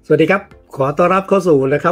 สวัสดีครับขอต้อนรับเข้าสู่นะครับ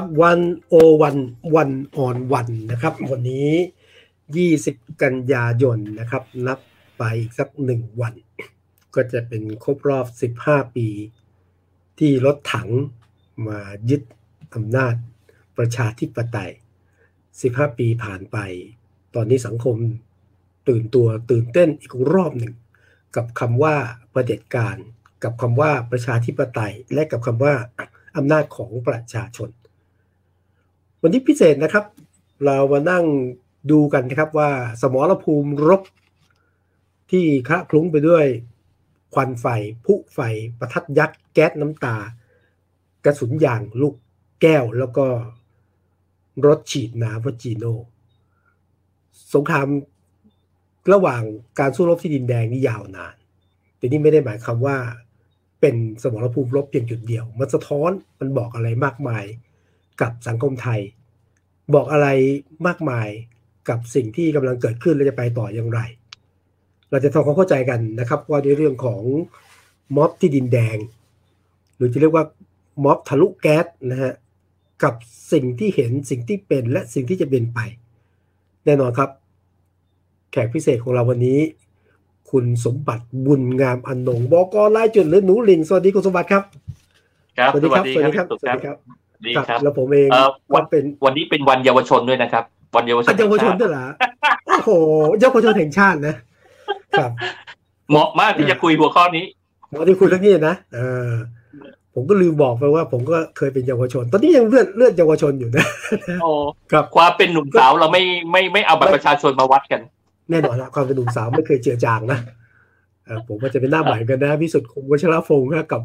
101 นะครับวันนี้20กันยายนนะครับนับไปอีกสัก1วันก็จะเป็นครบรอบ15ปีที่รถถังมายึดอำนาจประชาธิปไตย15ปีผ่านไปตอนนี้สังคมตื่นเต้นอีกรอบหนึ่งกับคำว่าเผด็จการกับคำว่าประชาธิปไตยและกับคำว่าอำนาจของประชาชนวันนี้พิเศษนะครับเรามานั่งดูกันนะครับว่าสมรภูมิรบที่คละคลุ้งไปด้วยควันไฟพุไฟประทัดยักษ์แก๊สน้ำตากระสุนยางลูกแก้วแล้วก็รถฉีดน้ำวจีโนสงครามระหว่างการสู้รบที่ดินแดงนี่ยาวนานแต่นี่ไม่ได้หมายความว่าเป็นสมรภูมิรบเพียงจุดเดียวมันสะท้อนมันบอกอะไรมากมายกับสังคมไทยบอกอะไรมากมายกับสิ่งที่กำลังเกิดขึ้นและจะไปต่ออย่างไรเราจะทำความเข้าใจกันนะครับว่าในเรื่องของม็อบที่ดินแดงหรือจะเรียกว่าม็อบทะลุแก๊สนะฮะกับสิ่งที่เห็นสิ่งที่เป็นและสิ่งที่จะเป็นไปแน่นอนครับแขกพิเศษของเราวันนี้คุณสมบัติบุญงามอนงค์บก.รายจุดหรือหนูลิงสวัสดีคุณสมบัติครับครับสวัสดีครับสวัสดีครับดีครับแล้วผมเองวันนี้เป็นวันเยาวชนด้วยนะครับวันเยาวชนด้วยเหรอโอ้โหเยาวชนแห่งชาตินะครับเหมาะมากที่จะคุยหัวข้อนี้เหมาะที่คุยเรื่องนี้นะผมก็ลืมบอกไปว่าผมก็เคยเป็นเยาวชนตอนนี้ยังเลือดเยาวชนอยู่นะโอ้ครับความเป็นหนุ่มสาวเราไม่เอาบัตรประชาชนมาวัดกันแน่นอนละความเป็นหนุ่มสาวไม่เคยเจือจางนะผมว่าจะเป็นหน้าใหม่กันนะพิสุทธิ์คงวัชรพงศ์กับ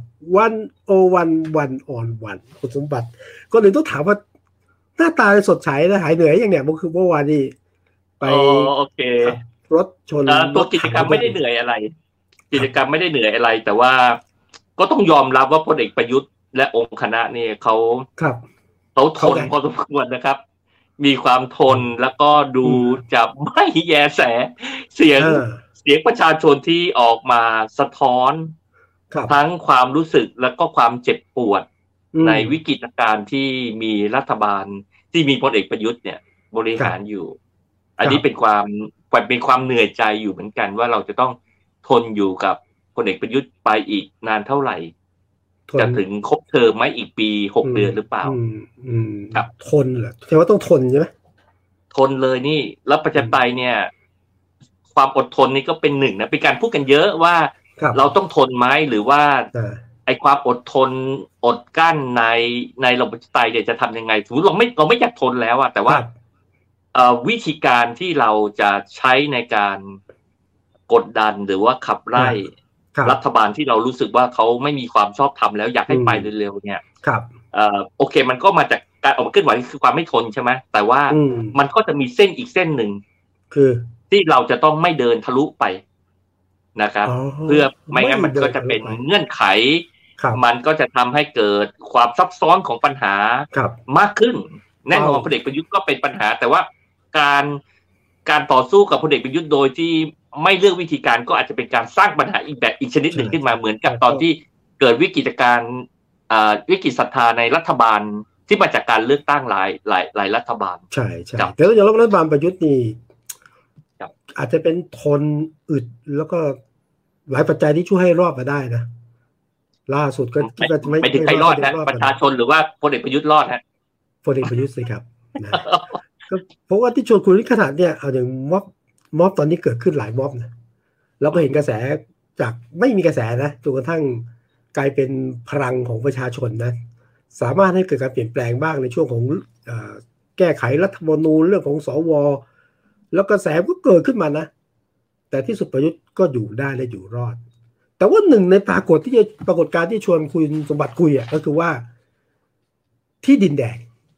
101คุณสมบัติก็เลยต้องถามว่าหน้าตาสดใสนะหายเหนื่อยอย่างเนี้ยมันคือเมื่อวานนี้ไปโอเครถชนตัวกิจกรรมไม่ได้เหนื่อยอะไรกิจกรรมไม่ได้เหนื่อยอะไรแต่ว่าก็ต้องยอมรับว่าพลเอกประยุทธ์และองค์คณะนี่เขาทนพอสมควรนะครับมีความทนแล้วก็ดูจะไม่แยแสเสียงประชาชนที่ออกมาสะท้อนทั้งความรู้สึกแล้วก็ความเจ็บปวดในวิกฤตการณ์ที่มีรัฐบาลที่มีพลเอกประยุทธ์เนี่ยบริหารอยู่อันนี้เป็นความเหนื่อยใจอยู่เหมือนกันว่าเราจะต้องทนอยู่กับพลเอกประยุทธ์ไปอีกนานเท่าไหร่จะถึงครบเทอมไหมอีกปี6 เดือนหรือเปล่าครับทนเหรอแปลว่าต้องทนใช่ไหมทนเลยนี่แล้วประชาธิปไตยเนี่ยความอดทนนี่ก็เป็นหนึ่งนะเป็นการพูดกันเยอะว่าเราต้องทนไหมหรือว่าไอ้ความอดทนอดกั้นในระบบประชาธิปไตยเนี่ยจะทำยังไงสมมติเราไม่อยากทนแล้วอะแต่ว่าวิธีการที่เราจะใช้ในการกดดันหรือว่าขับไล่รัฐบาลที่เรารู้สึกว่าเขาไม่มีความชอบธรรมแล้วอยากให้ไปเร็วๆเนี่ยโอเคมันก็มาจากการออกมาเคลื่อนไหวคือความไม่ทนใช่ไหมแต่ว่ามันก็จะมีเส้นอีกเส้นหนึ่งคือที่เราจะต้องไม่เดินทะลุไปนะครับเพื่อไม่งั้นมันก็จะเป็นเงื่อนไขมันก็จะทำให้เกิดความซับซ้อนของปัญหามากขึ้นแน่นอนพลเอกประยุทธ์ก็เป็นปัญหาแต่ว่าการต่อสู้กับพลเอกประยุทธ์โดยที่ไม่เลือกวิธีการก็อาจจะเป็นการสร้างปัญหาอีกชนิดหนึ่งขึ้นมาเหมือนกับตอนที่เกิดวิกฤตการณ์วิกฤตศรัทธาในรัฐบาลที่มาจากการเลือกตั้งหลายรัฐบาลใช่แต่ถ้าอย่างรัฐบาลประยุทธ์นี่อาจจะเป็นทนอึดแล้วก็หลายปัจจัยที่ช่วยให้รอดมาได้นะล่าสุดก็ไม่ถึงใครรอดนะประชาชนหรือว่าพลเอกประยุทธ์รอดฮะพลเอกประยุทธ์สิครับก็เพราะว่าที่ชวนคุยขนาดเนี่ยเอาอย่างม็อบตอนนี้เกิดขึ้นหลายม็อบนะเราก็เห็นกระแสจากไม่มีกระแสนะจนกระทั่งกลายเป็นพลังของประชาชนนะสามารถให้เกิดการเปลี่ยนแปลงบ้างในช่วงของแก้ไขรัฐธรรมนูญเรื่องของสวแล้วกระแสก็เกิดขึ้นมานะแต่ที่สุดประยุทธ์ก็อยู่ได้และอยู่รอดแต่ว่าหนึ่งในปรากฏการณ์ที่ชวนคุยสมบัติคุยก็คือว่าที่ดินแดง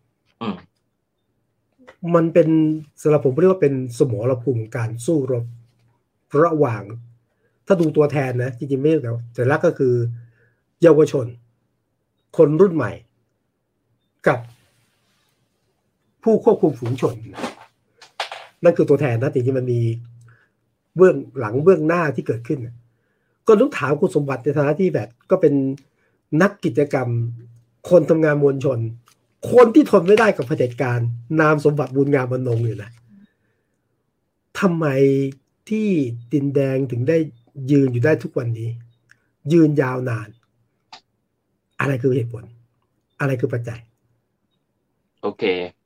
มันเป็นสำหรับผมเรียกว่าเป็นสมรภูมิการสู้รบระหว่างถ้าดูตัวแทนนะจริงๆไม่ใช่แต่ละก็คือเยาวชนคนรุ่นใหม่กับผู้ควบคุมฝูงชนนั่นคือตัวแทนนะจริงๆมันมีเบื้องหลังเบื้องหน้าที่เกิดขึ้นก็ต้องถามคุณสมบัติในฐานะที่แบบก็เป็นนักกิจกรรมคนทำงานมวลชนคนที่ทนไม่ได้กับเผด็จการนามสมบัติบุญงามบรรณงอยู่นะทำไมที่ดินแดงถึงได้ยืนอยู่ได้ทุกวันนี้ยืนยาวนานอะไรคือเหตุผลอะไรคือปัจจัยโอเค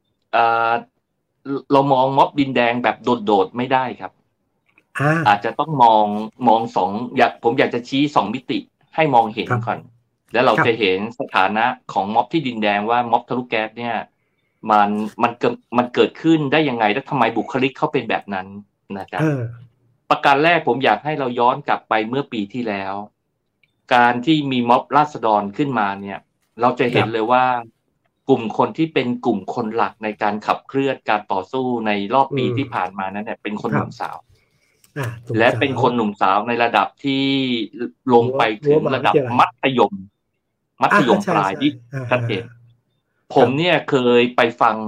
เรามองม็อบดินแดงแบบโดดๆไม่ได้ครับอาจจะต้องมองสองผมอยากจะชี้2มิติให้มองเห็นก่อนแล้วเราจะเห็นสถานะของม็อบที่ดินแดงว่าม็อบทะลุแก๊สเนี่ยมันเกิดขึ้นได้ยังไงและทำไมบุคลิกเขาเป็นแบบนั้นนะครับประการแรกผมอยากให้เราย้อนกลับไปเมื่อปีที่แล้วการที่มีม็อบราษฎรขึ้นมาเนี่ยเราจะเห็นเลยว่ากลุ่มคนที่เป็นกลุ่มคนหลักในการขับเคลื่อนการต่อสู้ในรอบปีที่ผ่านมานั้นเนี่ยเป็นคนหนุ่มสาวและเป็นคนหนุ่มสาวในระดับที่ลงไปถึงระดับมัธยมปลายที่ชัดเจนผมเนี่ยเคยไป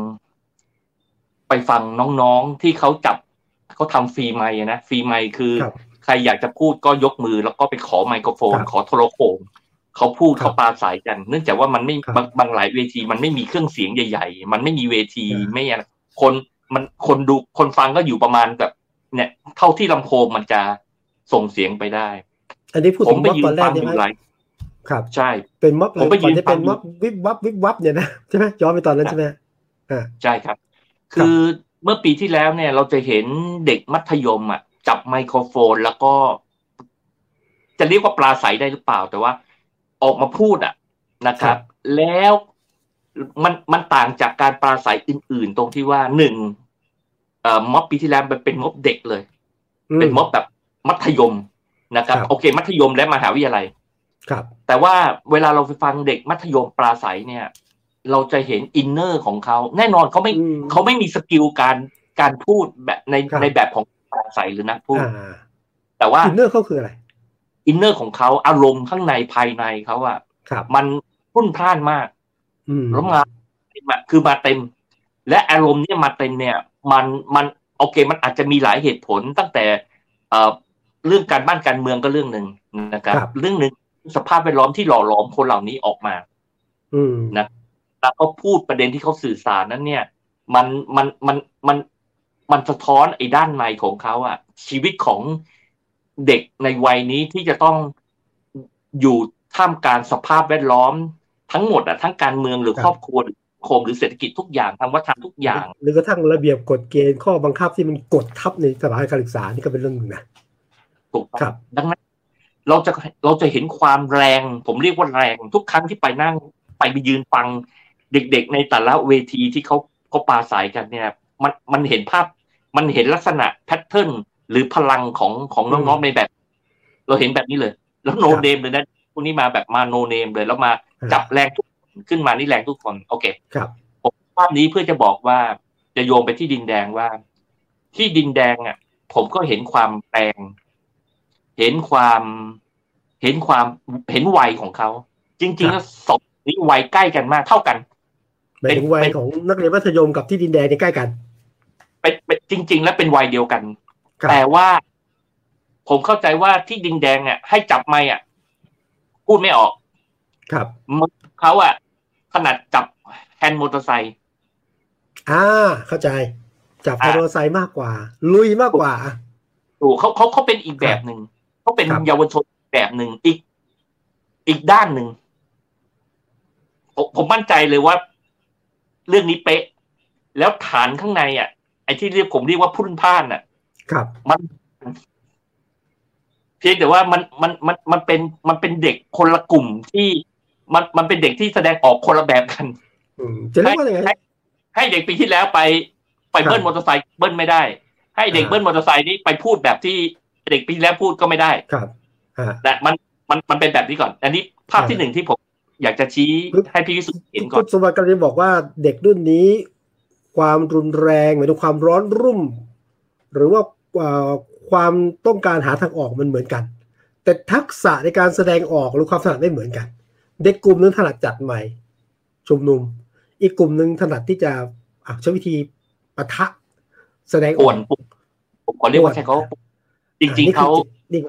ฟังน้องๆที่เขาทำฟรีไมค์นะฟรีไมค์คือใครอยากจะพูดก็ยกมือแล้วก็ไปขอไมโครโฟนขอโทรโข่งเขาพูดเขาปราศัยกันเนื่องจากว่ามันไม่บางหลายเวทีมันไม่มีเครื่องเสียงใหญ่ๆมันไม่มีเวทีไม่คนดูคนฟังก็อยู่ประมาณแบบเนี่ยเท่าที่ลำโพงมันจะส่งเสียงไปได้อันนี้พูดถึงม็อบตอนแรกใช่ไหมครับใช่เป็นม็อบผมไปยืนเป็นม็อบวิบวับเนี่ยนะใช่ไหมย้อนไปตอนนั้นใช่ไหมใช่ครับคือเมื่อปีที่แล้วเนี่ยเราจะเห็นเด็กมัธยมจับไมโครโฟนแล้วก็จะเรียกว่าปราศัยได้หรือเปล่าแต่ว่าออกมาพูดนะครับแล้วมันต่างจากการปราศัยอื่นๆตรงที่ว่าม็อบปีที่แล้วมันเป็นม็อบเด็กเลยเป็นม็อบแบบมัธยมนะครับโอเคมัธยมและมหาวิทยาลัยครับแต่ว่าเวลาเราไปฟังเด็กมัธยมปราศัยเนี่ยเราจะเห็นอินเนอร์ของเขาแน่นอนเขาไม่มีสกิลการพูดแบบในแบบของปราศัยหรือนักพูดแต่ว่าอินเนอร์เขาคืออะไรอินเนอร์ของเขาอารมณ์ข้างในภายในเขามันพุ่นพล่านมากแล้วคือมาเต็มและอารมณ์เนี่ยมาเต็มเนี่ยมันโอเคมันอาจจะมีหลายเหตุผลตั้งแต่เรื่องการบ้านการเมืองก็เรื่องหนึ่งนะครับเรื่องหนึ่งสภาพแวดล้อมที่หล่อหลอมคนเหล่านี้ออกมานะแล้วก็พูดประเด็นที่เขาสื่อสารนั้นเนี่ยมันสะท้อนไอ้ด้านในของเขาชีวิตของเด็กในวัยนี้ที่จะต้องอยู่ท่ามกลางสภาพแวดล้อมทั้งหมดทั้งการเมืองหรือครอบครัวโคมหรือเศรษฐกิจทุกอย่างทางวัฒนธรรมทุกอย่างหรือกระทั่งระเบียบกฎเกณฑ์ข้อบังคับที่มันกดทับในสถาบันการศึกษานี่ก็เป็นเรื่องนึงนะถูกครับดังนั้นเราจะเห็นความแรงผมเรียกว่าแรงทุกครั้งที่ไปยืนฟังเด็กๆในแต่ละเวทีที่เขาปราศัยกันเนี่ยมันเห็นภาพมันเห็นลักษณะแพทเทิร์นหรือพลังของน้องๆในแบบเราเห็นแบบนี้เลยแล้วโนเนมเลยนะพวกนี้มาแบบมาโนเนมเลยแล้วมาจับแรงทุกคนขึ้นมานี่แรงทุกคนโอเคครับผมภาพนี้เพื่อจะบอกว่าจะโยงไปที่ดินแดงว่าที่ดินแดงผมก็เห็นความแรงเห็นวัยของเขาจริงๆแล้วสองนี้วัยใกล้กันมากเท่ากันเป็นวัยของนักเรียนมัธยมกับที่ดินแดงใกล้กันเป็นจริงๆแล้วเป็นวัยเดียวกันแต่ว่าผมเข้าใจว่าที่ดินแดงให้จับไมค์พูดไม่ออกครับเขาขนาดจับแฮนด์มอเตอร์ไซค์เข้าใจจับแฮนด์มอเตอร์ไซค์มากกว่าลุยมากกว่าถูกเขาเป็นอีกแบบหนึ่งเขาเป็นเยาวชนแบบหนึ่งอีกด้านหนึ่งผมมั่นใจเลยว่าเรื่องนี้เป๊ะแล้วฐานข้างในไอ้ที่ผมเรียกว่าพุ่นพ่านครับมันเพียงแต่ว่ามันเป็นเด็กคนละกลุ่มที่มันเป็นเด็กที่แสดงออกคนละแบบกันจะเรียกว่าไงให้เด็กปีที่แล้วไปเบิ้ลมอเตอร์ไซค์เบิ้ลไม่ได้ให้เด็กเบิ้ลมอเตอร์ไซค์นี้ไปพูดแบบที่เด็กปีที่แล้วพูดก็ไม่ได้ครับแต่มันเป็นแบบนี้ก่อนอันนี้ภาพที่1ที่ผมอยากจะชี้ให้พี่วิสุทธิ์เห็นก่อนคุณสมบัติกำลังบอกว่าเด็กรุ่นนี้ความรุนแรงหมายถึงความร้อนรุ่มหรือว่าความต้องการหาทางออกมันเหมือนกันแต่ทักษะในการแสดงออกหรือความถนัดไม่เหมือนกันเด็กกลุ่มนึงถนัดจัดใหม่ชุมนุมอีกกลุ่มนึงถนัดที่จะใช้วิธีปะทะแสดงออกผมขอเรียกว่าใช่เขาจริงๆเขา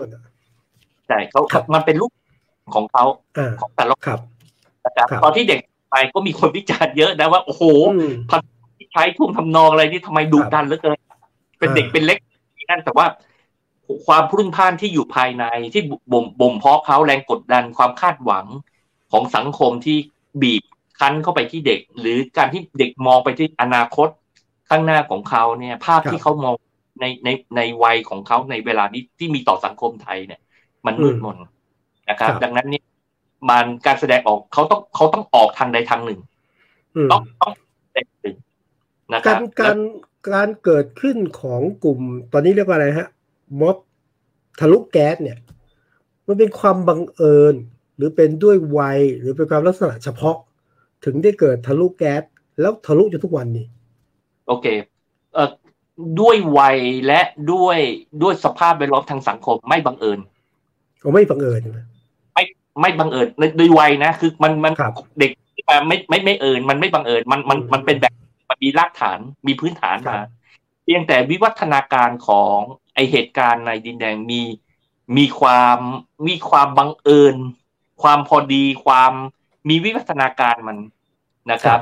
ใช่เขามันเป็นรูปของเขาของแต่ละครับนะครับตอนที่เด็กไปก็มีคนวิจารณ์เยอะนะว่าโอ้โหใช้ท่วงทำนองอะไรนี่ทำไมดุดันเหลือเกินเป็นเด็กเป็นเล็กนั่นแต่ว่าความพรุ่งพล่านที่อยู่ภายในที่บ่มเพาะเขาแรงกดดันความคาดหวังของสังคมที่บีบคั้นเข้าไปที่เด็กหรือการที่เด็กมองไปที่อนาคตข้างหน้าของเขาเนี่ยภาพที่เขามองในวัยของเขาในเวลานี้ที่มีต่อสังคมไทยเนี่ยมันมืดมนนะครับดังนั้นเนี่ยมันการแสดงออกเขาต้องออกทางใดทางหนึ่งต้องเป็นหนึ่งนะครับการเกิดขึ้นของกลุ่มตอนนี้เรียกว่าอะไรฮะม็อบทะลุแก๊สเนี่ยมันเป็นความบังเอิญหรือเป็นด้วยวัยหรือเป็นความลักษณะเฉพาะถึงได้เกิดทะลุแก๊สแล้วทะลุจนทุกวันนี้โอเคด้วยวัยและด้วยสภาพแวดล้อมทางสังคมไม่บังเอิญไม่บังเอิญไม่บังเอิญโดยวัยนะคือมันเด็กไม่เอิญมันไม่บังเอิญมันเป็นแบบมันมีรากฐานมีพื้นฐานมาเพียงแต่วิวัฒนาการของไอเหตุการณ์ในดินแดงมีความบังเอิญความพอดีความมีวิวัฒนาการมันนะครับ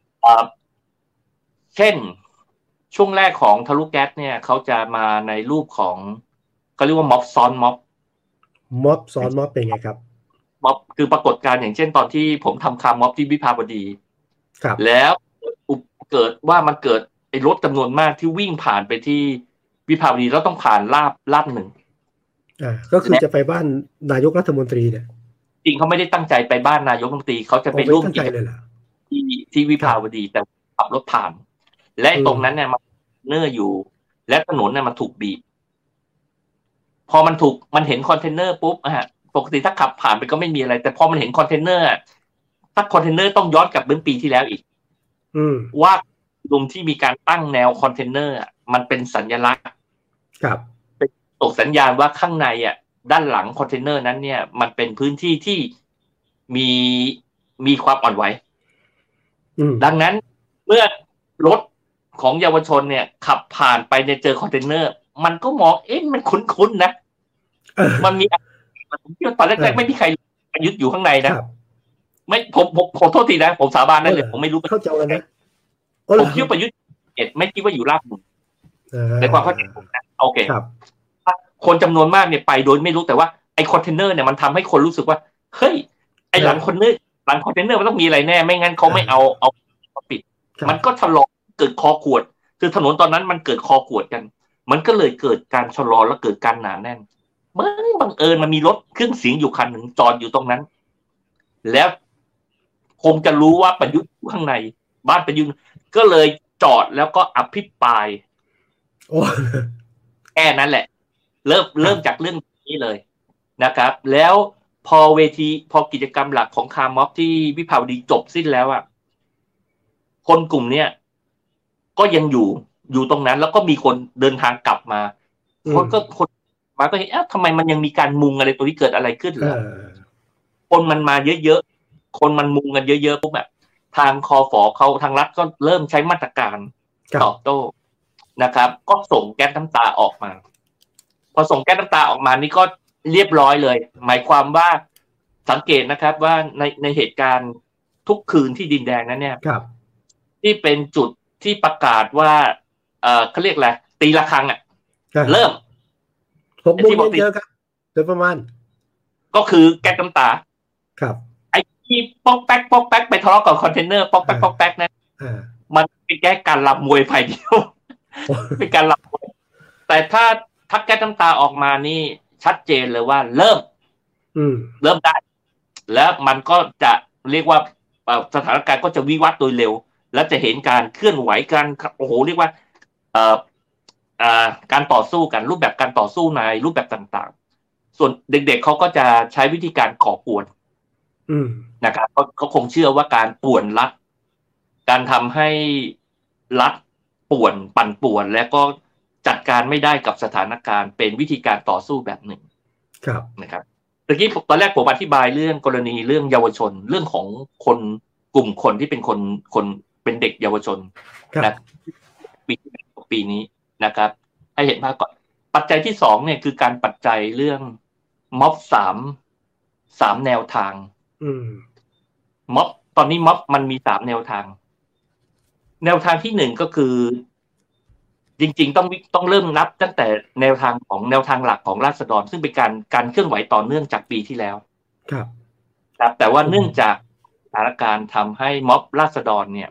เช่นช่วงแรกของทะลุแก๊สเนี่ยเขาจะมาในรูปของเขาเรียกว่าม็อบซ้อนม็อบซ้อนม็อบเป็นไงครับม็อบคือปรากฏการณ์อย่างเช่นตอนที่ผมทำคาร์ม็อบที่วิภาวดีแล้วเกิดมันเกิดไอ้รถจำนวนมากที่วิ่งผ่านไปที่วิภาวดีแล้วต้องผ่านลาดหนึ่งก็คือจะไปบ้านนายกรัฐมนตรีเนี่ยจริงเขาไม่ได้ตั้งใจไปบ้านนายกรัฐมนตรีเขาจะไปร่วมกิจกรรมที่วิภาวดีแต่ขับรถผ่านและตรงนั้นเนี่ยมันเนื้ออยู่และถนนเนี่ยมันถูกบีบพอมันเห็นคอนเทนเนอร์ปุ๊บปกติถ้าขับผ่านไปก็ไม่มีอะไรแต่พอมันเห็นคอนเทนเนอร์ถ้าคอนเทนเนอร์ต้องย้อนกลับเมื่อปีที่แล้วอีกว่าลุมที่มีการตั้งแนวคอนเทนเนอร์มันเป็นสัญลักษณ์เป็นตกสัญญาณว่าข้างในด้านหลังคอนเทนเนอร์นั้นเนี่ยมันเป็นพื้นที่ที่มีความอ่อนไหวดังนั้นเมื่อรถของเยาวชนเนี่ยขับผ่านไปเนี่ยเจอคอนเทนเนอร์มันก็มองมันคุ้นๆนะมันมีตอนแรกๆไม่มีใครประยุทธ์อยู่ข้างในนะไม่ผมโทษทีนะผมสาบานได้เลยผมไม่รู้เข้าใจแล้วนะผมคิดว่าประยุทธ์ไม่คิดว่าอยู่ราบหนึ่งในความเข้าใจผมนะโอเคคนจำนวนมากเนี่ยไปโดยไม่รู้แต่ว่าไอ้คอนเทนเนอร์เนี่ยมันทำให้คนรู้สึกว่าเฮ้ยไอ้หลังคอนเทนเนอร์มันต้องมีอะไรแน่ไม่งั้นเขาไม่เอาปิดมันก็ชะลอเกิดคอขวดคือถนนตอนนั้นมันเกิดคอขวดกันมันก็เลยเกิดการชะลอแล้วเกิดการหนาแน่นบังเอิญมันมีรถเครื่องเสียงอยู่คันหนึ่งจอดอยู่ตรงนั้นแล้วคงจะรู้ว่าประยุทธ์อยู่ข้างในบ้านประยุทธ์ก็เลยจอดแล้วก็อภิปรายแค่นั้นแหละเริ่มจากเรื่องนี้เลยนะครับแล้วพอกิจกรรมหลักของคาร์ม็อบที่วิภาวดีจบสิ้นแล้วคนกลุ่มเนี้ยก็ยังอยู่ตรงนั้นแล้วก็มีคนเดินทางกลับมาคนมาก็เห็นทำไมมันยังมีการมุงอะไรตัวนี้เกิดอะไรขึ้นเหรอคนมันมาเยอะๆคนมันมุงกันเยอะๆปุ๊บทางคฝ.เขาทางรัฐก็เริ่มใช้มาตรการตอบโต้นะครับก็ส่งแก๊สน้ำตาออกมาพอส่งแก๊สน้ำตาออกมานี่ก็เรียบร้อยเลยหมายความว่าสังเกตนะครับว่าในเหตุการณ์ทุกคืนที่ดินแดงนั้นเนี่ยที่เป็นจุดที่ประกาศว่าเขาเรียกอะไรตีระฆังเริ่ม 6 โมงเย็นครับโดยประมาณก็คือแก๊สน้ำตาครับไอ้ที่ป๊อกแป๊กไปทะเลาะกับคอนเทนเนอร์ป๊อกแป๊กนะมันเป็นแค่การลำมวยไฟเดียวเป็นการลำมวยแต่ถ้าแก๊สน้ำตาออกมานี่ชัดเจนเลยว่าเริ่มได้แล้วมันก็จะเรียกว่าสถานการณ์ก็จะวิวัฒน์โดยเร็วแล้วจะเห็นการเคลื่อนไหวการโอ้โหเรียกว่าการต่อสู้กันรูปแบบการต่อสู้ในรูปแบบต่างๆส่วนเด็กๆเขาก็จะใช้วิธีการก่อกวนนะครับเขาคงเชื่อว่าการป่วนรัฐการทำให้รัฐป่วนปั่นป่วนและก็จัดการไม่ได้กับสถานการณ์เป็นวิธีการต่อสู้แบบหนึ่งนะครับเมื่อกี้ตอนแรกผมอธิบายเรื่องกรณีเรื่องเยาวชนเรื่องของคนกลุ่มคนที่เป็นคนเป็นเด็กเยาวชนนะปีนี้นะครับให้เห็นภาพก่อนปัจจัยที่2เนี่ยคือการปัจจัยเรื่องม็อบ3แนวทางม็อบตอนนี้ม็อบมันมี3แนวทางแนวทางที่1ก็คือจริงๆต้องเริ่มนับตั้งแต่แนวทางหลักของราษฎรซึ่งเป็นการเคลื่อนไหวต่อเนื่องจากปีที่แล้วครับแต่ว่าเนื่องจากสถานการณ์ทำให้ม็อบราษฎรเนี่ย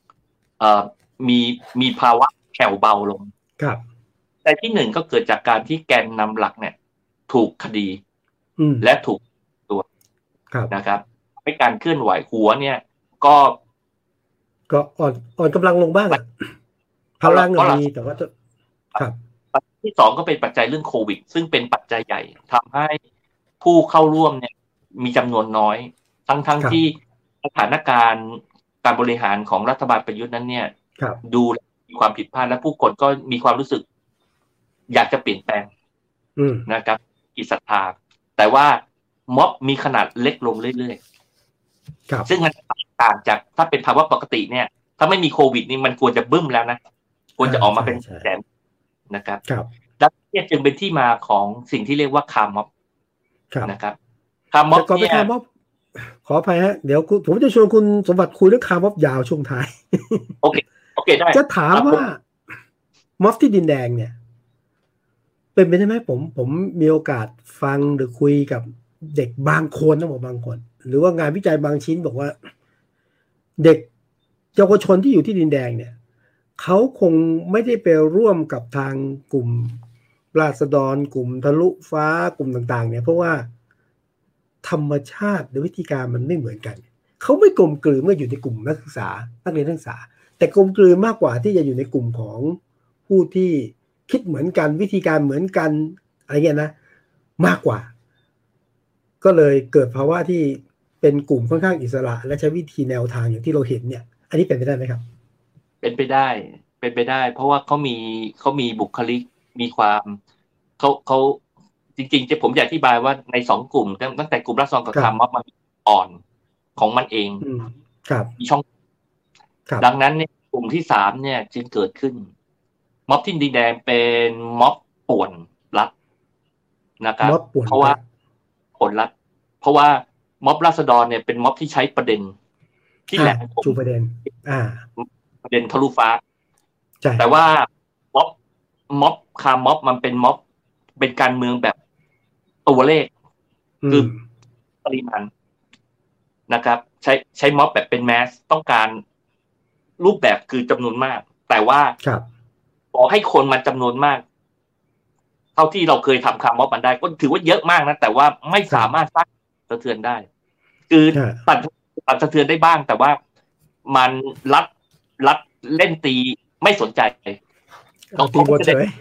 มีภาวะแผ่วเบาลงครับแต่ที่1ก็เกิดจากการที่แกนนำหลักเนี่ยถูกคดีและถูกตัวนะครับให้การเคลื่อนไหวหัวเนี่ยก็อ่อนกำลังลงบ้างพลังมีแต่ว่าครับที่2ก็เป็นปัจจัยเรื่องโควิดซึ่งเป็นปัจจัยใหญ่ทำให้ผู้เข้าร่วมเนี่ยมีจำนวนน้อยทั้งที่สถานการณ์การบริหารของรัฐบาลประยุทธ์นั้นเนี่ยดูมีความผิดพลาดและผู้คนก็มีความรู้สึกอยากจะเปลี่ยนแปลงนะครับอิสระแต่ว่าม็อบมีขนาดเล็กลงเรื่อยๆซึ่งมันต่างจากถ้าเป็นภาวะปกติเนี่ยถ้าไม่มีโควิดนี่มันควรจะบึ้มแล้วนะควรจะออกมาเป็นแสนนะครับและนี่จึงเป็นที่มาของสิ่งที่เรียกว่าคาร์ม็อบนะครับคาร์ม็อบเนี่ยขออภัยฮะเดี๋ยวผมจะชวนคุณสมบัติคุยเรื่องคาร์ม็อบยาวช่วงท้ายโอเคได้จะถามว่าม็อบที่ดินแดงเนี่ยเป็นไปได้ไหมผมมีโอกาสฟังหรือคุยกับเด็กบางคนนะบอกบางคนหรือว่างานวิจัยบางชิ้นบอกว่าเด็กเยาวชนที่อยู่ที่ดินแดงเนี่ยเขาคงไม่ได้ไปร่วมกับทางกลุ่มราษฎรกลุ่มทะลุฟ้ากลุ่มต่างๆเนี่ยเพราะว่าธรรมชาติหรือวิธีการมันไม่เหมือนกันเขาไม่กลมกลืนเมื่ออยู่ในกลุ่มนักศึกษานักเรียนนักศึกษาแต่กลมกลืนมากกว่าที่จะอยู่ในกลุ่มของผู้ที่คิดเหมือนกันวิธีการเหมือนกันอะไรเงี้ยนะมากกว่าก็เลยเกิดภาวะที่เป็นกลุ่มค่อนข้างอิสระและใช้วิธีแนวทางอย่างที่เราเห็นเนี่ยอันนี้เป็นไปได้ไหมครับเป็นไปได้เพราะว่าเขามีบุคลิกมีความเขาจริงๆผมอยากอธิบายว่าใน2กลุ่มตั้งแต่กลุ่มราษฎรกับคาร์ม็อบมันอ่อนของมันเองมีช่องดังนั้นเนี่ยกลุ่มที่3เนี่ยจึงเกิดขึ้นม็อบที่ดินแดงเป็นม็อบป่วนรัฐนะครับเพราะว่าป่วนรัฐเพราะว่าม็อบราษฎรเนี่ยเป็นม็อบที่ใช้ประเด็นที่แหลมคมประเด็นทะลุฟ้าแต่ว่าม็อบคาร์ม็อบมันเป็นม็อบเป็นการเมืองแบบตัวเลขคือปริมาณนะครับใช้ม็อบแบบเป็นแมสต้องการรูปแบบคือจำนวนมากแต่ว่าขอให้คนมันจำนวนมากเท่าที่เราเคยทำคาร์ม็อบมันได้ก็ถือว่าเยอะมากนะแต่ว่าไม่สามารถสร้างสะเทือนได้คือตัดสะเทือนได้บ้างแต่ว่ามันรัดเล่นตีไม่สนใจตีบทเฉย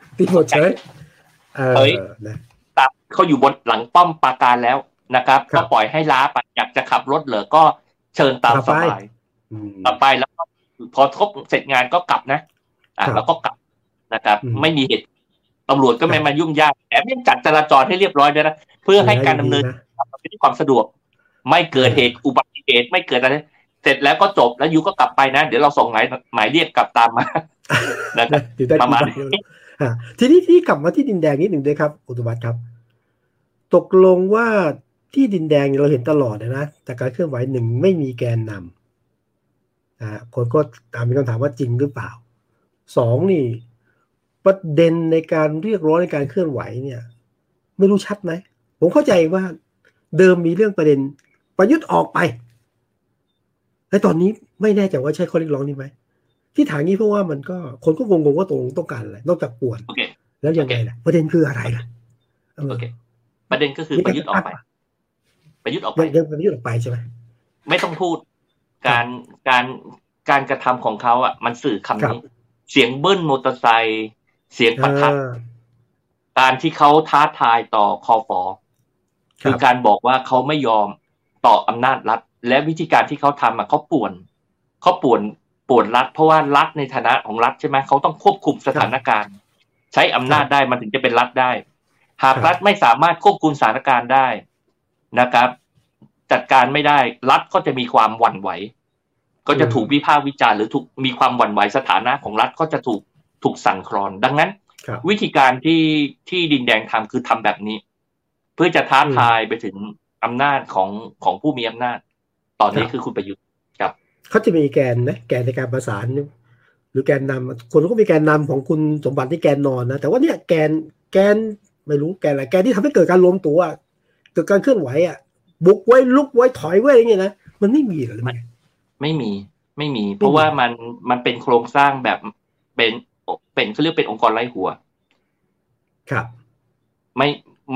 ตัดเขาอยู่บนหลังป้อมปราการแล้วนะครับก็ปล่อยให้ล้าไปอยากจะขับรถเหรอก็เชิญตามสบายต่อไปแล้วพอครบเสร็จงานก็กลับนะแล้วก็กลับนะครับไม่มีเหตุตำรวจก็ไม่มายุ่งยากแถมยังจัดจราจรให้เรียบร้อยด้วยนะเพื่อให้การดำเนินไปด้วยความสะดวกไม่เกิดเหตุอุบัติเหตุไม่เกิดอะไรเสร็จแล้วก็จบแล้วยูก็กลับไปนะเดี๋ยวเราส่งหมายเรียกกลับตามมานะครับประมาณนี้ทีนี้ที่กลับมาที่ดินแดงนิดหนึ่งด้วยครับอุตวัฒน์ครับตกลงว่าที่ดินแดงเราเห็นตลอดนะแต่การเคลื่อนไหวหนึ่งไม่มีแกนนำคนก็ตามมีคำถามว่าจริงหรือเปล่า2นี่ประเด็นในการเรียกร้องในการเคลื่อนไหวเนี่ยไม่รู้ชัดไหมผมเข้าใจว่าเดิมมีเรื่องประเด็นประยุทธ์ออกไปแต่ตอนนี้ไม่แน่ใจว่าใช่ข้อเรียกร้องนี้ไหมที่ถามนี้เพราะว่ามันก็คนก็งงว่าตรงต้องการอะไรนอกจากป่วนแล้วยังไงล่ะประเด็นคืออะไรล่ะประเด็นก็คือประยุทธ์ออกไปยังประยุทธ์ออกไปใช่ไหมไม่ต้องพูดการกระทำของเขาอ่ะมันสื่อคำนี้เสียงเบิ้ลมอเตอร์ไซค์เสียงประทัดการที่เขาท้าทายต่อคฟ.คือการบอกว่าเขาไม่ยอมต่ออำนาจรัฐและวิธีการที่เขาทำอ่ะเขาป่วนรัฐเพราะว่ารัฐในฐานะของรัฐใช่ไหมเขาต้องควบคุมสถานการณ์ใช้อำนาจได้มันถึงจะเป็นรัฐได้หากรัฐไม่สามารถควบคุมสถานการณ์ได้นะครับจัดการไม่ได้รัฐก็จะมีความหวั่นไหวก็จะถูกวิพากษ์วิจารณ์หรือถูกมีความหวั่นไหวสถานะของรัฐก็จะถูกสั่นคลอนดังนั้นวิธีการที่ดินแดงทำคือทำแบบนี้เพื่อจะท้าทายไปถึงอำนาจของผู้มีอำนาจตอนนี้คือคุณประยุทธ์ครับเขาจะมีแกนนะแกนในการประสานหรือแกนนำคนก็มีแกนนำของคุณสมบัติที่แกนนอนนะแต่ว่าเนี่ยแกนไม่รู้แกนอะไรแกนที่ทำให้เกิดการรวมตัวเกิดการเคลื่อนไหวบุกไว้ลุกไว้ถอยไว้อย่างเงี้ยนะมันไม่มีหรอไม่มีเพราะว่ามันเป็นโครงสร้างแบบเป็นเขาเรียกเป็นองค์กรไร้หัวครับไม่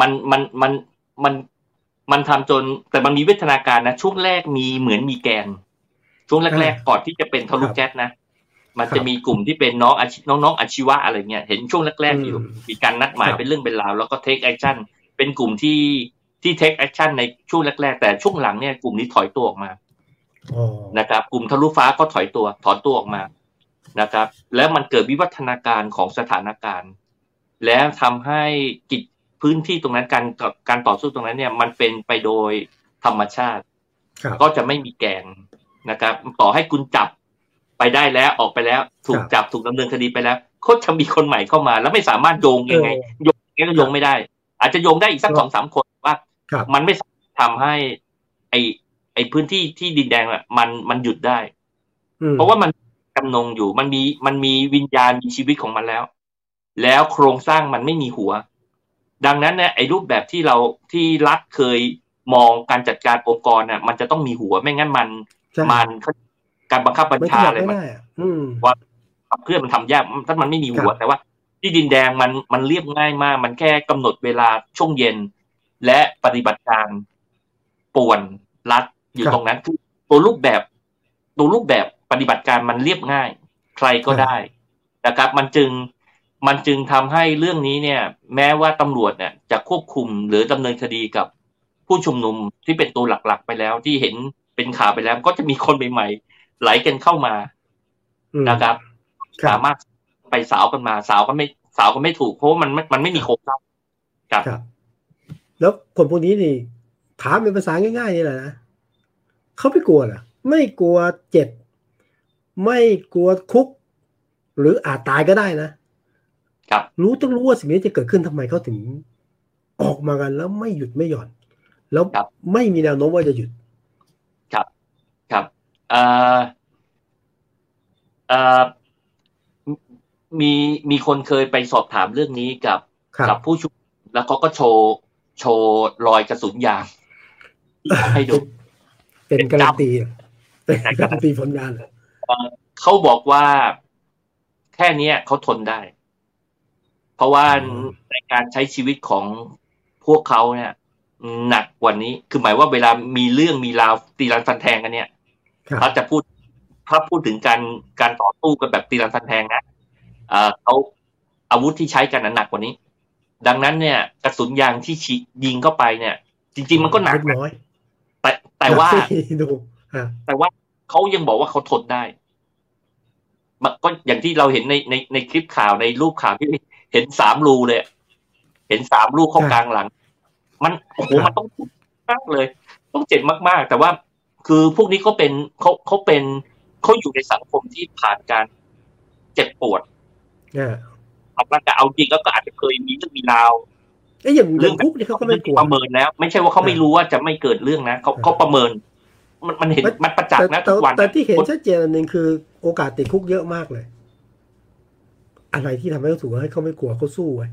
มันทำจนแต่มันมีวิวัฒนาการนะช่วงแรกมีเหมือนมีแกนช่วงแรกๆก่อนที่จะเป็นทะลุแก๊สนะมันจะมีกลุ่มที่เป็นน้องอาชีวะอะไรเงี้ยเห็นช่วงแรกๆอยู่มีการนัดหมายเป็นเรื่องเป็นราวแล้วก็ take action เป็นกลุ่มที่ take action ในช่วงแรกๆแต่ช่วงหลังเนี่ยกลุ่มนี้ถอยตัวออกมานะครับกลุ่มทะลุฟ้าก็ถอนตัวออกมานะครับแล้วมันเกิดวิวัฒนาการของสถานการณ์แล้วทำให้กิจพื้นที่ตรงนั้นการต่อสู้ตรงนั้นเนี่ยมันเป็นไปโดยธรรมชาติก็จะไม่มีแกนนะครับต่อให้คุณจับไปได้แล้วออกไปแล้วถูกจับถูกดำเนินคดีไปแล้วก็จะมีคนใหม่เข้ามาแล้วไม่สามารถโยงยังไงโยงก็โยงไม่ได้อาจจะโยงได้อีกสัก 2-3 คนว่ามันไม่ทำให้ไอ้พื้นที่ที่ดินแดงอ่ะมันหยุดได้เพราะว่ามันจำนงอยู่มันมีวิญญาณมีชีวิตของมันแล้วโครงสร้างมันไม่มีหัวดังนั้นเนี่ยไอ้รูปแบบที่รัฐเคยมองการจัดการองค์กรน่ะมันจะต้องมีหัวไม่งั้นมันการบังคับบัญชาอะไรมันว่าเพื่อนมันทำยากถ้ามันไม่มีหัวแต่ว่าที่ดินแดงมันเรียบง่ายมากมันแค่กำหนดเวลาช่วงเย็นและปฏิบัติการป่วนรัฐอยู่ตรงนั้นคือตัวรูปแบบปฏิบัติการมันเรียบง่ายใครก็ได้นะครับมันจึงทำให้เรื่องนี้เนี่ยแม้ว่าตำรวจเนี่ยจะควบคุมหรือดำเนินคดีกับผู้ชุมนุมที่เป็นตัวหลักๆไปแล้วที่เห็นเป็นข่าวไปแล้วก็จะมีคนใหม่ๆไหลกันเข้ามานะครับสามารถไปสาวกันมาสาวก็ไม่ถูกเพราะมันไม่มีโครงสร้างครับแล้วคนพวกนี้นี่ถามเป็นภาษาง่ายๆนี่แหละนะเขาไม่กลัวเหรอไม่กลัวเจ็บไม่กลัวคุกหรืออาจตายก็ได้นะครับต้องรู้ว่าสิ่งนี้จะเกิดขึ้นทำไมเขาถึงออกมากันแล้วไม่หยุดไม่หย่อนแล้วไม่มีแนวโน้มว่าจะหยุดครับมีคนเคยไปสอบถามเรื่องนี้กับผู้ชุมนุมแล้วเขาก็โชว์รอยกระสุนยางให้ดูเป็นการันตีผลงานเขาบอกว่าแค่นี้เขาทนได้เพราะว่าในการใช้ชีวิตของพวกเขาเนี่ยหนักกว่านี้คือหมายว่าเวลามีเรื่องมีราวตีรันฟันแทงกันเนี่ยเขาจะพูดถึงการต่อสู้กันแบบตีรันฟันแทงนะเขาอาวุธที่ใช้กันหนักกว่านี้ดังนั้นเนี่ยกระสุนยางที่ยิงเข้าไปเนี่ยจริงๆมันก็หนักน้อยแต่ว่าเขายังบอกว่าเขาทนได้ก็อย่างที่เราเห็นในคลิปข่าวในรูปข่าวที่เห็น3 รูเลยเห็น3 รูเข้ากลางหลังมันโอ้โหมันต้องมากเลยต้องเจ็บมากๆแต่ว่าคือพวกนี้เขาอยู่ในสังคมที่ผ่านการเจ็บปวดมันจะเอาจริงแล้วก็อาจจะเคยมีเรื่องมีราวอย่างเรื่องคุกนี่เขาก็ไม่กลัวประเมินแล้วไม่ใช่ว่าเขาไม่รู้ว่าจะไม่เกิดเรื่องนะเขาประเมินมันเห็นมันประจักษ์นะทุกวันแต่ที่เห็นชัดเจนอันนึงคือโอกาสติดคุกเยอะมากเลยอะไรที่ทำให้เขาถูกให้เขาไม่กลัวเขาสู้ไว้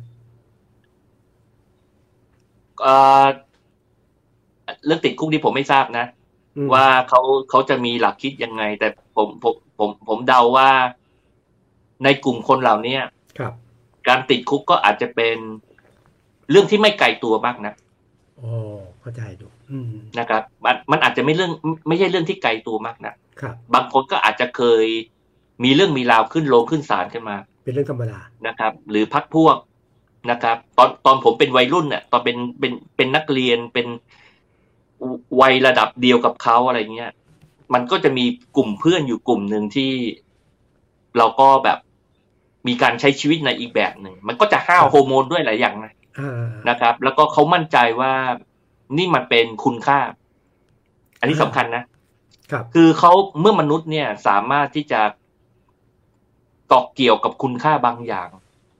เรื่องติดคุกนี่ผมไม่ทราบนะว่าเขาจะมีหลักคิดยังไงแต่ผมเดาว่าในกลุ่มคนเหล่านี้การติดคุกก็อาจจะเป็นเรื่องที่ไม่ไกลตัวมากนะเข้าใจดูนะครับมันอาจจะไม่ใช่เรื่องที่ไกลตัวมากนะครับบางคนก็อาจจะเคยมีเรื่องมีราวขึ้นโรงขึ้นศาลขึ้นมาเป็นเรื่องธรรมดานะครับหรือพรรคพวกนะครับตอนผมเป็นวัยรุ่นเนี่ยตอนเป็นนักเรียนเป็นวัยระดับเดียวกับเขาอะไรเงี้ยมันก็จะมีกลุ่มเพื่อนอยู่กลุ่มหนึ่งที่เราก็แบบมีการใช้ชีวิตในอีกแบบหนึ่งมันก็จะห้าวโฮอร์โมนด้วยหลายอย่างนะครับแล้วก็เขามั่นใจว่านี่มันเป็นคุณค่าอันนี้สำคัญนะคือเขาเมื่อมนุษย์เนี่ยสามารถที่จะเกาะเกี่ยวกับคุณค่าบางอย่าง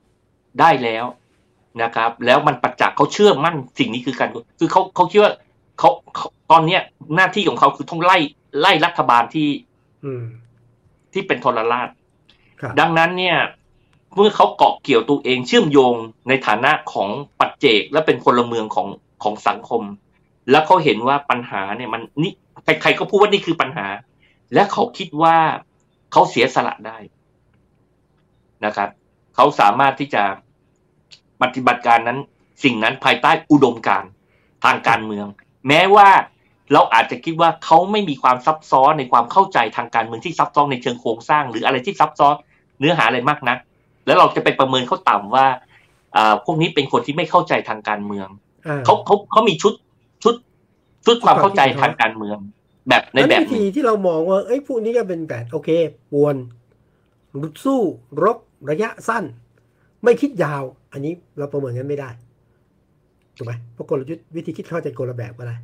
ได้แล้วนะครับแล้วมันประจักษ์เขาเชื่อมั่นสิ่งนี้คือการคือเขาคิดว่าเขาตอนเนี้ยหน้าที่ของเขาคือต้องไล่รัฐบาลที่เป็นทรราชดังนั้นเนี่ยเมื่อเขาเกาะเกี่ยวตัวเองเชื่อมโยงในฐานะของปัจเจกและเป็นพลเมืองของสังคมแล้วเขาเห็นว่าปัญหาเนี่ยมันนี่ใครๆก็พูดว่านี่คือปัญหาและเขาคิดว่าเขาเสียสละได้นะครับเขาสามารถที่จะปฏิบัติการนั้นสิ่งนั้นภายใต้อุดมการณ์ทางการเมืองแม้ว่าเราอาจจะคิดว่าเขาไม่มีความซับซ้อนในความเข้าใจทางการเมืองที่ซับซ้อนในเชิงโครงสร้างหรืออะไรที่ซับซ้อนเนื้อหาอะไรมากนักแล้วเราจะไปประเมินเขาต่ำว่าพวกนี้เป็นคนที่ไม่เข้าใจทางการเมืองเขามีชุดความเข้าใจทางการเมืองแบบในแบบวิธีที่เรามองว่าพวกนี้ก็เป็นแบบโอเคปวนสู้รบระยะสั้นไม่คิดยาวอันนี้เราประเมินกันไม่ได้ถูกไหมเพราะกลยุทธ์วิธีคิดเข้าใจคนละแบบก็ได้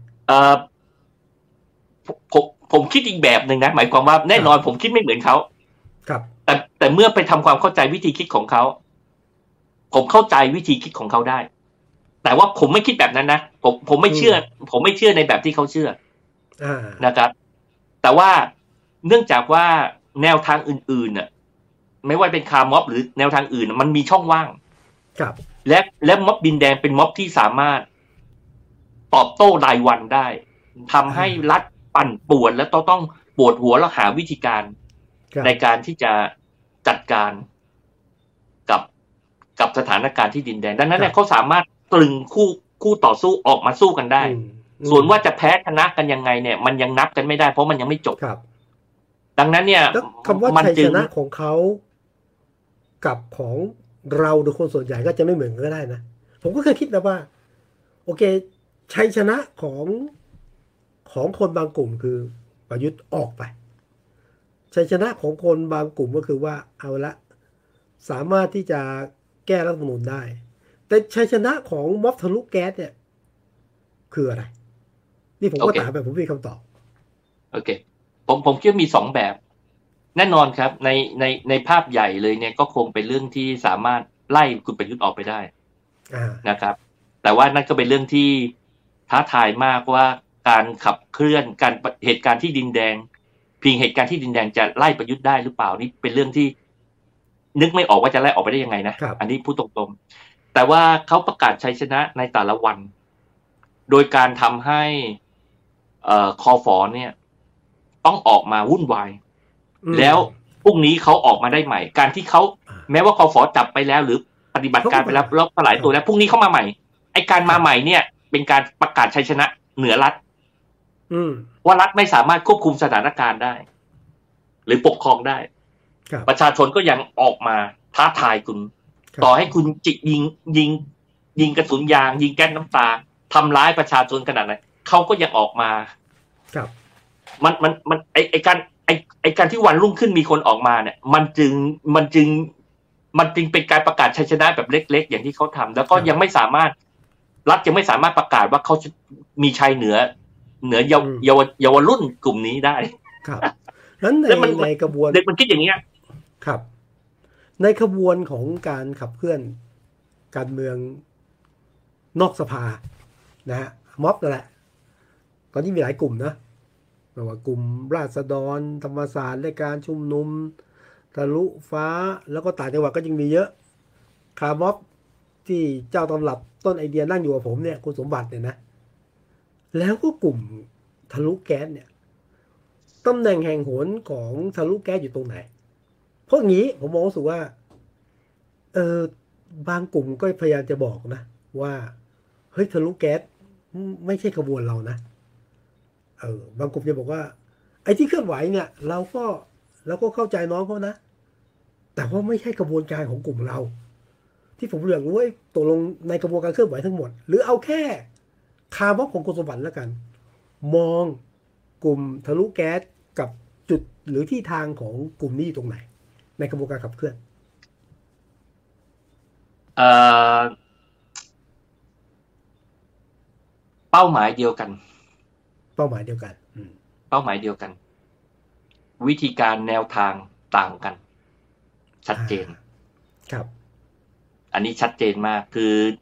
ผมคิดอีกแบบหนึ่งนะหมายความว่าแน่นอนผมคิดไม่เหมือนเขาครับแต่เมื่อไปทำความเข้าใจวิธีคิดของเขาผมเข้าใจวิธีคิดของเขาได้แต่ว่าผมไม่คิดแบบนั้นนะผมไม่เชื่อในแบบที่เขาเชื่อนะครับแต่ว่าเนื่องจากว่าแนวทางอื่นๆน่ะไม่ว่าเป็นคาร์ม็อบหรือแนวทางอื่นมันมีช่องว่างครับและม็อบดินแดงเป็นม็อบที่สามารถตอบโต้รายวันได้ทำให้รัฐปั่นป่วนและต้องปวดหัวแล้วหาวิธีการในการที่จะจัดการกับสถานการณ์ที่ดินแดงดังนั้นเนี่ยเขาสามารถตรึงคู่ต่อสู้ออกมาสู้กันได้ส่วนว่าจะแพ้ชนะกันยังไงเนี่ยมันยังนับกันไม่ได้เพราะมันยังไม่จบดังนั้นเนี่ยคำว่าชัยชนะของเขากับของเราหรือคนส่วนใหญ่ก็จะไม่เหมือนกันก็ได้นะผมก็เคยคิดนะว่าโอเคชัยชนะของคนบางกลุ่มคือประยุทธ์ออกไปชัยชนะของคนบางกลุ่มก็คือว่าเอาละสามารถที่จะแก้รัฐธรรมนูญได้แต่ชัยชนะของม็อบทะลุแก๊สเนี่ยคืออะไรนี่ผมก็ถามแบบผมมีคำตอบโอเคผมคิดว่ามี2แบบแน่นอนครับในภาพใหญ่เลยเนี่ยก็คงเป็นเรื่องที่สามารถไล่คุณประยุทธ์ออกไปได้นะครับแต่ว่านั่นก็เป็นเรื่องที่ท้าทายมากว่าการขับเคลื่อนการเหตุการณ์ที่ดินแดงเพียงเหตุการณ์ที่ดินแดงจะไล่ประยุทธ์ได้หรือเปล่านี่เป็นเรื่องที่นึกไม่ออกว่าจะไล่ออกไปได้ยังไงนะอันนี้พูดตรงๆแต่ว่าเขาประกาศชัยชนะในแต่ละวันโดยการทำให้คฝ.เนี่ยต้องออกมาวุ่นวายแล้วพรุ่งนี้เขาออกมาได้ใหม่การที่เขาแม้ว่าคฝ.จับไปแล้วหรือปฏิบัติการไปแล้วสลายตัวแล้วพรุ่งนี้เขามาใหม่ไอ้การมาใหม่เนี่ยเป็นการประกาศชัยชนะเหนือรัฐว่ารัฐไม่สามารถควบคุมสถานการณ์ได้หรือปกครองได้ประชาชนก็ยังออกมาท้าทายคุณต่อให้คุณจิกยิงกระสุนยางยิงแก๊สน้ำตาทำร้ายประชาชนขนาดไหนเขาก็ยังออกมาครับมันไอการที่วันรุ่งขึ้นมีคนออกมาเนี่ยมันจึงเป็นการประกาศชัยชนะแบบเล็กๆอย่างที่เขาทำแล้วก็ยังไม่สามารถรัฐยังไม่สามารถประกาศว่าเขามีชัยเหนือเยาวรุ่นกลุ่มนี้ได้ครับนั้นในกระบวนเด็กมันคิดอย่างนี้ครับในขบวนของการขับเคลื่อนการเมืองนอกสภานะฮะม็อบนั่นแหละตอนนี้มีหลายกลุ่มนะไม่ว่ากลุ่มราษฎรธรรมศาสตร์และการชุมนุมทะลุฟ้าแล้วก็ต่างจังหวัดก็ยังมีเยอะคาร์ม็อบที่เจ้าตำรับต้นไอเดียนั่งอยู่กับผมเนี่ยคุณสมบัติเนี่ยนะแล้วก็กลุ่มทะลุแก๊สเนี่ยตำแหน่งแห่งหนของทะลุแก๊สอยู่ตรงไหนเพราะงี้ผมมองรู้สึกว่าบางกลุ่มก็พยายามจะบอกนะว่าเฮ้ยทะลุแก๊สไม่ใช่ขบวนเรานะบางกลุ่มจะบอกว่าไอ้ที่เคลื่อนไหวเนี่ยเราก็เข้าใจน้องเขานะแต่ว่าไม่ใช่กระบวนการของกลุ่มเราที่ผมอยากรู้ว่าตกลงในกระบวนการเคลื่อนไหวทั้งหมดหรือเอาแค่คาร์ม็อบของคุณสมบัติแล้วกันมองกลุ่มทะลุแก๊สกับจุดหรือที่ทางของกลุ่มนี้อยู่ตรงไหนในกระบวนการขับเคลื่อนเป้าหมายเดียวกันเป้าหมายเดียวกันวิธีการแนวทางต่างกันชัดเจนครับอันนี้ชัดเจนมากคือ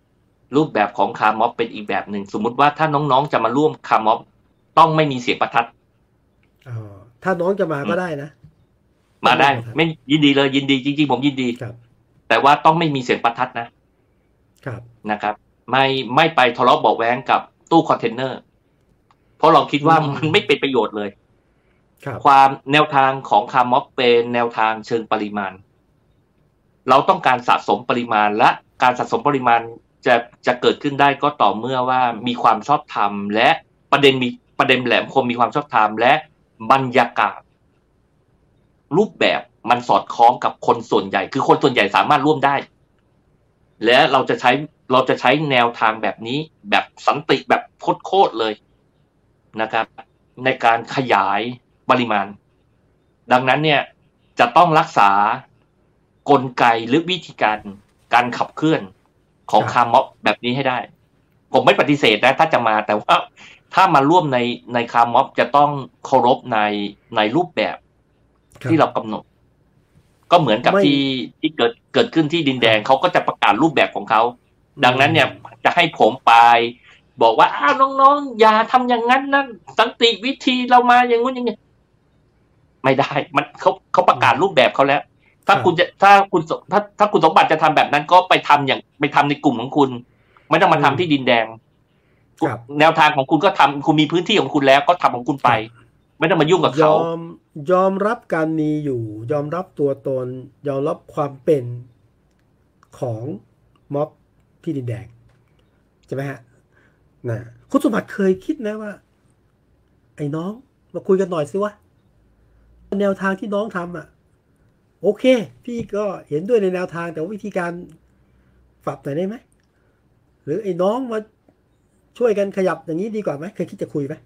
รูปแบบของคาร์ม็อบเป็นอีกแบบหนึ่งสมมุติว่าถ้าน้องๆจะมาร่วมคาร์ม็อบต้องไม่มีเสียงประทัดถ้าน้องจะมาก็ได้นะมาได้ไม่ยินดีเลยยินดีจริงๆผมยินดีแต่ว่าต้องไม่มีเสียงประทัดนะครับไม่ไปทะเลาะเบาะแว้งกับตู้คอนเทนเนอร์เพราะเราคิดว่ามันไม่เป็นประโยชน์เลยความแนวทางของคาร์ม็อบเป็นแนวทางเชิงปริมาณเราต้องการสะสมปริมาณและการสะสมปริมาณจะเกิดขึ้นได้ก็ต่อเมื่อว่ามีความชอบธรรมและประเด็นแหลมคมมีความชอบธรรมและบรรยากาศรูปแบบมันสอดคล้องกับคนส่วนใหญ่คือคนส่วนใหญ่สามารถร่วมได้และเราจะใช้แนวทางแบบนี้แบบสันติแบบโคตรเลยนะครับในการขยายปริมาณดังนั้นเนี่ยจะต้องรักษากลไกหรือวิธีการขับเคลื่อนของคาร์ม็อบแบบนี้ให้ได้ผมไม่ปฏิเสธนะถ้าจะมาแต่ว่าถ้ามาร่วมในคาร์ม็อบจะต้องเคารพในรูปแบบที่เรากำหนดก็เหมือนกับที่เกิดขึ้นที่ดินแดงเขาก็จะประกาศรูปแบบของเขาดังนั้นเนี่ยจะให้ผมไปบอกว่าน้องๆอย่าทำอย่างนั้นนะสันติวิธีเรามาอย่างงู้นอย่างนี้ไม่ได้มันเขาประกาศรูปแบบเขาแล้วถ้าคุณสมบัติจะทำแบบนั้นก็ไปทำในกลุ่มของคุณไม่ต้องมาทำที่ดินแดงแนวทางของคุณก็ทำคุณมีพื้นที่ของคุณแล้วก็ทำของคุณไปไม่ต้องมายุ่งกับเขายอมรับการมีอยู่ยอมรับตัวตนยอมรับความเป็นของม็อบที่ดินแดงใช่ไหมฮะนะคุณสมบัติเคยคิดนะว่าไอ้น้องมาคุยกันหน่อยสิว่าแนวทางที่น้องทำโอเคพี่ก็เห็นด้วยในแนวทางแต่วิธีการปรับหน่อยได้ไหมหรือไอ้น้องมาช่วยกันขยับอย่างนี้ดีกว่าไหมเคยคิดจะคุยไหม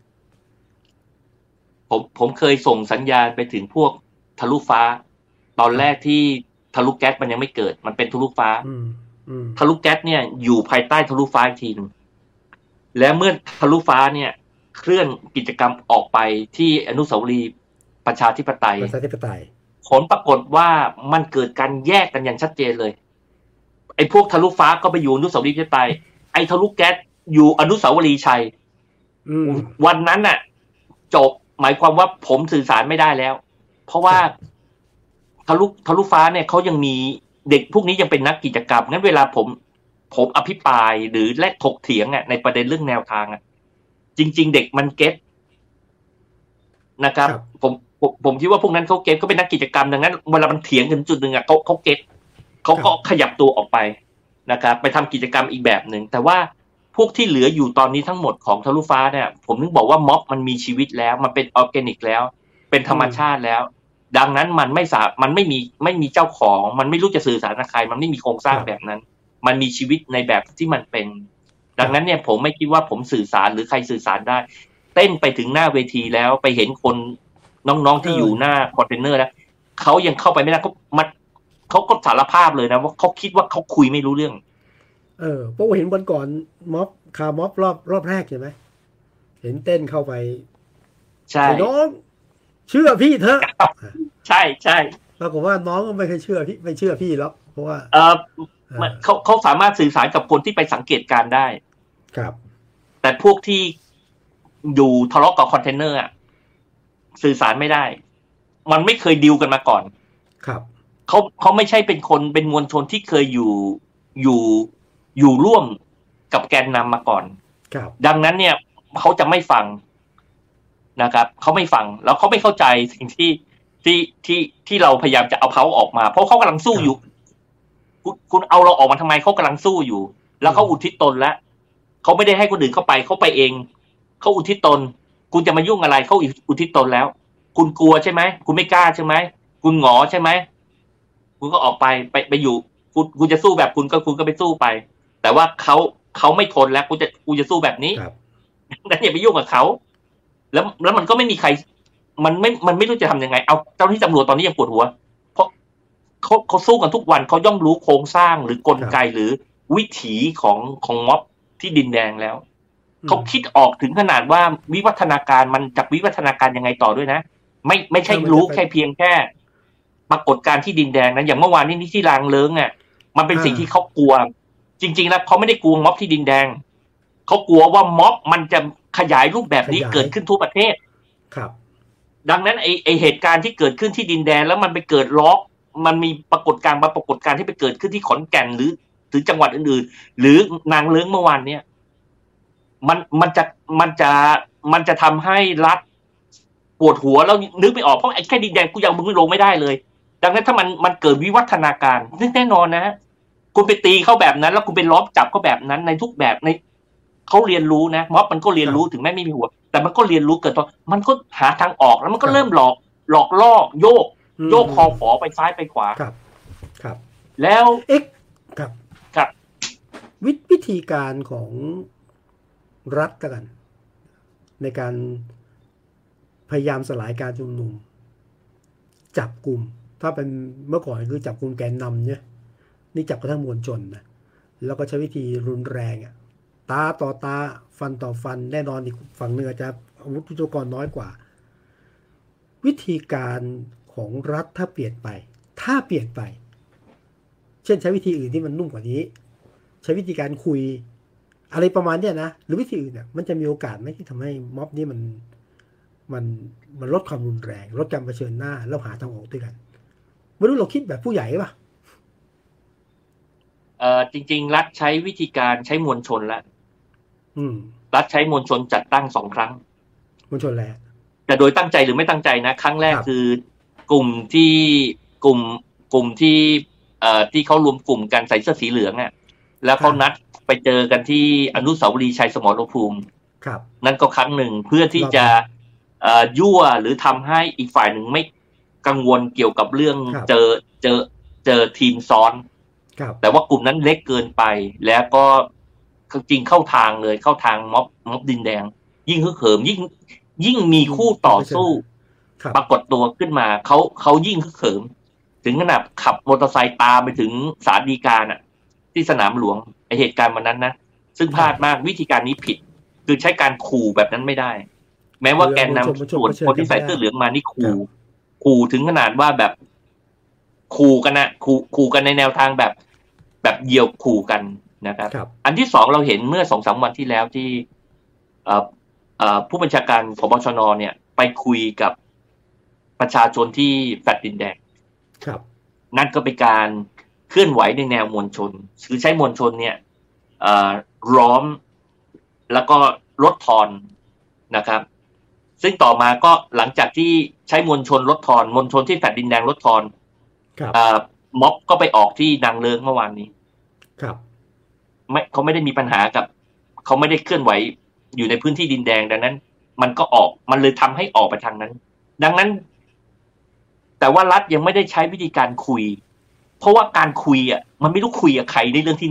ผมเคยส่งสัญญาณไปถึงพวกทะลุฟ้าตอนแรกที่ทะลุแก๊สมันยังไม่เกิดมันเป็นทะลุฟ้าทะลุแก๊สเนี่ยอยู่ภายใต้ทะลุฟ้าอีกทีนึงและเมื่อทะลุฟ้าเนี่ยเคลื่อนกิจกรรมออกไปที่อนุสาวรีย์ประชาธิปไตยผลปรากฏว่ามันเกิดการแยกกันอย่างชัดเจนเลยไอ้พวกทะลุฟ้าก็ไปอยู่อนุสาวรีย์ประชาธิปไตยไอ้ทะลุแก๊สอยู่อนุสาวรีย์ชัยวันนั้นน่ะจบหมายความว่าผมสื่อสารไม่ได้แล้วเพราะว่าทะลุฟ้าเนี่ยเขายังมีเด็กพวกนี้ยังเป็นนักกิจกรรมงั้นเวลาผมอภิปรายหรือและถกเถียงในประเด็นเรื่องแนวทางจริงๆเด็กมันเก็ตนะครับผมคิดว่าพวกนั้นเขาเก็ตเขาเป็นนักกิจกรรมดังนั้นเวลามันเถียงกันจุดนึงเขาเก็ตเขาก็ขยับตัวออกไปนะครับไปทำกิจกรรมอีกแบบนึงแต่ว่าพวกที่เหลืออยู่ตอนนี้ทั้งหมดของทะลุฟ้าเนี่ยผมถึงบอกว่าม็อบมันมีชีวิตแล้วมันเป็นออร์แกนิกแล้วเป็นธรรมชาติแล้วดังนั้นมันไม่มีเจ้าของมันไม่รู้จะสื่อสารกับใครมันไม่มีโครงสร้างแบบนั้นมันมีชีวิตในแบบที่มันเป็นดังนั้นเนี่ยผมไม่คิดว่าผมสื่อสารหรือใครสื่อสารได้เต้นไปถึงหน้าเวทีแล้วไปเห็นคนน้องๆที่อยู่หน้าคอนเทนเนอร์แล้วเขายังเข้าไปไม่ได้เขาก็สารภาพเลยนะว่าเขาคิดว่าเขาคุยไม่รู้เรื่องเพราะว่าเห็นวันก่อนม็อบคาร์ม็อบรอบแรกใช่ไหมเห็นเต้นเข้าไปใช่น้องเชื่อพี่เถอะใช่ปรากฏว่าน้องก็ไม่เคยเชื่อพี่ไม่เชื่อพี่แล้วเพราะว่าเขาสามารถสื่อสารกับคนที่ไปสังเกตการได้ครับแต่พวกที่อยู่ทะเลาะกับคอนเทนเนอร์สื่อสารไม่ได้มันไม่เคยดีลกันมาก่อนครับเขาไม่ใช่เป็นคนเป็นมวลชนที่เคยอยู่ร่วมกับแกนนำมาก่อนดังนั้นเนี่ยเขาจะไม่ฟังนะครับเขาไม่ฟังแล้วเขาไม่เข้าใจสิ่งที่เราพยายามจะเอาเขาออกมาเพราะเขากำลังสู้อยู่คุณเอาเราออกมาทำไมเขากำลังสู้อยู่แล้วเขาอุทิศตนแล้วเขาไม่ได้ให้คนอื่นเข้าไปเขาไปเองเขาอุทิศตนคุณจะมายุ่งอะไรเขาอุทิศตนแล้วคุณกลัวใช่ไหมคุณไม่กล้าใช่ไหมคุณหงอใช่ไหมคุณก็ออกไปอยู่คุณจะสู้แบบคุณก็ไปสู้ไปแต่ว่าเขาไม่ทนแล้วกูจะสู้แบบนี้นั่นอย่าไปยุ่งกับเขาแล้วมันก็ไม่มีใครมันไม่รู้จะทำยังไงเอาเจ้าหน้าที่ตำรวจตอนนี้ยังปวดหัวเพราะเขาสู้กันทุกวันเขาย่อมรู้โครงสร้างหรือกลไกหรือวิถีของม็อบที่ดินแดงแล้วเขาคิดออกถึงขนาดว่าวิวัฒนาการมันจะวิวัฒนาการยังไงต่อด้วยนะไม่ใช่รู้แค่เพียงแค่ปรากฏการณ์ที่ดินแดงนะอย่างเมื่อวานนี้ที่รางเลิ้งมันเป็นสิ่งที่เขากลัวจริงๆแล้วเขาไม่ได้กลัวม็อบที่ดินแดงเขากลัวว่าม็อบมันจะขยายรูปแบบนี้เกิดขึ้นทั่วประเทศครับดังนั้นไอเหตุการณ์ที่เกิดขึ้นที่ดินแดนแล้วมันไปเกิดล็อกมันมีปรากฏการณ์ที่ไปเกิดขึ้นที่ขอนแก่นหรือถึงจังหวัดอื่นๆหรือนางเลิ้งเมื่อวานเนี่ยมันจะทำให้รัฐปวดหัวแล้วนึกไม่ออกเพราะไอ้แค่ดินแดนกูยังมึงลงไม่ได้เลยดังนั้นถ้ามันเกิดวิวัฒนาการซึ่งแน่นอนนะคุณไปตีเขาแบบนั้นแล้วคุณไปล้อมจับเขาแบบนั้นในทุกแบบในเขาเรียนรู้นะม็อบมันก็เรียนรู้ถึงแม้ไม่มีหัวแต่มันก็เรียนรู้เกิดตอนมันก็หาทางออกแล้วมันก็เริ่มหลอกล่อโยกคอฝอไปซ้ายไปขวาครับแล้วครับวิธีการของรัฐกันในการพยายามสลายการชุมนุมจับกลุ่มถ้าเป็นเมื่อก่อนคือจับกลุ่มแกนนำเนี่ยนี่จับกระทั่งมวลชนนะแล้วก็ใช้วิธีรุนแรงตาต่อตาฟันต่อฟันแน่นอนอีกฝั่งหนึ่งอาจจะอาวุธยุทโธปกรณ์น้อยกว่าวิธีการของรัฐถ้าเปลี่ยนไปเช่นใช้วิธีอื่นที่มันนุ่มกว่านี้ใช้วิธีการคุยอะไรประมาณเนี้ยนะหรือวิธีอื่นเนี่ยมันจะมีโอกาสไหมที่ทำให้ม็อบนี้มันลดความรุนแรงลดการเผชิญหน้าแล้วหาทางออกด้วยกันไม่รู้เราคิดแบบผู้ใหญ่ป่ะจริงๆรัฐใช้วิธีการใช้มวลชนแล้วรัฐใช้มวลชนจัดตั้ง2 ครั้งมวลชนแหละแต่โดยตั้งใจหรือไม่ตั้งใจนะครั้งแรกคือกลุ่มที่เขารวมกลุ่มกันใส่เสื้อสีเหลืองแล้วเขานัดไปเจอกันที่อนุสาวรีย์ชัยสมรภูมินั่นก็ครั้งหนึ่งเพื่อที่จะยั่วหรือทำให้อีกฝ่ายหนึ่งไม่กังวลเกี่ยวกับเรื่องเจอทีมซ้อนแต่ว่ากลุ่มนั้นเล็กเกินไปแล้วก็จริงเข้าทางเลยเข้าทางม็อบดินแดงยิ่งฮึกเหิมยิ่งมีคู่ต่อสู้ปรากฏตัวขึ้นมาเขายิ่งฮึกเหิมถึงขนาดขับมอเตอร์ไซค์ตามไปถึงศาลฎีกาที่สนามหลวงไอเหตุการณ์วันนั้นนะซึ่งพลาดมากวิธีการนี้ผิดคือใช้การขู่แบบนั้นไม่ได้แม้ว่าแกนนำส่วนคนที่ใส่เสื้อเหลืองมานี่ขู่ถึงขนาดว่าแบบขู่กันนะขู่กันในแนวทางแบบเหยี่ยวขู่กันนะครับอันที่2เราเห็นเมื่อ 2-3 วันที่แล้วที่ผู้บัญชาการผบชนเนี่ยไปคุยกับประชาชนที่แฟลตดินแดงนั่นก็เป็นการเคลื่อนไหวในแนวมวลชนคือใช้มวลชนเนี่ยล้อมแล้วก็ลดทอนนะครับซึ่งต่อมาก็หลังจากที่ใช้มวลชนลดทอนมวลชนที่แฟลตดินแดงลดทอนม็อบก็ไปออกที่นางเลิ้งเมื่อวานนี้เขาไม่ได้มีปัญหากับเขาไม่ได้เคลื่อนไหวอยู่ในพื้นที่ดินแดงดังนั้นมันเลยทำให้ออกไปทางนั้นดังนั้นแต่ว่ารัฐยังไม่ได้ใช้วิธีการคุยเพราะว่าการคุยมันไม่รู้คุยกับใครในเรื่องที่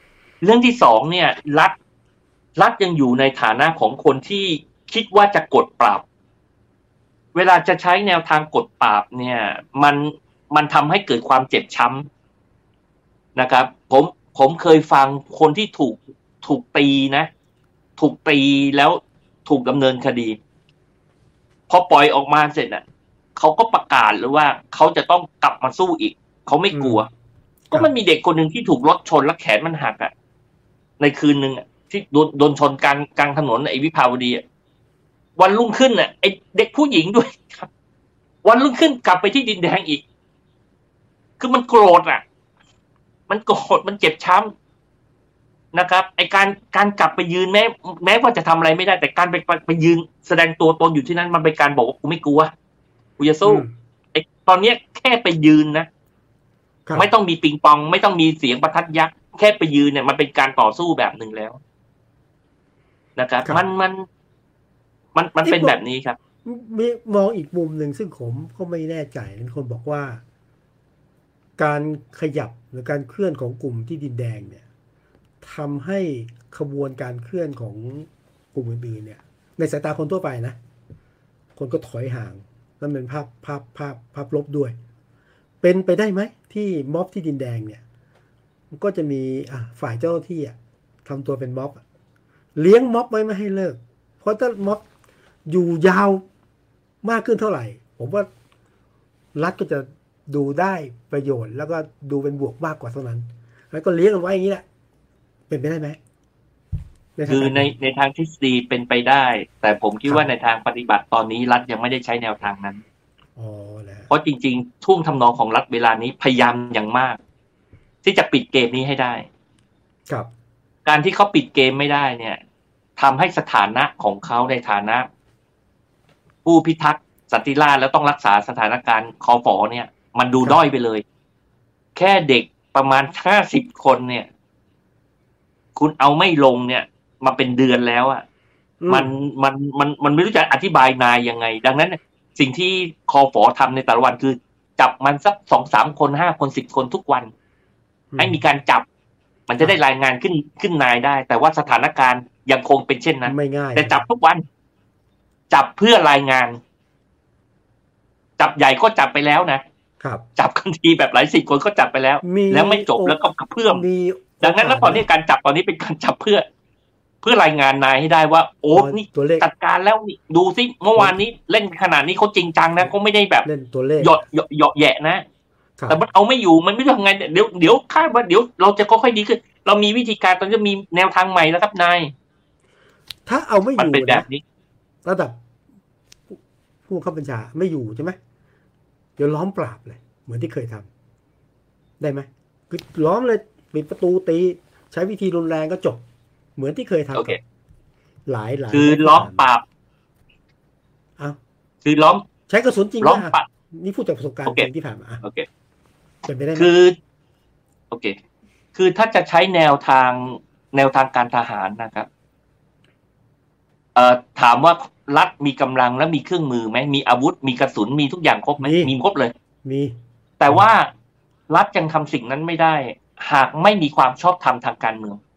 1เรื่องที่2เนี่ยรัฐยังอยู่ในฐานะของคนที่คิดว่าจะกดปราบเวลาจะใช้แนวทางกดปราบเนี่ยมันทำให้เกิดความเจ็บช้ำนะครับผมเคยฟังคนที่ถูกตีนะถูกตีแล้วถูกดำเนินคดีพอปล่อยออกมาเสร็จเขาก็ประกาศเลยว่าเขาจะต้องกลับมาสู้อีกเขาไม่กลัวก็มันมีเด็กคนหนึ่งที่ถูกรถชนแล้วแขนมันหักในคืนนึงที่โดนชนกลางถนนไอ้วิภาวดีวันรุ่งขึ้นไอ้เด็กผู้หญิงด้วยครับวันรุ่งขึ้นกลับไปที่ดินแดงอีกคือมันโกรธมันโกรธมันเจ็บช้ำนะครับไอ้การกลับไปยืนแม้ว่าจะทำอะไรไม่ได้แต่การไปยืนแสดงตัวตนอยู่ที่นั้นมันเป็นการบอกว่ากูไม่กลัวกูจะสู้ไอ้ตอนนี้แค่ไปยืนนะไม่ต้องมีปิงปองไม่ต้องมีเสียงประทัดยักษ์แค่ไปยืนเนี่ยมันเป็นการต่อสู้แบบหนึ่งแล้วนะครับมันเป็นแบบนี้ครับมองอีกมุมหนึ่งซึ่งผมก็ไม่แน่ใจมีคนบอกว่าการขยับหรือการเคลื่อนของกลุ่มที่ดินแดงเนี่ยทำให้ขบวนการเคลื่อนของกลุ่มอื่นๆเนี่ยในสายตาคนทั่วไปนะคนก็ถอยห่างนั่นเป็นภาพลบด้วยเป็นไปได้ไหมที่ม็อบที่ดินแดงเนี่ยมันก็จะมีฝ่ายเจ้าหน้าที่ทำตัวเป็นม็อบเลี้ยงม็อบไว้ไม่ให้เลิกเพราะถ้าม็อบอยู่ยาวมากขึ้นเท่าไหร่ผมว่ารัฐก็จะดูได้ประโยชน์แล้วก็ดูเป็นบวกมากกว่าเท่านั้นแล้วก็เลี้ยงกันไว้อย่างนี้แหละเป็นไปได้ไหมคือในทางทฤษฎีเป็นไปได้แต่ผมคิดว่าในทางปฏิบัติตอนนี้รัฐยังไม่ได้ใช้แนวทางนั้นเพราะจริงๆท่วงทำนองของรัฐเวลานี้พยายามอย่างมากที่จะปิดเกมนี้ให้ได้ครับการที่เขาปิดเกมไม่ได้เนี่ยทำให้สถานะของเขาในฐานะผู้พิทักษ์สันติราษฎร์แล้วต้องรักษาสถานการณ์คฝ.เนี่ยมันดูด้อยไปเลยแค่เด็กประมาณ50 คนเนี่ยคุณเอาไม่ลงเนี่ยมาเป็นเดือนแล้วอ่ะมันไม่รู้จะอธิบายนายยังไงดังนั้นสิ่งที่คฝ.ทำในแต่ละวันคือจับมันสัก2-3 คน5 คน10 คนทุกวันให้มีการจับมันจะได้รายงานขึ้นนายได้แต่ว่าสถานการณ์ยังคงเป็นเช่นนั้นไม่ง่ายแต่จับทุกวันจับเพื่อรายงานจับใหญ่ก็จับไปแล้วนะครับจับกันทีแบบหลาย10 คนก็จับไปแล้วแล้วไม่จบแล้วก็เพิ่มดังนั้นแล้วตอนนี้การจับตอนนี้เป็นการจับเพื่อรายงานนายให้ได้ว่าโอ้นี่จัดการแล้วนี่ดูสิเมื่อวานนี้เล่นขนาดนี้เขาจริงจังนะเขาไม่ได้แบบเล่นตัวเลขหยาะแยะนะแต่มันเอาไม่อยู่มันไม่รู้ทำไงเดี๋ยวคาดว่าเดี๋ยวเราจะค่อยๆดีขึ้นเรามีวิธีการตอนนี้มีแนวทางใหม่แล้วครับนายถ้าเอาไม่อยู่มันเป็นแบบนี้ระดับผู้บังคับบัญชาไม่อยู่ใช่ไหมเดี๋ยวล้อมปราบเลยเหมือนที่เคยทำได้ไหมคือล้อมเลยปิดประตูตีใช้วิธีรุนแรงก็จบเหมือนที่เคยทำหลายคือล้อมปราบคือล้อมใช้กระสุนจริงล้อมปราบนี่พูดจากประสบการณ์จริงที่ผ่านมาโอเคเป็นไปได้คือโอเคคือถ้าจะใช้แนวทางการทหารนะครับถามว่ารัฐมีกำลังและมีเครื่องมือไหมมีอาวุธมีกระสุนมีทุกอย่างครบไหมมีครบเลยมีแต่ว่ารัฐยังทำสิ่งนั้นไม่ได้หากไม่มีความชอบธรรมทางการเมือง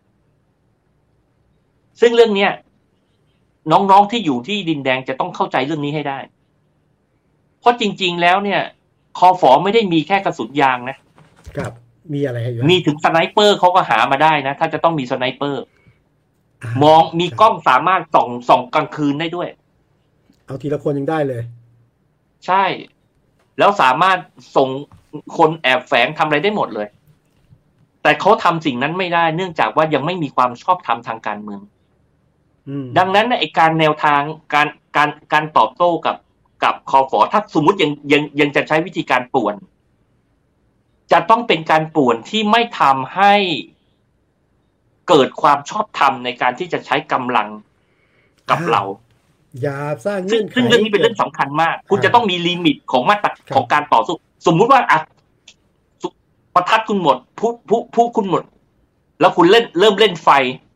ซึ่งเรื่องนี้น้องๆที่อยู่ที่ดินแดงจะต้องเข้าใจเรื่องนี้ให้ได้เพราะจริงๆแล้วเนี่ยคฝ.ไม่ได้มีแค่กระสุนยางนะครับมีอะไรให้มีถึงสไนเปอร์เขาก็หามาได้นะถ้าจะต้องมีสไนเปอร์มองมีกล้องสามารถส่องกลางคืนได้ด้วยเอาทีละคนยังได้เลยใช่แล้วสามารถส่งคนแอบแฝงทำอะไรได้หมดเลยแต่เขาทำสิ่งนั้นไม่ได้เนื่องจากว่ายังไม่มีความชอบธรรมทางการเมืองดังนั้นไอ้การแนวทางการตอบโต้กับคฝ.ถ้าสมมุติยังจะใช้วิธีการป่วนจะต้องเป็นการป่วนที่ไม่ทำให้เกิดความชอบธรรมในการที่จะใช้กำลังกับเราอย่าสร้างเงื่อนไขซึ่งเรื่องนี้เป็นเรื่องสำคัญมากคุณจะต้องมีลิมิตของมาตรของการต่อสู้สมมุติว่าประทัดคุณหมดผู้คุณหมดแล้วคุณเริ่มเล่นไฟ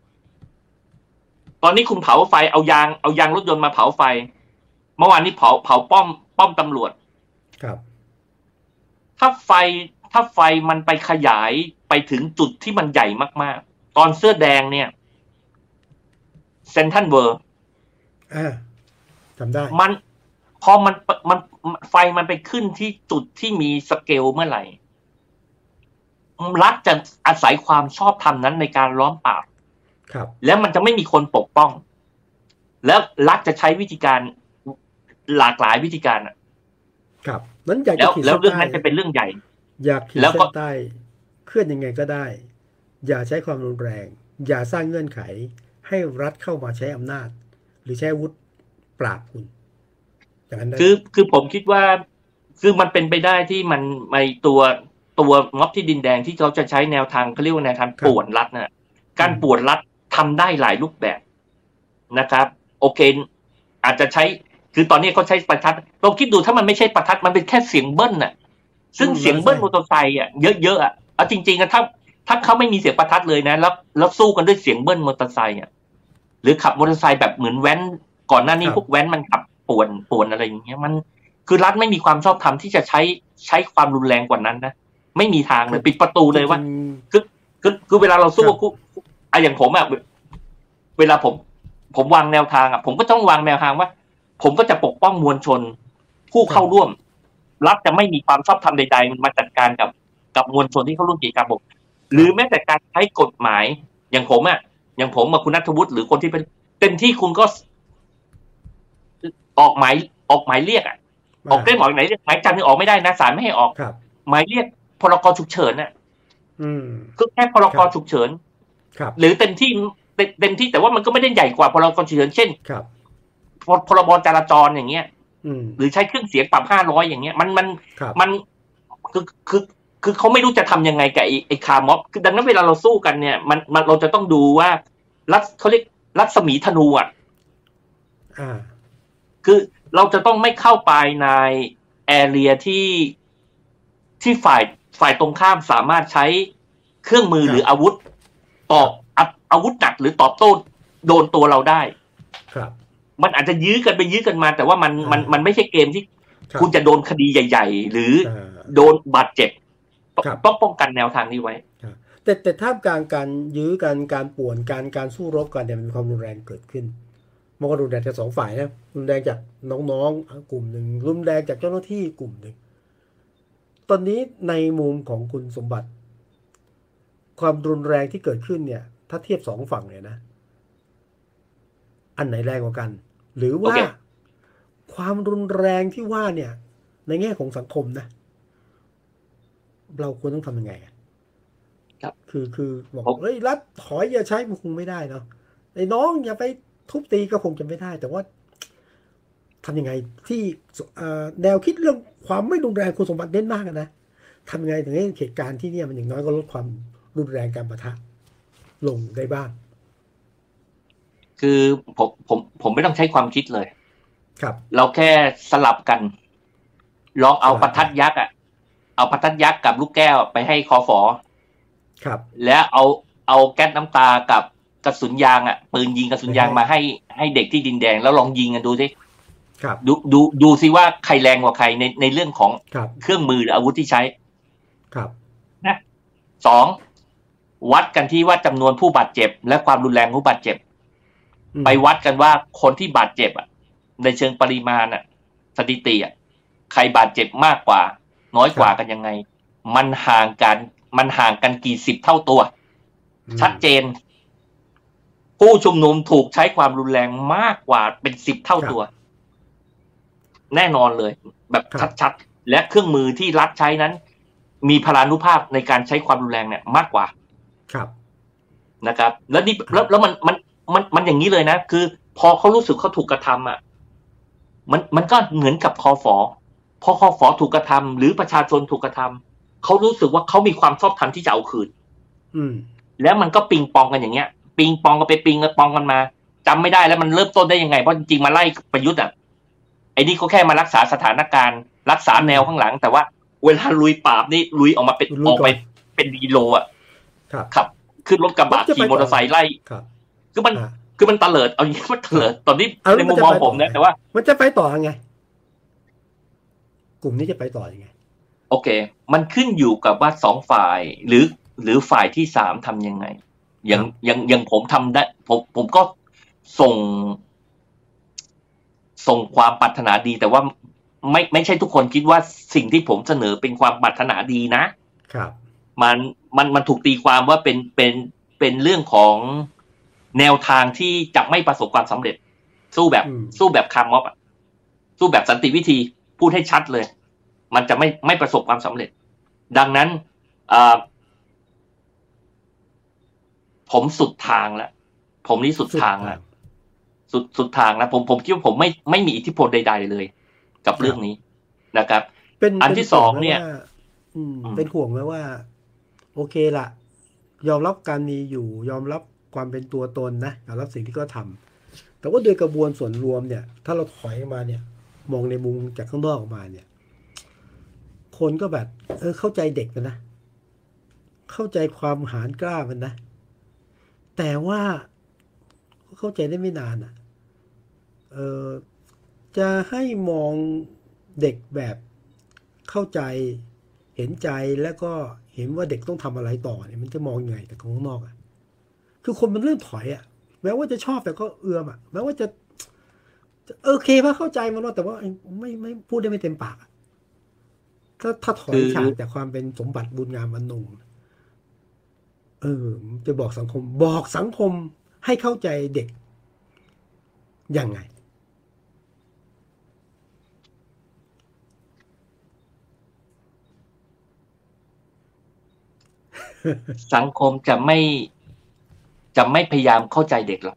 ตอนนี้คุณเผาไฟเอายางรถยนต์มาเผาไฟเมื่อวานนี้เผาป้อมตำรวจครับถ้าไฟมันไปขยายไปถึงจุดที่มันใหญ่มากๆตอนเสื้อแดงเนี่ยเซ็นทรัลเวิลด์จำได้มันพอมันไฟมันไปขึ้นที่จุดที่มีสเกลเมื่อไหร่รัฐจะอาศัยความชอบธรรมนั้นในการล้อมปราบครับแล้วมันจะไม่มีคนปกป้องแล้วรัฐจะใช้วิธีการหลากหลายวิธีการครับนั้นอยากจะแล้วเรื่องนั้นจะเป็นเรื่องใหญ่อยากขีดเส้นใต้เคลื่อนยังไงก็ได้อย่าใช้ความรุนแรงอย่าสร้างเงื่อนไขให้รัฐเข้ามาใช้อำนาจหรือใช้อาวุธปราบคุณอย่างนั้นได้คือผมคิดว่าคือมันเป็นไปได้ที่มันในตัวม็อบที่ดินแดงที่เขาจะใช้แนวทางเขาเรียกว่าแนวทางป่วนรัฐนะการป่วนรัฐทำได้หลายรูปแบบนะครับโอเคอาจจะใช้คือตอนนี้เขาใช้ประทัดเราคิดดูถ้ามันไม่ใช่ประทัดมันเป็นแค่เสียงเบิ้ลน่ะซึ่งเสียงเบิ้ลมอเตอร์ไซค์เยอะๆเอาจริงๆถ้าเขาไม่มีเสียงประทัดเลยนะแล้วสู้กันด้วยเสียงเบิ้ลมอเตอร์ไซค์หรือขับมอเตอร์ไซค์แบบเหมือนแว้นก่อนหน้านี้พวกแว้นมันขับป่วนอะไรอย่างเงี้ยมันคือรัฐไม่มีความชอบธรรมที่จะใช้ความรุนแรงกว่านั้นนะไม่มีทางเลยปิดประตูเลยว่าคือเวลาเราสู้อย่างผมเวลาผมวางแนวทางผมก็ต้องวางแนวทางว่าผมก็จะปกป้องมวลชนผู้เข้าร่วมรัฐจะไม่มีความชอบธรรมใดๆมาจัดการกับมวลชนที่เข้าร่วมกิจกรรมหรือแม้แต่การใช้กฎหมายอย่างผมคุณณัฐวุฒิหรือคนที่เป็นเต็มที่คุณก็ออกหมายเรียกออกได้หมายไหนหมายจับนี่ออกไม่ได้นะศาลไม่ให้ออกหมายเรียกพรกฉุกเฉินคือแค่พรกฉุกเฉินหรือเต็มที่แต่ว่ามันก็ไม่ได้ใหญ่กว่าพรกฉุกเฉินเช่นพรบจราจรอย่างเงี้ยหรือใช้เครื่องเสียงปรับ500อย่างเงี้ยมันคือเขาไม่รู้จะทำยังไงกับไอ้คาร์ม็อบคือดังนั้นเวลาเราสู้กันเนี่ยมันเราจะต้องดูว่าเขาเรียกรัศมีธนูอ่ะคือเราจะต้องไม่เข้าไปในแอเรียที่ฝ่ายตรงข้ามสามารถใช้เครื่องมือหรืออาวุธตอบอาวุธหนักหรือตอบโต้โดนตัวเราได้ครับมันอาจจะยื้อกันไปยื้อกันมาแต่ว่ามันไม่ใช่เกมที่คุณจะโดนคดีใหญ่ๆหรือโดนบาดเจ็บต้องป้องกันแนวทางนี้ไว้แต่ท่ามกลางการยื้อกันการป่วนการสู้รบกันเนี่ยมันมีความรุนแรงเกิดขึ้นมันก็รุนแรงจากสองฝ่ายนะรุนแรงจากน้องๆกลุ่มหนึ่งรุนแรงจากเจ้าหน้าที่กลุ่มหนึ่งตอนนี้ในมุมของคุณสมบัติความรุนแรงที่เกิดขึ้นเนี่ยถ้าเทียบสองฝั่งเนี่ยนะอันไหนแรงกว่ากันหรือว่า ความรุนแรงที่ว่าเนี่ยในแง่ของสังคมนะเราควรต้องทำยังไงคือบอกเฮ้ยรัฐถอยอย่าใช้มันคงไม่ได้เนาะไอ้น้องอย่าไปทุบตีก็คงจะไม่ได้แต่ว่าทำยังไงที่แนวคิดเรื่องความไม่รุนแรงคุณสมบัติเน้นมากนะทำยังไงถึงให้เหตุการณ์ที่เนี่ยมันอย่างน้อยก็ลดความรุนแรงการปะทะลงได้บ้างคือผมไม่ต้องใช้ความคิดเลยครับเราแค่สลับกันลองเอาประทัดยักษ์เอาประทัดยักษ์กับลูกแก้วไปให้คอฝอครับแล้วเอาแก๊สน้ำตากับกระสุนยางปืนยิงกระสุนยางมาให้เด็กที่ดินแดงแล้วลองยิงกันดูสิครับดูสิว่าใครแรงกว่าใครในเรื่องของเครื่องมือหรืออาวุธที่ใช้ครับนะ2วัดกันที่ว่าจำนวนผู้บาดเจ็บและความรุนแรงผู้บาดเจ็บไปวัดกันว่าคนที่บาดเจ็บในเชิงปริมาณสถิติใครบาดเจ็บมากกว่าน้อยกว่ากันยังไงมันห่างกันกี่สิบเท่าตัวชัดเจนผู้ชุมนุมถูกใช้ความรุนแรงมากกว่าเป็น10 เท่าตัวแน่นอนเลยแบบชัดๆและเครื่องมือที่รัฐใช้นั้นมีพลานุภาพในการใช้ความรุนแรงเนี่ยมากกว่านะครับแล้วนี่แล้วมันอย่างนี้เลยนะคือพอเขารู้สึกเขาถูกกระทำมันก็เหมือนกับคอฝอพอคอฝอถูกกระทำหรือประชาชนถูกกระทำเขารู้สึกว่าเขามีความชอบธรรมที่จะเอาคืนแล้วมันก็ปิงปองกันอย่างเงี้ยปิงปองกันไปปิงกันปองกันมาจำไม่ได้แล้วมันเริ่มต้นได้ยังไงเพราะจริงๆมาไล่ประยุทธ์ไอ้นี่เขาแค่มารักษาสถานการณ์รักษาแนวข้างหลังแต่ว่าเวลาลุยปราบนี่ลุยออกมาเป็นกิโลครับขึ้นรถกระบะขี่มอเตอร์ไซค์ไล่คือมันตะเลิดเอาอย่างนี้มันตะเลิดตอนนี้ในมุมมองผมนะแต่ว่ามันจะไปต่อยังไงกลุ่มนี้จะไปต่อยังไงโอเคมันขึ้นอยู่กับว่า2ฝ่ายหรือฝ่ายที่3ทำยังไงอย่างผมทำได้ผมก็ส่งความปรารถนาดีแต่ว่าไม่ใช่ทุกคนคิดว่าสิ่งที่ผมเสนอเป็นความปรารถนาดีนะครับมันถูกตีความว่าเป็นเรื่องของแนวทางที่จะไม่ประสบความสำเร็จสู้แบบคาร์ม็อบสู้แบบสันติวิธีพูดให้ชัดเลยมันจะไม่ประสบความสำเร็จดังนั้นผมสุดทางแล้วผมนี่สุดทางแล้วสุดทางแล้วผมคิดว่าผมไม่มีอิทธิพลใดๆเลยกับเรื่องนี้นะครับอันที่สองเนี่ยเป็นห่วงไหมว่าโอเคละยอมรับการมีอยู่ยอมรับความเป็นตัวตนนะยอมรับสิ่งที่เขาทำแต่ว่าโดยกระบวนส่วนรวมเนี่ยถ้าเราถอยมาเนี่ยมองในมุมจากข้างนอกออกมาเนี่ยคนก็แบบเข้าใจเด็กมันนะเข้าใจความหาญกล้ามันนะแต่ว่าเข้าใจได้ไม่นานจะให้มองเด็กแบบเข้าใจเห็นใจแล้วก็เห็นว่าเด็กต้องทำอะไรต่อเนี่ยมันจะมองยังไงแต่ข้างนอกคือคนมันเริ่มถอยแม้ว่าจะชอบแต่ก็เอื้อมแม้ว่าจะโอเคว่าเข้าใจมันว่าแต่ว่าไม่พูดได้ไม่เต็มปากถ้าถอยฉากจากความเป็นสมบัติบุญงามวรรณงจะบอกสังคมให้เข้าใจเด็กยังไงสังคมจะไม่จะไม่พยายามเข้าใจเด็กหรอก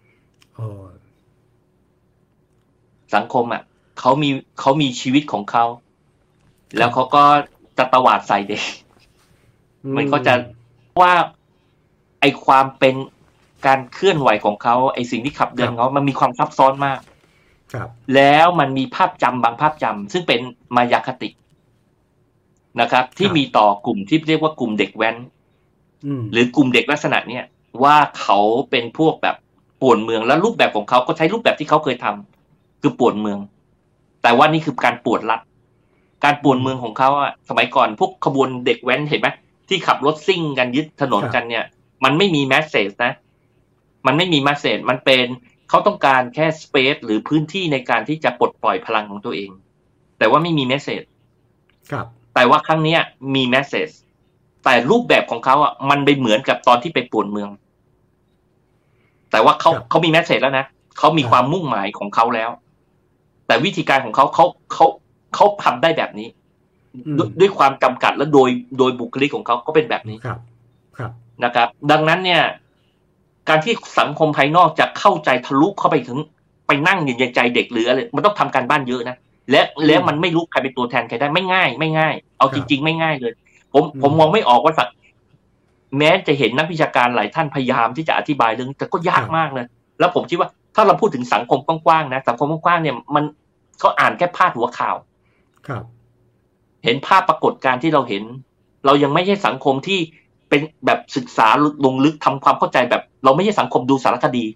สังคมอ่ะเขามีชีวิตของเขาแล้วเขาก็จะตวาดใส่เด็กมันก็จะว่าไอความเป็นการเคลื่อนไหวของเขาไอสิ่งที่ขับเดินเขามันมีความซับซ้อนมากแล้วมันมีภาพจำบางภาพจำซึ่งเป็นมายาคตินะครับที่มีต่อกลุ่มที่เรียกว่ากลุ่มเด็กแว้นหรือกลุ่มเด็กลักษณะเนี้ยว่าเขาเป็นพวกแบบป่วนเมืองแล้วรูปแบบของเขาก็ใช้รูปแบบที่เขาเคยทำคือป่วนเมืองแต่ว่านี่คือการป่วนรัฐการป่วนเมืองของเขาอะสมัยก่อนพวกขบวนเด็กแว้นเห็นไหมที่ขับรถซิ่งกันยึดถนนกันเนี่ยมันไม่มีแมสเสจนะมันไม่มีแมสเสจมันเป็นเขาต้องการแค่สเปซหรือพื้นที่ในการที่จะปลดปล่อยพลังของตัวเองแต่ว่าไม่มีแมสเสจแต่ว่าครั้งนี้มีแมสเสจแต่รูปแบบของเขาอ่ะมันไปเหมือนกับตอนที่ไปป่วนเมืองแต่ว่าเขามีแมสเสจแล้วนะเขามีความมุ่งหมายของเขาแล้วแต่วิธีการของเขาทำได้แบบนี้ด้วยความจำกัดและโดยบุคลิกของเขาก็เป็นแบบนี้ครับนะครับดังนั้นเนี่ยการที่สังคมภายนอกจะเข้าใจทะลุเข้าไปถึงไปนั่งอยู่ในใจเด็กหรืออะไรมันต้องทำการบ้านเยอะนะและมันไม่รู้ใครเป็นตัวแทนใครได้ไม่ง่ายเอาจริงๆไม่ง่ายเลยผมมองไม่ออกว่าแม้จะเห็นนักวิชาการหลายท่านพยายามที่จะอธิบายเรื่องแต่ก็ยากมากเลยแล้วผมคิดว่าถ้าเราพูดถึงสังคมกว้างๆนะสังคมกว้างๆเนี่ยมันเขาอ่านแค่พาดหัวข่าวเห็นภาพปรากฏการณ์ที่เราเห็นเรายังไม่ใช่สังคมที่เป็นแบบศึกษาลงลึกทำความเข้าใจแบบเราไม่ใช่สังคมดูสารคดี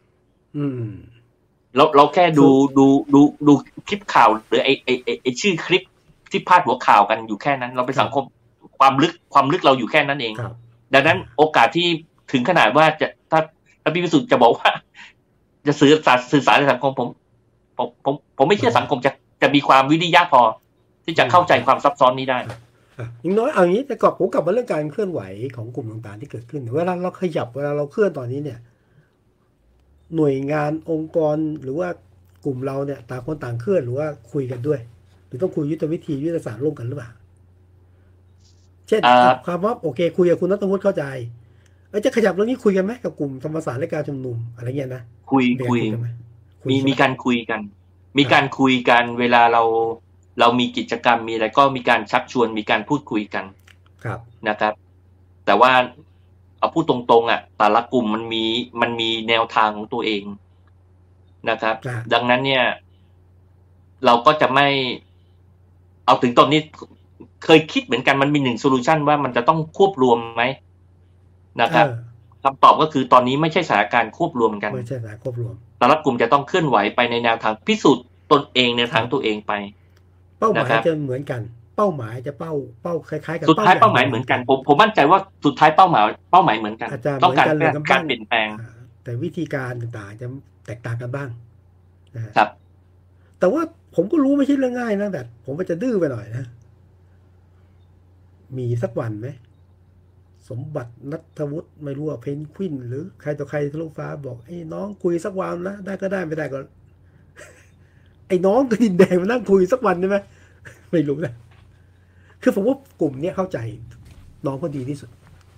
เราแค่ดูคลิปข่าวหรือไอชื่อคลิปที่พาดหัวข่าวกันอยู่แค่นั้นเราเป็นสังคมความลึกเราอยู่แค่นั้นเองดังนั้นโอกาสที่ถึงขนาดว่าจะถ้าพี่วิสุทธิ์จะบอกว่าจะสื่อสารในสังคมผมไม่เชื่อสังคมจะมีความวิริยะพอที่จะเข้าใจความซับซ้อนนี้ได้อย่างน้อยเอางี้แต่ก่อนผมกลับมาเรื่องการเคลื่อนไหวของกลุ่มต่างๆที่เกิดขึ้นเวลาเราขยับเวลาเราเคลื่อนตอนนี้เนี่ยหน่วยงานองค์กรหรือว่ากลุ่มเราเนี่ยต่างคนต่างเคลื่อนหรือว่าคุยกันด้วยหรือต้องคุยยุทธวิธียุทธศาสตร์ร่วมกันหรือเปล่าเช่นความว่าโอเคคุยกับคุณณัฐวุฒิเข้าใจจะขยับเรื่องนี้คุยกันไหมกับกลุ่มธรรมศาสตร์และการชุมนุมอะไรเงี้ยนะคุยมีการคุยกันเวลาเรามีกิจกรรมมีอะไรก็มีการชักชวนมีการพูดคุยกันนะครับแต่ว่าเอาพูดตรงๆแต่ละกลุ่มมันมีแนวทางของตัวเองนะครับดังนั้นเนี่ยเราก็จะไม่เอาถึงตอนนี้เคยคิดเหมือนกันมันมี1โซลูชันว่ามันจะต้องควบรวมไหมนะครับคำตอบก็คือตอนนี้ไม่ใช่สถานการณ์ควบรวมกันไม่ใช่สถานควบรวมแต่ละกลุ่มจะต้องเคลื่อนไหวไปในแนวทางพิสูจน์ตนเองในทางตัวเองไปเป้าหมายจะเหมือนกันเป้าหมายจะเป้าคล้ายๆกันสุดท้ายเป้าหมายเหมือนกันผมมั่นใจว่าสุดท้ายเป้าหมายเหมือนกันต้องการการเปลี่ยนแปลงแต่วิธีการต่างๆจะแตกต่างกันบ้างครับแต่ว่าผมก็รู้ไม่ใช่เรื่องง่ายนะแบบผมจะดื้อไปหน่อยนะมีสักวันไหมสมบัติณัฐวุฒิไม่รู้ว่าเพนกวินหรือใครต่อใครทะลุฟ้าบอกไอ้น้องคุยสักวันนะได้ก็ได้ไม่ได้ก็ไอ้น้องกระดินแดงมานั่งคุยสักวันได้ไหมไม่รู้นะคือผมว่ากลุ่มนี้เข้าใจน้องก็ดีที่สุด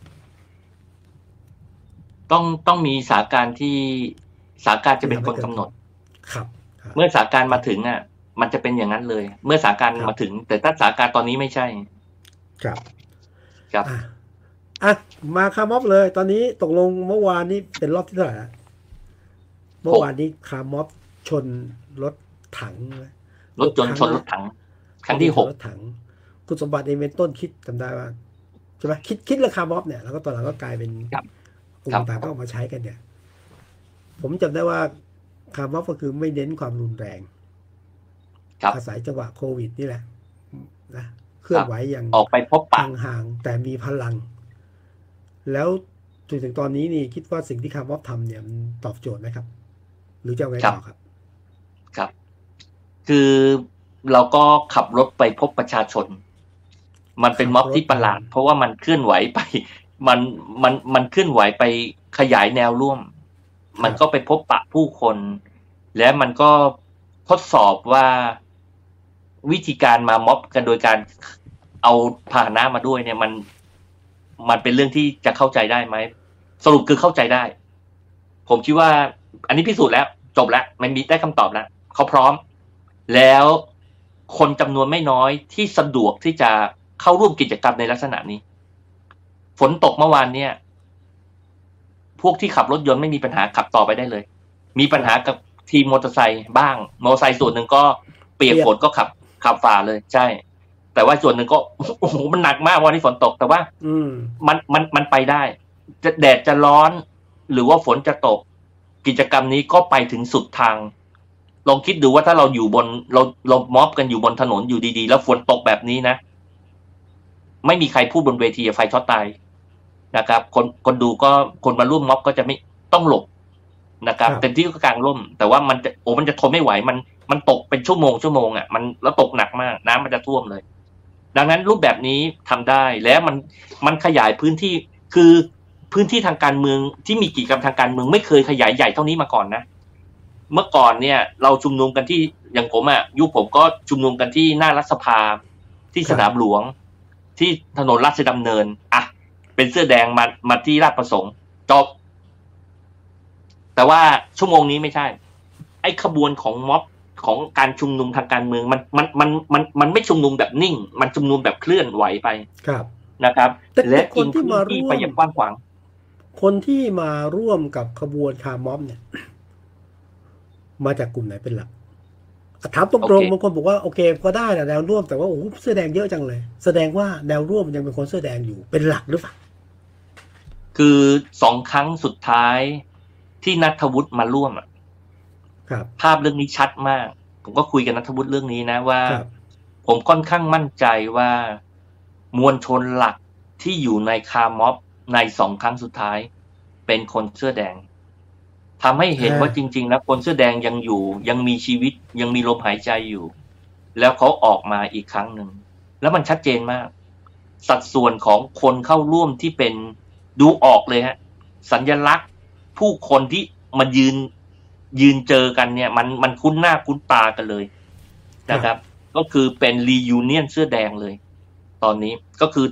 ต้องมีสถานการณ์ที่สถานการณ์จะเป็นคนกำหนดครับเมื่อสถานการณ์มาถึงมันจะเป็นอย่างนั้นเลยเมื่อสถานการณ์มาถึงแต่ถ้าสถานการณ์ตอนนี้ไม่ใช่ครับมาคาร์ม็อบเลยตอนนี้ตกลงเมื่อวานนี้เป็นรอบที่เท่าไหร่เมื่อวานนี้คาร์ม็อบชนรถถังรถชนรถถังครั้งที่6 รถถังคุณสมบัติในเมนต้นคิดจำได้ว่าใช่ไหมคิดเรื่องคาร์ม็อบเนี่ยแล้วก็ตอนหลังก็กลายเป็นกลุ่มต่างก็ออกมาใช้กันเนี่ยผมจำได้ว่าคาร์ม็อบก็คือไม่เน้นความรุนแรงอาศัยจังหวะโควิดนี่แหละนะเคลื่อนไหวอย่างออกไปพบปะห่างๆแต่มีพลังแล้วจนถึงตอนนี้นี่คิดว่าสิ่งที่คาร์ม็อบทำเนี่ยมันตอบโจทย์ไหมครับหรือจะไงต่อครับครับคือเราก็ขับรถไปพบประชาชนมันเป็นม็อบที่ประหลาดเพราะว่ามันเคลื่อนไหวไปมันเคลื่อนไหวไปขยายแนวร่วมมันก็ไปพบปะผู้คนและมันก็ทดสอบว่าวิธีการมาม็อบกันโดยการเอาพาหนะมาด้วยเนี่ยมันเป็นเรื่องที่จะเข้าใจได้ไหมสรุปคือเข้าใจได้ผมคิดว่าอันนี้พิสูจน์แล้วจบแล้วมันมีได้คำตอบแล้วเขาพร้อมแล้วคนจำนวนไม่น้อยที่สะดวกที่จะเข้าร่วมกิจกรรมในลักษณะนี้ฝนตกเมื่อวานเนี่ยพวกที่ขับรถยนต์ไม่มีปัญหาขับต่อไปได้เลยมีปัญหากับทีมมอเตอร์ไซค์บ้างมอเตอร์ไซค์ส่วนหนึ่งก็เปียกฝนก็ขับฝ่าเลยใช่แต่ว่าส่วนหนึ่งก็โอ้โหมันหนักมากวันนี้ฝนตกแต่ว่ามันไปได้จะแดดจะร้อนหรือว่าฝนจะตกกิจกรรมนี้ก็ไปถึงสุดทางลองคิดดูว่าถ้าเราอยู่บนเราม็อบกันอยู่บนถนนอยู่ดีๆแล้วฝนตกแบบนี้นะไม่มีใครพูดบนเวทีไฟช็อตตายนะครับคนดูก็คนมาร่วมม็อบก็จะไม่ต้องหลบนะครับเต็มที่ก็กางร่มแต่ว่ามันจะทนไม่ไหวมันตกเป็นชั่วโมงอ่ะมันแล้วตกหนักมากน้ำมันจะท่วมเลยดังนั้นรูปแบบนี้ทำได้แล้วมันขยายพื้นที่คือพื้นที่ทางการเมืองที่มีกิจกรรมทางการเมืองไม่เคยขยายใหญ่เท่านี้มาก่อนนะเมื่อก่อนเนี่ยเราชุมนุมกันที่อย่างผมอ่ะยุคผมก็ชุมนุมกันที่หน้ารัฐสภาที่สนามหลวงที่ถนนราชดำเนินอ่ะเป็นเสื้อแดงมาที่ราชประสงค์จบแต่ว่าชั่วโมงนี้ไม่ใช่ไอ้ขบวนของม็อบของการชุมนุมทางการเมืองมันไม่ชุมนุมแบบนิ่งมันชุมนุมแบบเคลื่อนไหวไปครับนะครับและคนที่มาร่วมไปอย่างกว้างขวางคนที่มาร่วมกับขบวนคาร์ม็อบเนี่ยมาจากกลุ่มไหนเป็นหลักถามตรงๆบางคนบอกว่าโอเคก็ได้นะแนวร่วมแต่ว่าโอ้เสื้อแดงเยอะจังเลยแสดงว่าแนวร่วมยังเป็นคนเสื้อแดงอยู่เป็นหลักหรือเปล่าคือ2 ครั้งสุดท้ายที่ณัฐวุฒิมาร่วมภาพเรื่องนี้ชัดมากผมก็คุยกับณัฐวุฒิเรื่องนี้นะว่าผมค่อนข้างมั่นใจว่ามวลชนหลักที่อยู่ในคาร์ม็อบใน2 ครั้งสุดท้ายเป็นคนเสื้อแดงทำให้เห็นว่าจริงๆแล้วคนเสื้อแดงยังอยู่ยังมีชีวิตยังมีลมหายใจอยู่แล้วเขาออกมาอีกครั้งหนึ่งแล้วมันชัดเจนมากสัดส่วนของคนเข้าร่วมที่เป็นดูออกเลยฮะสัญลักษณ์ผู้คนที่มายืนเจอกันเนี่ยมันคุ้นหน้าคุ้นตากันเลยนะครับก็คือเป็นรียูเนียนเสื้อแดงเลยตอนนี้ก็คือ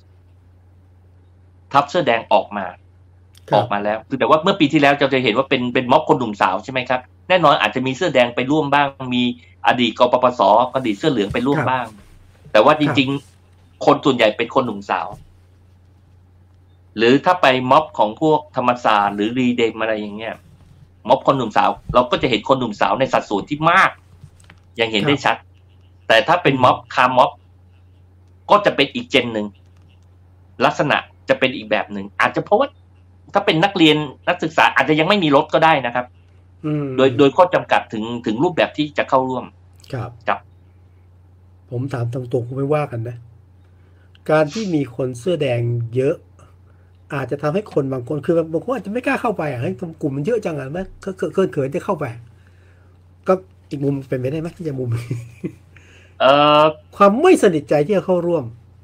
ทัพเสื้อแดงออกมาแล้วคือแต่ว่าเมื่อปีที่แล้วเราจะเห็นว่าเป็นม็อบคนหนุ่มสาวใช่ไหมครับแน่นอนอาจจะมีเสื้อแดงไปร่วมบ้างมีอดีตกปปส.อดีตเสื้อเหลืองไปร่วมบ้างแต่ว่าจริงๆคนส่วนใหญ่เป็นคนหนุ่มสาวหรือถ้าไปม็อบของพวกธรรมศาสตร์หรือรีเดมอะไรอย่างเงี้ยม็อบคนหนุ่มสาวเราก็จะเห็นคนหนุ่มสาวในสัดส่วนที่มากยังเห็นได้ชัดแต่ถ้าเป็นม็อบคาร์ม็อบก็จะเป็นอีกเจนหนึ่งลักษณะจะเป็นอีกแบบหนึ่งอาจจะเพราะว่าถ้าเป็นนักเรียนนักศึกษาอาจจะยังไม่มีรถก็ได้นะครับโดยข้อจำกัดถึงรูปแบบที่จะเข้าร่วมครับผมถามตรงๆไม่ว่ากันนะการที่มีคนเสื้อแดงเยอะอาจจะทำให้คนบางคนคือบางคนอาจจะไม่กล้าเข้าไปให้กลุ่มมันเยอะจังไหมเขินจะเข้าไปก็อีกมุมเป็นไปได้ไหมที่จะมุมความไม่สนิทใจที่จะเข้าร่วม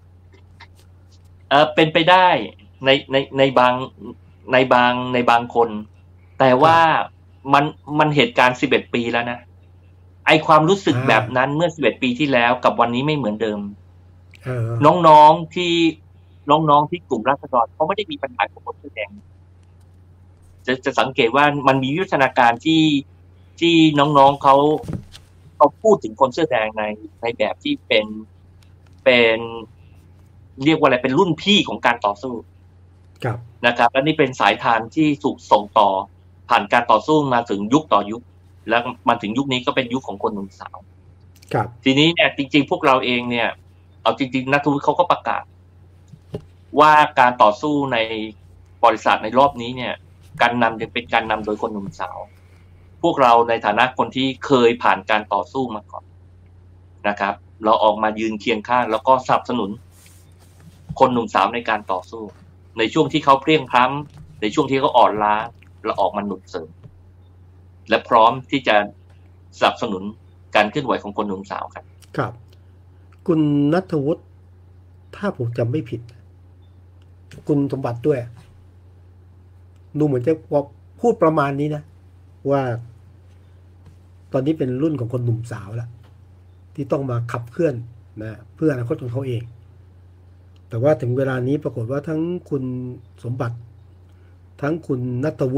เป็นไปได้ในบางคนแต่ว่ามันเหตุการณ์11 ปีแล้วนะไอความรู้สึกแบบนั้นเมื่อ11 ปีที่แล้วกับวันนี้ไม่เหมือนเดิมน้องๆที่กลุ่มราษฎรเขาไม่ได้มีปัญหากับคนเสื้อแดงจะสังเกตว่ามันมีวิวัฒนาการที่น้องๆเขาพูดถึงคนเสื้อแดงในแบบที่เป็นเรียกว่าอะไรเป็นรุ่นพี่ของการต่อสู้นะครับและนี่เป็นสายทานที่ถูกส่งต่อผ่านการต่อสู้มาถึงยุคต่อยุคแล้วมาถึงยุคนี้ก็เป็นยุคของคนหนุ่มสาวทีนี้เนี่ยจริงๆพวกเราเองเนี่ยเอาจริงๆณัฐวุฒิเขาก็ประกาศว่าการต่อสู้ในบริษัทในรอบนี้เนี่ยการนำยังเป็นการนำโดยคนหนุ่มสาวพวกเราในฐานะคนที่เคยผ่านการต่อสู้มาก่อนนะครับเราออกมายืนเคียงข้างแล้วก็สนับสนุนคนหนุ่มสาวในการต่อสู้ในช่วงที่เขาเพลียงพล้ำในช่วงที่เขาอ่อนล้าเราออกมาหนุนเสริมและพร้อมที่จะสนับสนุนการเคลื่อนไหวของคนหนุ่มสาวครับคุณณัฐวุฒิถ้าผมจำไม่ผิดคุณสมบัติด้วยดูเหมือนจะพูดประมาณนี้นะว่าตอนนี้เป็นรุ่นของคนหนุ่มสาวแล้วที่ต้องมาขับเคลื่อนนะเพื่ออนาคตของเขาเองแต่ว่าถึงเวลานี้ปรากฏว่าทั้งคุณสมบัติทั้งคุณณัฐวุฒิ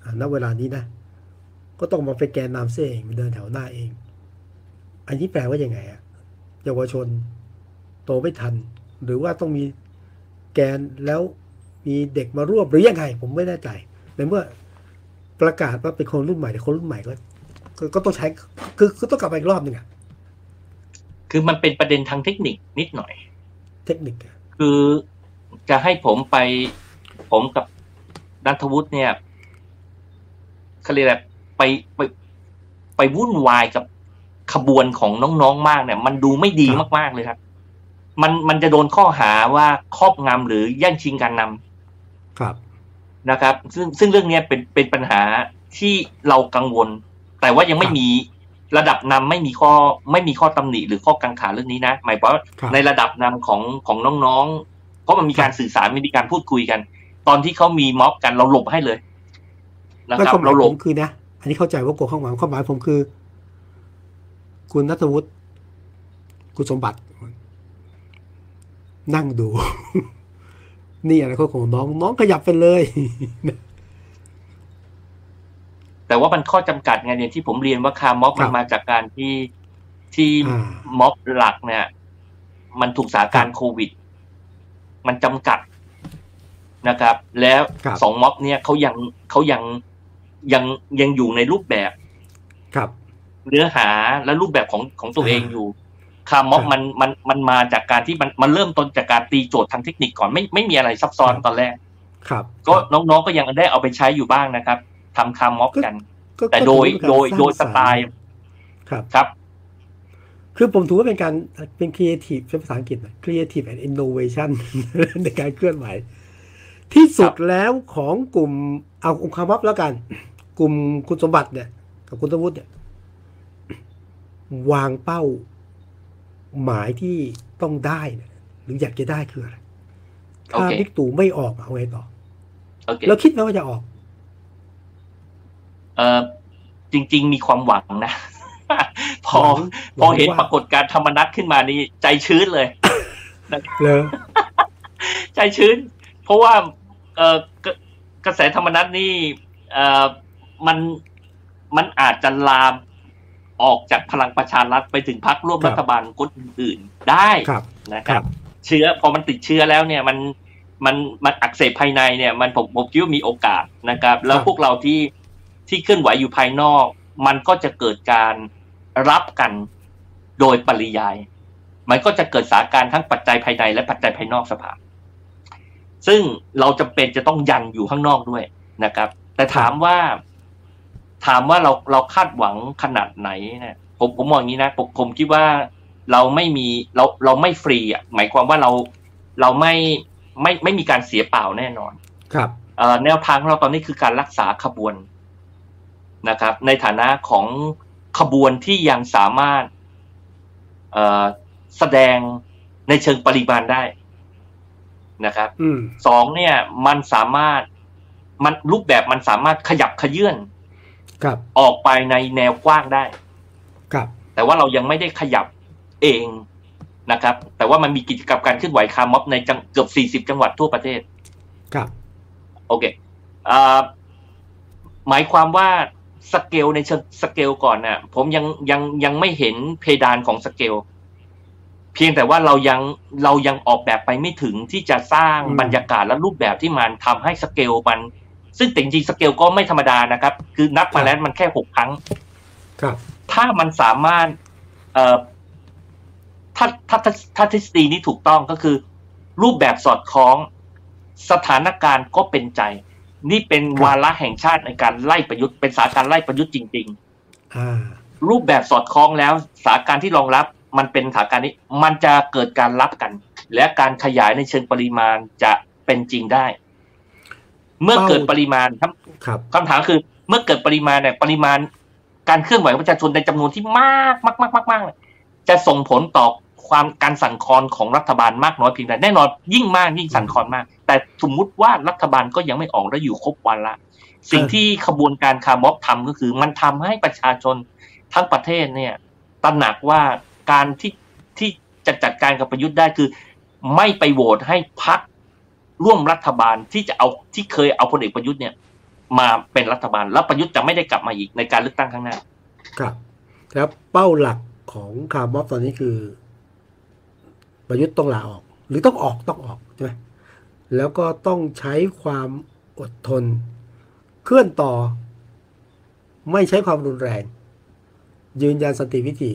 ณเวลานี้นะก็ต้องมาเป็นแกนนำเสียเองเดินแถวหน้าเองอันนี้แปลว่ายังไงอะเยาวชนโตไม่ทันหรือว่าต้องมีแกนแล้วมีเด็กมาร่วมหรือยังไงผมไม่แน่ใจในเมื่อประกาศว่าเป็นคนรุ่นใหม่แต่คนรุ่นใหม่ก็ต้องใช้คือต้องกลับไปอีกรอบหนึ่งอ่ะคือมันเป็นประเด็นทางเทคนิคนิดหน่อยเทคนิคคือจะให้ผมกับณัฐวุฒิเนี่ยเขาเรียกอะไรไปวุ่นวายกับขบวนของน้องๆมากเนี่ยมันดูไม่ดีมากๆเลยครับมันจะโดนข้อหาว่าครอบงำหรือแย่งชิงการนำครับนะครับซึ่งเรื่องนี้เป็นปัญหาที่เรากังวลแต่ว่ายังไม่มีระดับนำไม่มีข้อตำหนิหรือข้อกังขาเรื่องนี้นะหมายความว่าในระดับนำของน้องๆเพราะมันมีการสื่อสารมีการพูดคุยกันตอนที่เขามีม็อบกันเราหลบให้เลยนะครับเราหลบคือนะอันนี้เข้าใจว่ากลัวข้างหลังข้อหมายผมคือคุณณัฐวุฒิคุณสมบัตินั่งดูนี่อะไรของน้องขยับไปเลยแต่ว่ามันข้อจำกัดไงเนี่ยที่ผมเรียนว่าคาร์ม็อบมันมาจากการที่ม็อบหลักเนี่ยมันถูกสถานการณ์โควิดมันจำกัดนะครับแล้วสองม็อบเนี่ยเขายังอยู่ในรูปแบบเนื้อหาและรูปแบบของตัวเองอยู่คาร์ม็อบมันมาจากการที่มันเริ่มต้นจากการตีโจทย์ทางเทคนิคก่อนไม่มีอะไรซับซ้อนตอนแรกก็น้องๆก็ยังได้เอาไปใช้อยู่บ้างนะครับทำคาร์ม็อบกันแต่โดยสไตล์ครับคือผมถือว่าเป็นการเป็น creative ใช้ภาษาอังกฤษนะ creative and innovation ในการเคลื่อนไหวที่สุดแล้วของกลุ่มเอาองค์คาร์ม็อบแล้วกันกลุ่มคุณสมบัติเนี่ยกับคุณณัฐวุฒิเนี่ยวางเป้าหมายที่ต้องได้หรืออยากจะได้คืออะไรถ้าบิ๊กตู่ไม่ออกเอาไงต่อแล้วคิดไหมว่าจะออกจริงๆมีความหวังนะพอเห็นปรากฏการณ์ธรรมนัสขึ้นมานี่ใจชื้นเลยใจชื้นเพราะว่ากระแสธรรมนัสนี่มันอาจจะลามออกจากพลังประชารัฐไปถึงพรรคร่วมรัฐบาลคนอื่นๆได้นะครับเชื้อพอมันติดเชื้อแล้วเนี่ยมันอักเสบภายในเนี่ยผมคิดว่ามีโอกาสนะครับแล้วพวกเราที่เคลื่อนไหวอยู่ภายนอกมันก็จะเกิดการรับกันโดยปริยายมันก็จะเกิดสถานการณ์ทั้งปัจจัยภายในและปัจจัยภายนอกสภาซึ่งเราจำเป็นจะต้องยันอยู่ข้างนอกด้วยนะครับแต่ถามว่าเราคาดหวังขนาดไหนเนี่ยผมมองอย่างนี้นะผมคิดว่าเราไม่ฟรีอ่ะหมายความว่าเราไม่มีการเสียเปล่าแน่นอนครับแนวทางของเราตอนนี้คือการรักษาขบวนนะครับในฐานะของขบวนที่ยังสามารถแสดงในเชิงปริมาณได้นะครับสองเนี่ยมันสามารถรูปแบบมันสามารถขยับขยื่นออกไปในแนวกว้างได้แต่ว่าเรายังไม่ได้ขยับเองนะครับแต่ว่ามันมีกิจกรรมการเคลื่อนไหวคาร์ม็อบในเกือบ40จังหวัดทั่วประเทศครับโอเคหมายความว่าสเกลในเชิงสเกลก่อนน่ะผมยังไม่เห็นเพดานของสเกลเพียงแต่ว่าเรายังออกแบบไปไม่ถึงที่จะสร้างบรรยากาศและรูปแบบที่มันทำให้สเกลมันซึ่งจริงๆสเกลก็ไม่ธรรมดานะครับคือนับมาแล้วมันแค่6ครั้งครับถ้ามันสามารถถ้าทฤษฎีนี้ถูกต้องก็คือรูปแบบสอดคล้องสถานการณ์ก็เป็นใจนี่เป็นวาระแห่งชาติในการไล่ประยุทธ์เป็นสถานการณ์ไล่ประยุทธ์จริงๆรูปแบบสอดคล้องแล้วสถานการณ์ที่รองรับมันเป็นสถานการณ์นี้มันจะเกิดการรับกันและการขยายในเชิงปริมาณจะเป็นจริงได้เมื่อเกิดปริมาณคำถามคือเมื่อเกิดปริมาณเนี่ยปริมาณการเคลื่อนไหวของประชาชนในจำนวนที่มากจะส่งผลต่อการสั่นคลอนของรัฐบาลมากน้อยเพียงใดแน่นอนยิ่งมากยิ่งสั่นคลอนมากแต่สมมุติว่ารัฐบาลก็ยังไม่ออกและอยู่ครบวันละสิ่งที่ขบวนการคาร์ม็อบทำก็คือมันทำให้ประชาชนทั้งประเทศเนี่ยตระหนักว่าการที่จะจัดการกับประยุทธ์ได้คือไม่ไปโหวตให้พรรคร่วมรัฐบาลที่จะเอาที่เคยเอาพลเอกประยุทธ์เนี่ยมาเป็นรัฐบาลแล้วประยุทธ์จะไม่ได้กลับมาอีกในการเลือกตั้งข้างหน้าครับแล้วเป้าหลักของคาร์ม็อบตอนนี้คือประยุทธ์ต้องลาออกหรือต้องออกใช่ไหมแล้วก็ต้องใช้ความอดทนเคลื่อนต่อไม่ใช้ความรุนแรงยืนยันสันติวิธี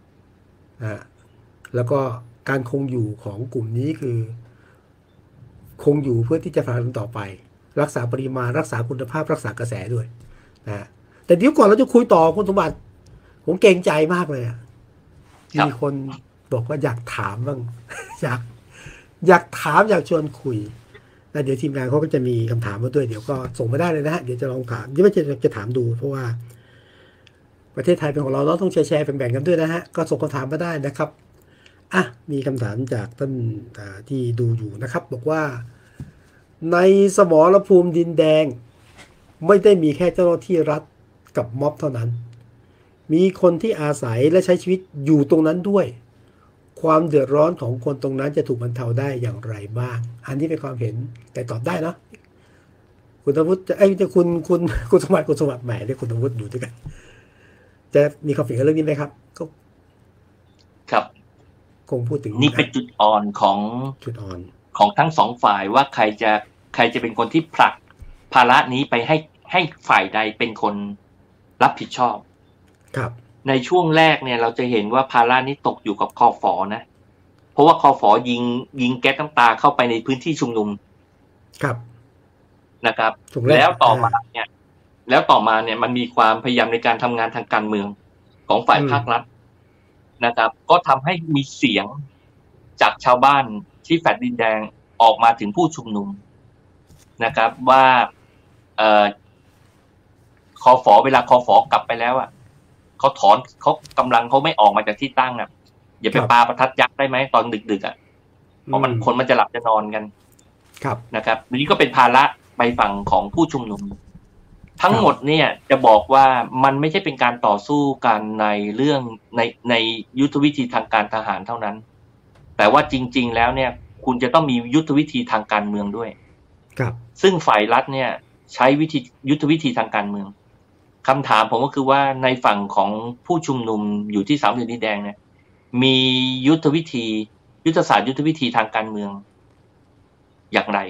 แล้วก็การคงอยู่ของกลุ่มนี้คือคงอยู่เพื่อที่จะผลักดันต่อไปรักษาปริมาณรักษาคุณภาพรักษากระแสด้วยนะแต่เดี๋ยวก่อนเราจะคุยต่อคุณสมบัติผมเกรงใจมากเลยมีคนบอกว่าอยากถามบ้างอยากถามอยากชวนคุยแล้วเดี๋ยวทีมงานเขาก็จะมีคำถามมาด้วยเดี๋ยวก็ส่งมาได้เลยนะฮะเดี๋ยวจะลองถามไม่จะถามดูเพราะว่าประเทศไทยเป็นของเราต้องแชร์แบ่งกันด้วยนะฮะก็ส่งคำถามมาได้นะครับมีคำถามจากท่านที่ดูอยู่นะครับบอกว่าในสมรภูมิดินแดงไม่ได้มีแค่เจ้าหน้าที่รัฐกับม็อบเท่านั้นมีคนที่อาศัยและใช้ชีวิตอยู่ตรงนั้นด้วยความเดือดร้อนของคนตรงนั้นจะถูกบรรเทาได้อย่างไรบ้างอันนี้เป็นความเห็นแต่ตอบได้เนาะคุณธวุฒิจะคุณสมบัติแหมเรียกคุณธวุฒิอยู่ด้วยกันจะมีความเห็นเรื่องนี้ไหมครับก็ครับคงพูดถึงนี่เป็นจุดอ่อนของทั้งสองฝ่ายว่าใครจะเป็นคนที่ผลักภาระนี้ไปให้ฝ่ายใดเป็นคนรับผิดชอบครับในช่วงแรกเนี่ยเราจะเห็นว่าภาระนี้ตกอยู่กับคฝ.นะเพราะว่าคฝ.ยิงแก๊สน้ำตาเข้าไปในพื้นที่ชุมนุมครับนะครับแล้วต่อมาเนี่ยมันมีความพยายามในการทำงานทางการเมืองของฝ่ายภาครัฐนะครับก็ทำให้มีเสียงจากชาวบ้านที่แฟลตดินแดงออกมาถึงผู้ชุมนุมนะครับว่าคฝ.เวลาคฝ.กลับไปแล้วเขากำลังเขาไม่ออกมาจากที่ตั้งอย่าไปปาประทัดยักษ์ได้ไหมตอนดึกเพราะคนมันจะหลับจะนอนกันนะครับนี้ก็เป็นภาระไปฝั่งของผู้ชุมนุมทั้งหมดเนี่ยจะบอกว่ามันไม่ใช่เป็นการต่อสู้กันในเรื่องในยุทธวิธีทางการทหารเท่านั้นแต่ว่าจริงๆแล้วเนี่ยคุณจะต้องมียุทธวิธีทางการเมืองด้วยซึ่งฝ่ายรัฐเนี่ยใช้ยุทธวิธีทางการเมืองคำถามผมก็คือว่าในฝั่งของผู้ชุมนุมอยู่ที่สามเหลี่ยมดินแดงเนี่ยมียุทธศาสตร์ยุทธวิธีทางการเมืองอย่างไร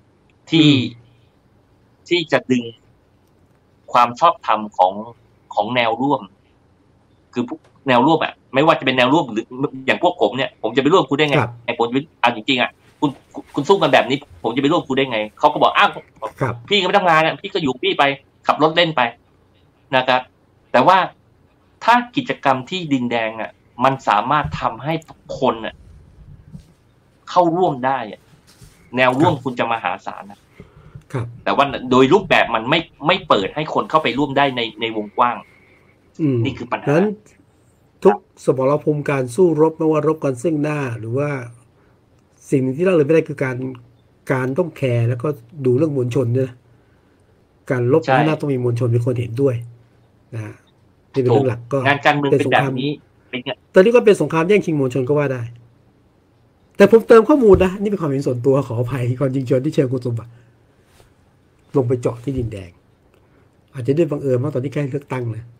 ที่จะดึงความชอบธรรมของแนวร่วมคือแนวร่วมไม่ว่าจะเป็นแนวร่วมหรืออย่างพวกผมเนี่ยผมจะไปร่วมคุณได้ไงผมจริงๆคุณสู้กันแบบนี้ผมจะไปร่วมคุณได้ไงเขาก็บอกพี่ก็ไม่ทำงานพี่ก็อยู่พี่ไปขับรถเล่นไปนะครับแต่ว่าถ้ากิจกรรมที่ดินแดงมันสามารถทำให้ทุกคนเข้าร่วมได้แนวร่วมคุณจะมหาศาลแต่ว่าโดยรูปแบบมันไม่เปิดให้คนเข้าไปร่วมได้ในวงกว้างนี่คือปัญหานั้นทุกสมรภูมิการสู้รบไม่ว่ารบกันซึ่งหน้าหรือว่าสิ่งที่เราเลยไม่ได้คือการต้องแคร์แล้วก็ดูเรื่องมวลชนเนี่ยการรบหน้าต้องมีมวลชนเป็นคนเห็นด้วยนะนี่เป็นเรื่องหลักก็งานการเมืองเป็นแบบนี้ตอนนี้ก็เป็นสงครามแย่งชิงมวลชนก็ว่าได้แต่ผมเติมข้อมูลนะนี่เป็นความเห็นส่วนตัวขออภัยก่อนยิงชนที่เชิงคุณสมบัติลงไปเจาะที่ดินแดงอาจจะด้วยบังเอิญว่าตอนนี้ใกล้เลือกตั้งนะ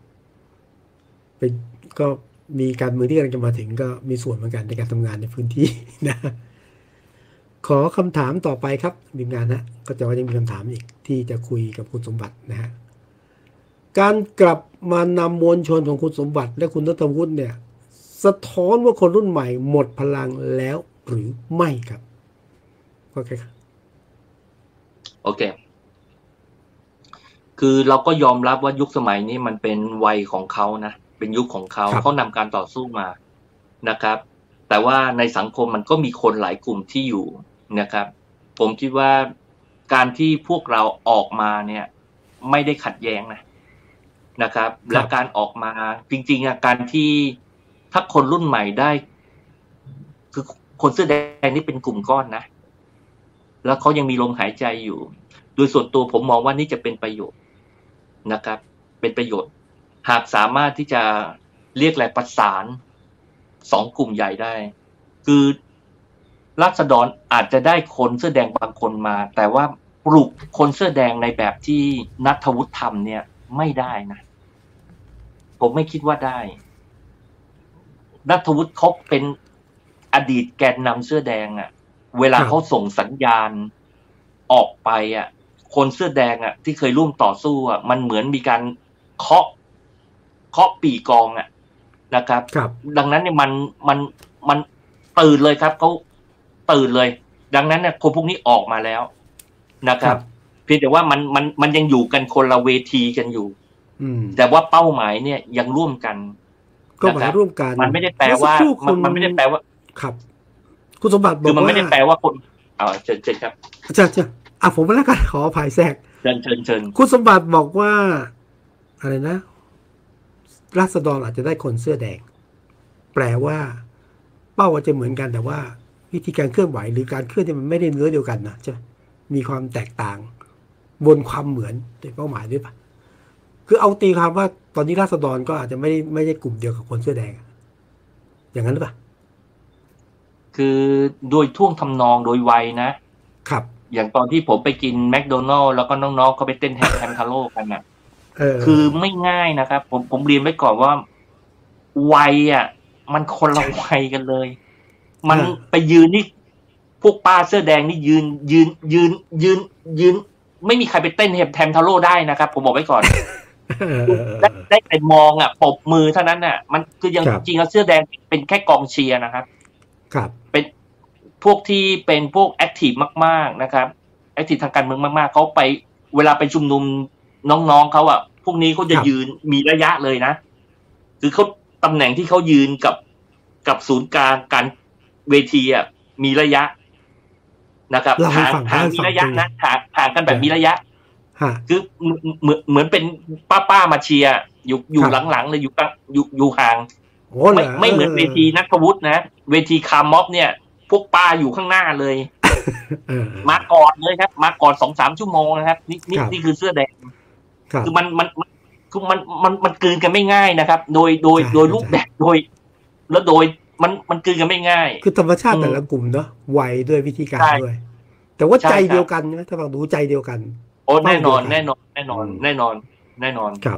ก็มีการเมืองที่กำลังจะมาถึงก็มีส่วนเหมือนกันในการทำงานในพื้นที่นะขอคำถามต่อไปครับทีมงานนะก็จะว่ายังมีคำถามอีกที่จะคุยกับคุณสมบัตินะฮะการกลับมานำมวลชนของคุณสมบัติและคุณณัฐวุฒิเนี่ยสะท้อนว่าคนรุ่นใหม่หมดพลังแล้วหรือไม่ครับโอเคครับโอเคคือเราก็ยอมรับว่ายุคสมัยนี้มันเป็นวัยของเขานะเป็นยุคของเขานำการต่อสู้มานะครับแต่ว่าในสังคมมันก็มีคนหลายกลุ่มที่อยู่นะครับผมคิดว่าการที่พวกเราออกมาเนี่ยไม่ได้ขัดแย้งนะครับและการออกมาจริงๆการที่ถ้าคนรุ่นใหม่ได้คือคนเสื้อแดงนี่เป็นกลุ่มก้อนนะแล้วเขายังมีลมหายใจอยู่โดยส่วนตัวผมมองว่านี่จะเป็นประโยชน์นะครับเป็นประโยชน์หากสามารถที่จะเรียกแรงประสานสองกลุ่มใหญ่ได้คือราษฎรอาจจะได้คนเสื้อแดงบางคนมาแต่ว่าปลุกคนเสื้อแดงในแบบที่ณัฐวุฒิทำเนี่ยไม่ได้นะผมไม่คิดว่าได้ณัฐวุฒิเขาเป็นอดีตแกนนำเสื้อแดงอ่ะเวลาเขาส่งสัญญาณออกไปอ่ะคนเสื้อแดงอ่ะที่เคยร่วมต่อสู้อ่ะมันเหมือนมีการเคาะปีกองอ่ะนะครับดังนั้นเนี่ยมันตื่นเลยครับเขาตื่นเลยดังนั้นเนี่ยคนพวกนี้ออกมาแล้วนะครับเพียงแต่ว่ามันยังอยู่กันคนละเวทีกันอยู่แต่ว่าเป้าหมายเนี่ยยังร่วมกันก็หมายร่วมกันมันไม่ได้แปลว่ามันไม่ได้แปลว่าครับคุณสมบัติบอกว่าคือมันไม่ได้แปลว่าคนเชิญครับอาจารย์ผมแล้วกันขออภัยแทรกเชิญคุณสมบัติบอกว่าอะไรนะราษฎรอาจจะได้คนเสื้อแดงแปลว่าเป้าอาจจะเหมือนกันแต่ว่าวิธีการเคลื่อนไหวหรือการเคลื่อนที่มันไม่ได้เนื้อเดียวกันนะใช่มีความแตกต่างบนความเหมือนในเป้าหมายด้วยปะคือเอาตีความว่าตอนนี้ราษฎรก็อาจจะไม่ใช่กลุ่มเดียวกับคนเสื้อแดงอย่างนั้นหรือเปล่าคือโดยท่วงทำนองโดยวัยนะครับอย่างตอนที่ผมไปกินแมคโดนัลล์แล้วก็น้องๆเขาไปเต้นแฮมทาโร่กันน่ะคือไม่ง่ายนะครับผมเรียนไว้ก่อนว่าวัยอ่ะมันคนละวัยกันเลยมันไปยืนนี่พวกป้าเสื้อแดงนี่ยืนไม่มีใครไปเต้นแฮมทาโร่ได้นะครับผมบอกไว้ก่อนได้แต่มองอ่ะปรบมือเท่านั้นน่ะมันคือยังจริงๆแล้วเสื้อแดงเป็นแค่กองเชียร์นะครับเป็นพวกที่เป็นพวกแอคทีฟมากๆนะครับแอคทีฟทางการเมืองมากๆเขาไปเวลาไปชุมนุมน้องๆเขาอ่ะพวกนี้เขาจะยืนมีระยะเลยนะคือเขาตำแหน่งที่เขายืนกับศูนย์กลางการเวทีอ่ะมีระยะนะครับห่างมีระยะนะห่างกันแบบมีระยะคือเหมือนเป็นป้ามาเชียร์อยู่หลังๆเลยอยู่ห่างไม่เหมือนเวทีณัฐวุฒินะเวทีคาร์ม็อบเนี่ยพวกป้าอยู่ข้างหน้าเลยมาก่อนเลยครับมาก่อน 2-3 ชั่วโมงนะครับนี่คือเสื้อแดงคือมันกลืนกันไม่ง่ายนะครับโดยรูปแบบโดยมันกลืนกันไม่ง่ายคือธรรมชาติแต่ละกลุ่มเนาะวัยด้วยวิธีการด้วยแต่ว่าใจเดียวกันนะถ้าฟังดูใจเดียวกันโอ้แน่นอนครับ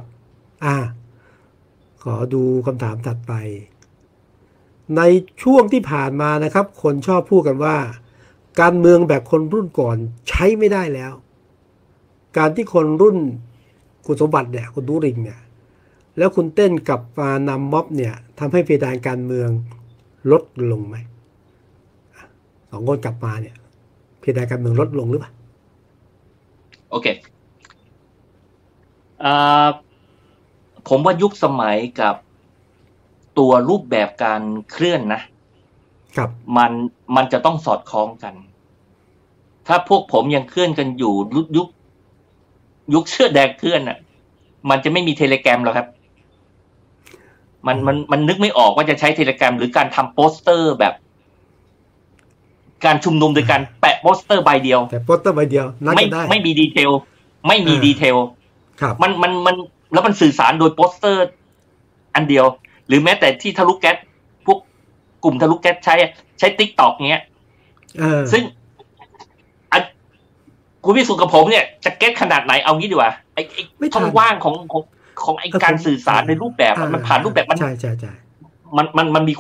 ขอดูคำถามถัดไปในช่วงที่ผ่านมานะครับคนชอบพูดกันว่าการเมืองแบบคนรุ่นก่อนใช้ไม่ได้แล้วการที่คนรุ่นคุณสมบัติเนี่ยคุณนุรินทร์เนี่ยแล้วคุณเต้นกับมานำม็อบเนี่ยทำให้เพดานการเมืองลดลงไหมสองคนกลับมาเนี่ยเพดานการเมืองลดลงหรือเปล่าโอเคผมว่ายุคสมัยกับตัวรูปแบบการเคลื่อนนะครับมันจะต้องสอดคล้องกันถ้าพวกผมยังเคลื่อนกันอยู่ยุคเสื้อแดงเคลื่อนน่ะมันจะไม่มีเทเลแกรมหรอกครับมันนึกไม่ออกว่าจะใช้เทเลแกรมหรือการทำโปสเตอร์แบบการชุมนุมโดยการแปะโปสเตอร์ใบเดียวแต่โปสเตอร์ใบเดียวไม่มีดีเทลไม่มีดีเทลมันแล้วมันสื่อสารโดยโปสเตอร์อันเดียวหรือแม้แต่ที่ทะลุแก๊สพวกกลุ่มทะลุแก๊สใช้ TikTok เงี้ยซึ่งคุณวิสุทธิ์กับผมเนี่ยจะเก็ตขนาดไหนเอางี้ดีกว่าไอ้ช่องว่างของไอ้การสื่อสารในรูปแบบมันผ่านรูปแบบมันใช่มันมี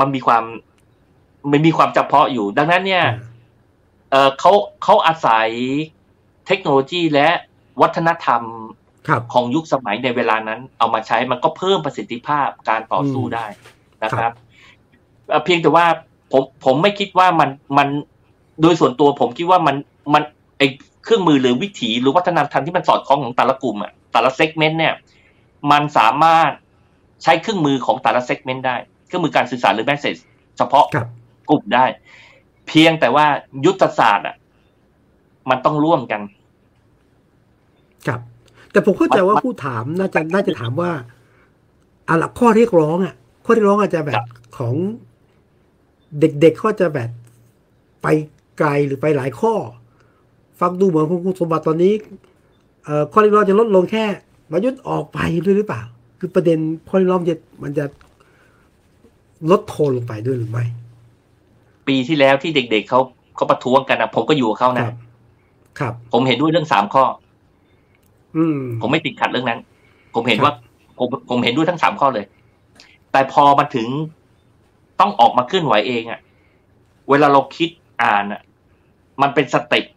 ความเฉพาะอยู่ดังนั้นเนี่ยเขาอาศัยเทคโนโลยีและวัฒนธรรมของยุคสมัยในเวลานั้นเอามาใช้มันก็เพิ่มประสิทธิภาพการต่อสู้ได้นะครับเพียงแต่ว่าผมไม่คิดว่ามันโดยส่วนตัวผมคิดว่ามันไอเครื่องมือหรือวิถีหรือวัฒนธรรมที่มันสอดคล้องของแต่ละกลุ่มอ่ะแต่ละเซกเมนต์เนี่ยมันสามารถใช้เครื่องมือของแต่ละเซกเมนต์ได้เครื่องมือการสื่อสารหรือแมสเสจเฉพาะกลุ่มได้เพียงแต่ว่ายุทธศาสตร์อ่ะมันต้องร่วมกันครับแต่ผมเข้าใจว่าผู้ถามน่าจะถามว่าหลักข้อเรียกร้องอาจจะแบบของเด็กๆก็จะแบบไปไกลหรือไปหลายข้อฟังดูเหมือนคุณสมบัติตอนนี้ข้อเรียกร้องจะลดลงแค่ประยุทธ์ออกไปด้วยหรือเปล่าคือประเด็นข้อเรียกร้องมันจะลดโทนลงไปด้วยหรือไม่ปีที่แล้วที่เด็กๆเขาประท้วงกันนะผมก็อยู่กับเขานะครับผมเห็นด้วยเรื่อง3 ข้อผมไม่ติดขัดเรื่องนั้นผมเห็นว่าผมเห็นด้วยทั้ง3 ข้อเลยแต่พอมาถึงต้องออกมาเคลื่อนไหวเองอะเวลาเราคิดอ่านอะมันเป็นสเต็ป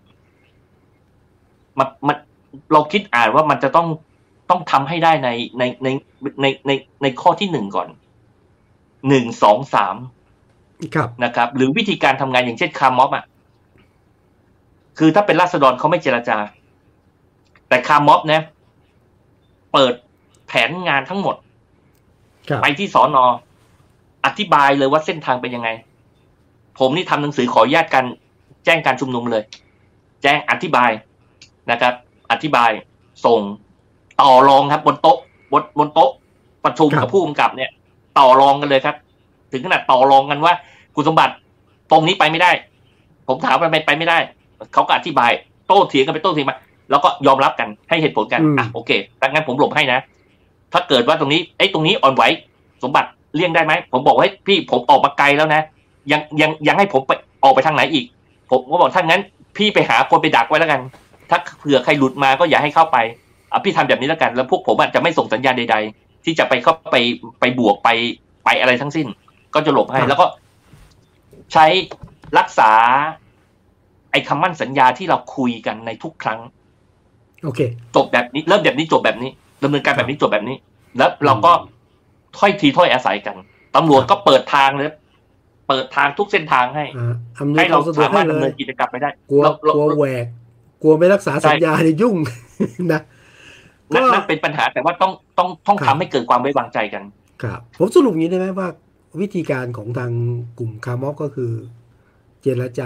มันเราคิดอ่านว่ามันจะต้องทำให้ได้ในข้อที่1ก่อน1 2 3 ครับนะครับหรือวิธีการทำงานอย่างเช่นคาร์ม็อบอ่ะคือถ้าเป็นราษฎรเขาไม่เจรจาแต่คาร์ม็อบนะเปิดแผนงานทั้งหมดไปที่สน.อธิบายเลยว่าเส้นทางเป็นยังไงผมนี่ทำหนังสือขออนุญาตการแจ้งการชุมนุมเลยแจ้งอธิบายนะครับอธิบายส่งต่อรองครับบนโต๊ะประชุมกับผู้กำกับเนี่ยต่อรองกันเลยครับถึงขนาดต่อรองกันว่าคุณสมบัติตรงนี้ไปไม่ได้ผมถามว่าไปไม่ได้เขาก็อธิบายโต้เถียงกันไปโต้เถียงมาแล้วก็ยอมรับกันให้เหตุผลกันโอเคดังนั้นผมหลบให้นะถ้าเกิดว่าตรงนี้อ่อนไหวสมบัติเลี่ยงได้ไหมผมบอกให้พี่ผมออกมาไกลแล้วนะยังให้ผมไปออกไปทางไหนอีกผมก็บอกถ้างั้นพี่ไปหาคนไปดักไว้แล้วกันถ้าเผื่อใครหลุดมาก็อย่าให้เข้าไปพี่ทำแบบนี้แล้วกันแล้วพวกผมอาจจะไม่ส่งสัญญาณใดๆที่จะไปเข้าไปบวกไปอะไรทั้งสิ้นก็จะหลบให้แล้วก็ใช้รักษาไอ้คำมั่นสัญญาที่เราคุยกันในทุกครั้งโอเคจบแบบนี้เริ่มแบบนี้จบแบบนี้ดำเนินการแบบนี้จบแบบนี้แล้วเราก็ถ้อยทีถ้อยอาศัยกันตำรวจก็เปิดทางเลยเปิดทางทุกเส้นทางให้เราสามารถดำเนินกิจกรรมไปได้กลัวแหวกกลัวไม่รักษาสัญญาเนี่ยยุ่งนะนั่นเป็นปัญหาแต่ว่าต้องทำให้เกิดความไว้วางใจกันครับผมสรุปอย่างนี้ได้ไหมว่าวิธีการของทางกลุ่มคาร์ม็อบก็คือเจรจา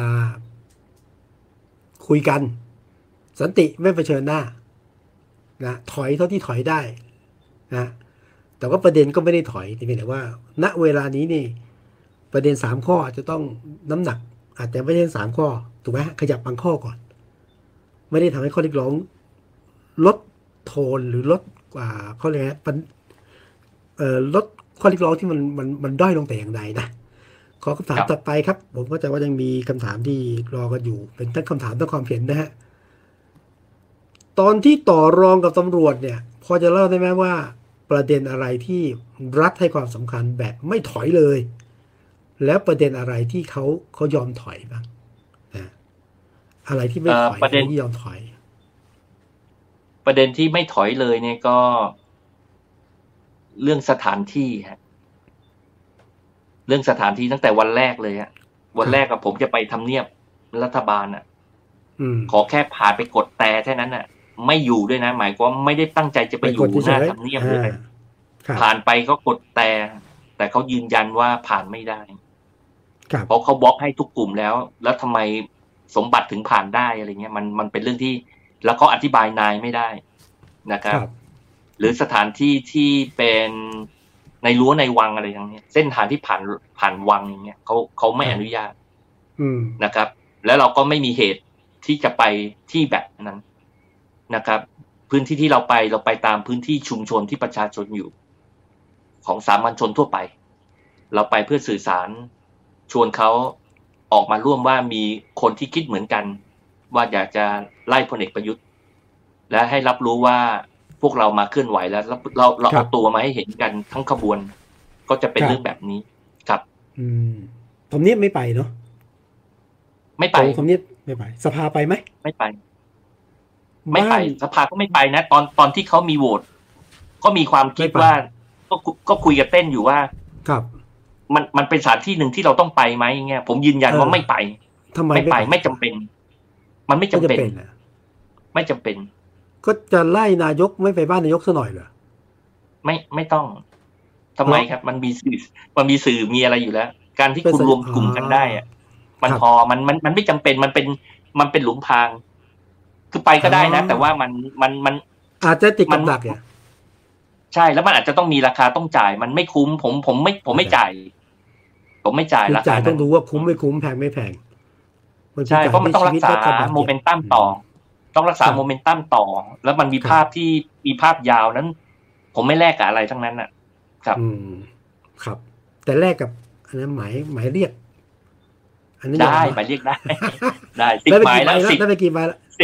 คุยกันสันติไม่เผชิญหน้านะถอยเท่าที่ถอยได้นะแต่ว่าประเด็นก็ไม่ได้ถอยแต่ว่าณเวลานี้นี่ประเด็น3 ข้อจะต้องน้ำหนักอาจจะไม่ใช่3 ข้อถูกไหมขยับบางข้อก่อนไม่ได้ทำให้ข้อเรียกร้องลดโทนหรือลดกว่าข้อเรียกลดข้อเรียกร้องที่มันด้อยลงแต่อย่างใดนะขอคำถามต่อไปครับผมก็จะว่ายังมีคำถามที่รอกันอยู่เป็นทั้งคำถามทั้งความเห็นนะฮะตอนที่ต่อรองกับตำรวจเนี่ยพอจะเล่าได้ไหมว่าประเด็นอะไรที่รัฐให้ความสำคัญแบบไม่ถอยเลยแล้วประเด็นอะไรที่เขายอมถอยบ้างนะอะไรที่ไม่ถอยประเด็นที่ยอมถอยประเด็นที่ไม่ถอยเลยเนี่ยก็เรื่องสถานที่ฮะเรื่องสถานที่ตั้งแต่วันแรกเลยฮะวันแรกกับผมจะไปทำเนียบรัฐบาลอ่ะขอแค่ผ่านไปกดแต่แค่นั้นอ่ะไม่อยู่ด้วยนะหมายความไม่ได้ตั้งใจจะไปอยู่หน้าทำเนียบเลยผ่านไปก็กดแต่เขายืนยันว่าผ่านไม่ได้เพราะเขาบล็อกให้ทุกกลุ่มแล้วทำไมสมบัติถึงผ่านได้อะไรเงี้ยมันเป็นเรื่องที่แล้วเขาอธิบายนายไม่ได้นะครับหรือสถานที่ที่เป็นในรั้วในวังอะไรอย่างเงี้ยเส้นทางที่ผ่านวังอย่างเงี้ยเขาไม่อนุญาตนะครับแล้วเราก็ไม่มีเหตุที่จะไปที่แบบนั้นนะครับพื้นที่ที่เราไปตามพื้นที่ชุมชนที่ประชาชนอยู่ของสามัญชนทั่วไปเราไปเพื่อสื่อสารชวนเขาออกมาร่วมว่ามีคนที่คิดเหมือนกันว่าอยากจะไล่พลเอกประยุทธ์และให้รับรู้ว่าพวกเรามาเคลื่อนไหวแล้วเราเอาตัวมาให้เห็นกันทั้งขบวนก็จะเป็นเรื่องแบบนี้ครับผมเนี่ยไม่ไปเนาะไม่ไปผมเนี่ยไม่ไปสภาไปไหมไม่ไปสภาก็ไม่ไปนะตอนที่เขามีโหวตก็มีความคิดว่าก็คุยกับเต้นอยู่ว่าครับมันเป็นสถานที่หนึ่งที่เราต้องไปไหมเงี้ยผมยืนยันว่าไม่ไปไม่ไปไม่จำเป็นมันไม่จำเป็นไม่จำเป็นก็จะไล่นายกไม่ไปบ้านนายกซะหน่อยเหรอไม่ต้องทำไมครับมันมีสื่อมีอะไรอยู่แล้วการที่คุณรวมกลุ่มกันได้อะมันพอมันไม่จำเป็นมันเป็นหลุมพรางคือไปก็ได้นะแต่ว่ามันอาจจะติดกับดักเนี่ยใช่แล้วมันอาจจะต้องมีราคาต้องจ่ายมันไม่คุ้มผมไม่จ่ายราคาต้องดูว่าคุ้มไม่คุ้มแพงไม่แพงใช่เพราะมันต้องรักษาโมเมนตัมต่อต้องรักษาโมเมนตัมต่อแล้วมันมีภาพที่มีภาพยาวนั้นผมไม่แลกกับอะไรทั้งนั้นน่ะครับครับแต่แลกกับอันนั้นหมายเรียกอันนี้ได้หมายเรียกได้10 หมายแล้ว10 ได้ไปกี่หมายแล้ว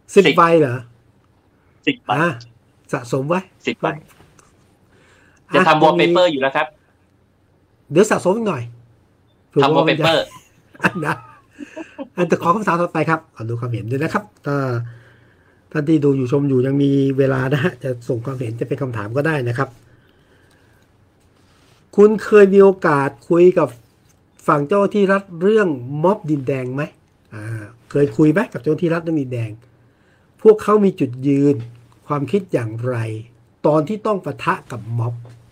10 ใบเหรอ 10 ใบสะสมไว้ 10 ใบจะทำวอลเปเปอร์อยู่แล้วครับเดี๋ยวสะสมอีกหน่อยทำวอลเปเปอร์นะแต่ขอคำถามต่อไปครับขอดูความเห็นด้วยนะครับท่านที่ดูอยู่ชมอยู่ยังมีเวลานะฮะจะส่งความเห็นจะเป็นคำถามก็ได้นะครับคุณเคยมีโอกาสคุยกับฝั่งเจ้าที่รัฐเรื่องม็อบดินแดงไหมเคยคุยไหมกับเจ้าที่รัฐเรื่องดินแดงพวกเขามีจุดยืนความคิดอย่างไรตอนที่ต้องปะทะกับม็อบ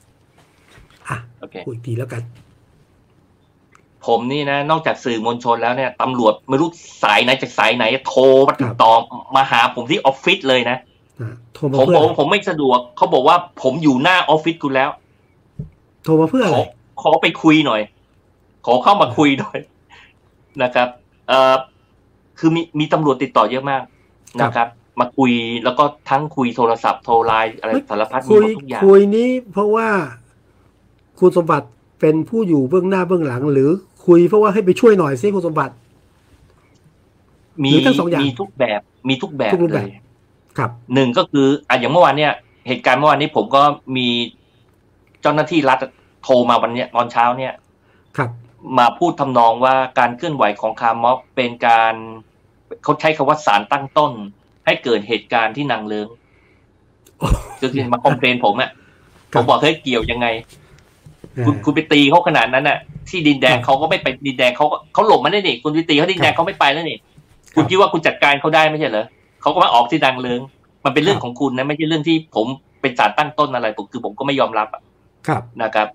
คุยทีแล้วกันผมนี่นะนอกจากสื่อมวลชนแล้วเนี่ยตำรวจไม่รู้สายไหนจากสายไหนโทรมาติดต่อมาหาผมที่ออฟฟิศเลยนะผมไม่สะดวกเขาบอกว่าผมอยู่หน้าออฟฟิศคุณแล้วโทรมาเพื่ออะไรขอไปคุยหน่อยขอเข้ามาคุยหน่อยนะครับคือมีตำรวจติดต่อเยอะมากนะครับมาคุยแล้วก็ทั้งคุยโทรศัพท์โทรไลน์อะไรสารพัดมีหมดทุกอย่างคุยนี้เพราะว่าคุณสมบัติเป็นผู้อยู่เบื้องหน้าเบื้องหลังหรือคุยเพราะว่าให้ไปช่วยหน่อยสิคุณสมบัติมีทั้งสองอย่างมีทุกแบบเลยครับหนึ่งก็คืออย่างเมื่อวานเนี่ยเหตุการณ์เมื่อวานนี้ผมก็มีเจ้าหน้าที่รัฐโทรมาวันนี้ตอนเช้าเนี่ยครับมาพูดทำนองว่าการเคลื่อนไหวของคาร์ม็อบเป็นการเขาใช้คำว่าสารตั้งต้นให้เกิดเหตุการณ์ที่นางเลิ้งคือมาคอมเพลนผมผมบอกเฮ้ยเกี่ยวยังไงคุณไปตีเขาขนาดนั้นน่ะที่ดินแดงเขาก็ไม่ไปดินแดงเขาหลบมาได้นี่คุณไปตีเขาดินแดงเขาไม่ไปแล้วนี่คุณคิดว่าคุณจัดการเขาได้ไม่ใช่เหรอเขาก็มาออกที่ดังเลิงมันเป็นเรื่องของคุณนะไม่ใช่เรื่องที่ผมเป็นสารตั้งต้นอะไรผมก็ไม่ยอมรับนะครับ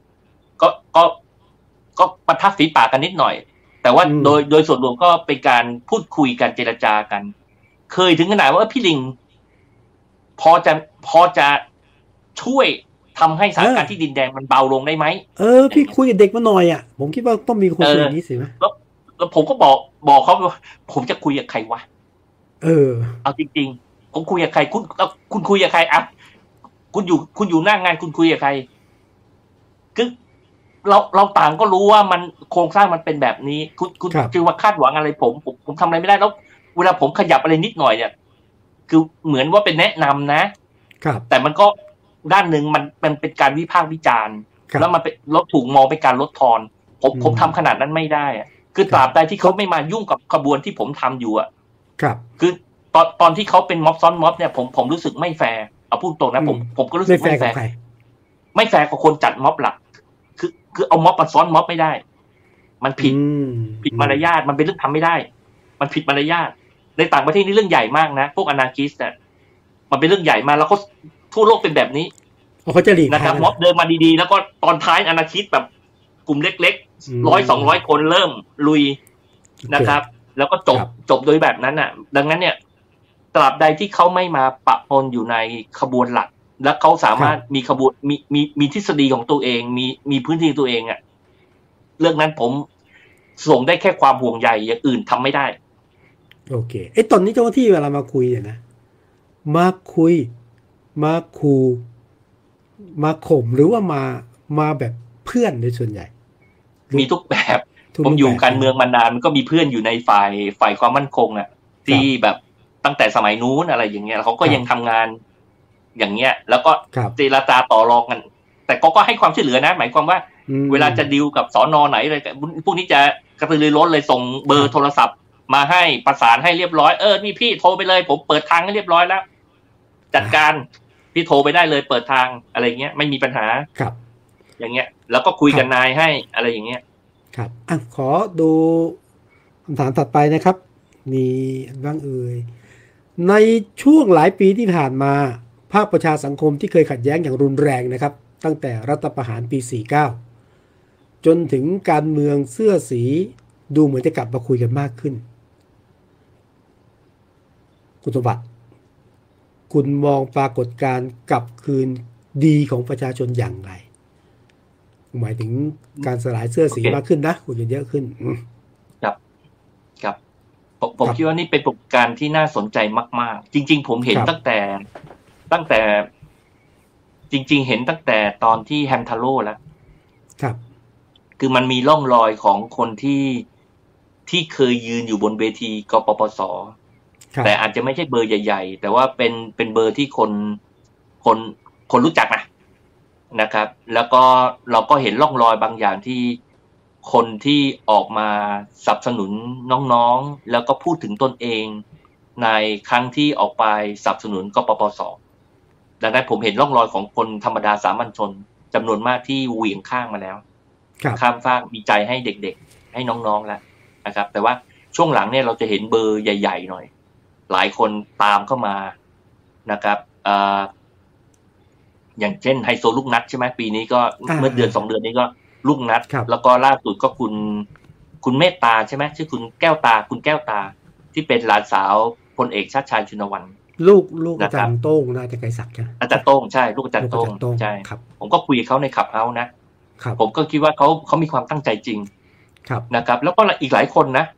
ก็ประทับฝีปากกันนิดหน่อยแต่ว่าโดยส่วนรวมก็เป็นการพูดคุยกันเจรจากันเคยถึงขนาดว่าพี่ลิงพอจะช่วยทำให้สถานการณ์ที่ดินแดงมันเบาลงได้ไหมพี่คุยกับเด็กมาหน่อยผมคิดว่าต้องมีคนคุยอย่างนี้สิไหมแล้วผมก็บอกเขาว่าผมจะคุยกับใครวะเอาจริงๆผมคุยกับใครคุณคุยกับใครคุณอยู่หน้างานคุณคุยกับใครคือเราต่างก็รู้ว่ามันโครงสร้างมันเป็นแบบนี้คุณจะมาคาดหวังอะไรผมทำอะไรไม่ได้แล้วเวลาผมขยับอะไรนิดหน่อยเนี่ยคือเหมือนว่าเป็นแนะนำนะแต่มันก็ด้านหนึ่งมันเป็นการวิพากษ์วิจารณ์แล้วมันเป็นถูกมองเป็นการลดทอนผมทำขนาดนั้นไม่ได้คือตราบใดที่เขาไม่มายุ่งกับขบวนที่ผมทำอยู่คือตอนที่เขาเป็นม็อบซ้อนม็อบเนี่ยผมรู้สึกไม่แฟร์เอาพูดตรงนะผมก็รู้สึกไม่แฟร์ไม่แฟร์กับคนจัดม็อบหลักคือเอาม็อบมาซ้อนม็อบไม่ได้มันผิดมารยาทมันเป็นเรื่องทำไม่ได้มันผิดมารยาทในต่างประเทศนี่เรื่องใหญ่มากนะพวกอนาคิสต์มันเป็นเรื่องใหญ่มากแล้วก็ทั่วโลกเป็นแบบนี้เขาจะหลีกนะครับม็อบเดินมาดีๆแล้วก็ตอนท้ายอนาคิสต์แบบกลุ่มเล็กๆ100-200 คนเริ่มลุยนะครับแล้วก็จบโดยแบบนั้นดังนั้นเนี่ยตราบใดที่เขาไม่มาปะปนอยู่ในขบวนหลักและเขาสามารถมีขบวนมีทฤษฎีของตัวเองมีพื้นที่ตัวเองเรื่องนั้นผมส่งได้แค่ความห่วงใยอย่างอื่นทำไม่ได้โอเคตอนนี้เจ้าหน้าที่เวลามาคุยเนี่ยนะมาคุยมาคูมาข่มหรือว่ามาแบบเพื่อนในส่วนใหญ่มีทุกแบบผมอยู่การเมืองมานานมันก็มีเพื่อนอยู่ในฝ่ายความมั่นคงที่แบบตั้งแต่สมัยนู้นอะไรอย่างเงี้ยเขาก็ยังทำงานอย่างเงี้ยแล้วก็เจรจาต่อรองกันแต่ก็ให้ความช่วยเหลือนะหมายความว่าเวลาจะดีลกับสน.ไหนอะไรพวกนี้จะกระตือรือร้นเลยส่งเบอร์โทรศัพท์มาให้ประสานให้เรียบร้อยนี่พี่โทรไปเลยผมเปิดทางให้เรียบร้อยแล้วจัดการพี่โทรไปได้เลยเปิดทางอะไรเงี้ยไม่มีปัญหาครับอย่างเงี้ยแล้วก็คุยกับนายให้อะไรอย่างเงี้ยครับขอดูคำถามถัดไปนะครับมีบ้างในช่วงหลายปีที่ผ่านมาภาคประชาสังคมที่เคยขัดแย้งอย่างรุนแรงนะครับตั้งแต่รัฐประหารปี49จนถึงการเมืองเสื้อสีดูเหมือนจะกลับมาคุยกันมากขึ้นคุณสมบัติคุณมองปรากฏการณ์กลับคืนดีของประชาชนอย่างไรหมายถึงการสลายเสื้อสีมากขึ้นนะคุยกันเยอะขึ้นครับผมคิดว่านี่เป็นปรากฏการณ์ที่น่าสนใจมากๆจริงๆผมเห็นตั้งแต่จริงๆเห็นตั้งแต่ตอนที่แฮมทาโร่แล้วครับคือมันมีร่องรอยของคนที่เคยยืนอยู่บนเวทีกปปสแต่อาจจะไม่ใช่เบอร์ใหญ่ๆแต่ว่าเป็นเบอร์ที่คนรู้จักนะครับแล้วก็เราก็เห็นร่องรอยบางอย่างที่คนที่ออกมาสนับสนุนน้องๆแล้วก็พูดถึงตนเองในครั้งที่ออกไปสนับสนุนกปปส.ดังนั้นผมเห็นร่องรอยของคนธรรมดาสามัญชนจำนวนมากที่เหวี่ยงข้างมาแล้วข้ามฟากมีใจให้เด็กๆให้น้องๆแล้วนะครับแต่ว่าช่วงหลังเนี่ยเราจะเห็นเบอร์ใหญ่ๆหน่อยหลายคนตามเข้ามานะครับอย่างเช่นไฮโซลูกนัดใช่ไหมปีนี้ก็เมื่อเดือน2เดือนนี้ก็ลูกนัดแล้วก็ล่าสุดก็คุณเมตตาใช่ไหมชื่อคุณแก้วตาที่เป็นหลานสาวพลเอกชาติชายชุนวันลูกอาจารย์โต้งน่าจะไกลศักดิ์ใช่อาจารย์โต้งใช่ลูกอาจารย์โต้งใช่ผมก็คุยกับเขาในขับเฮาส์นะผมก็คิดว่าเขามีความตั้งใจจริงนะครับแล้วก็อีกหลายคนนะ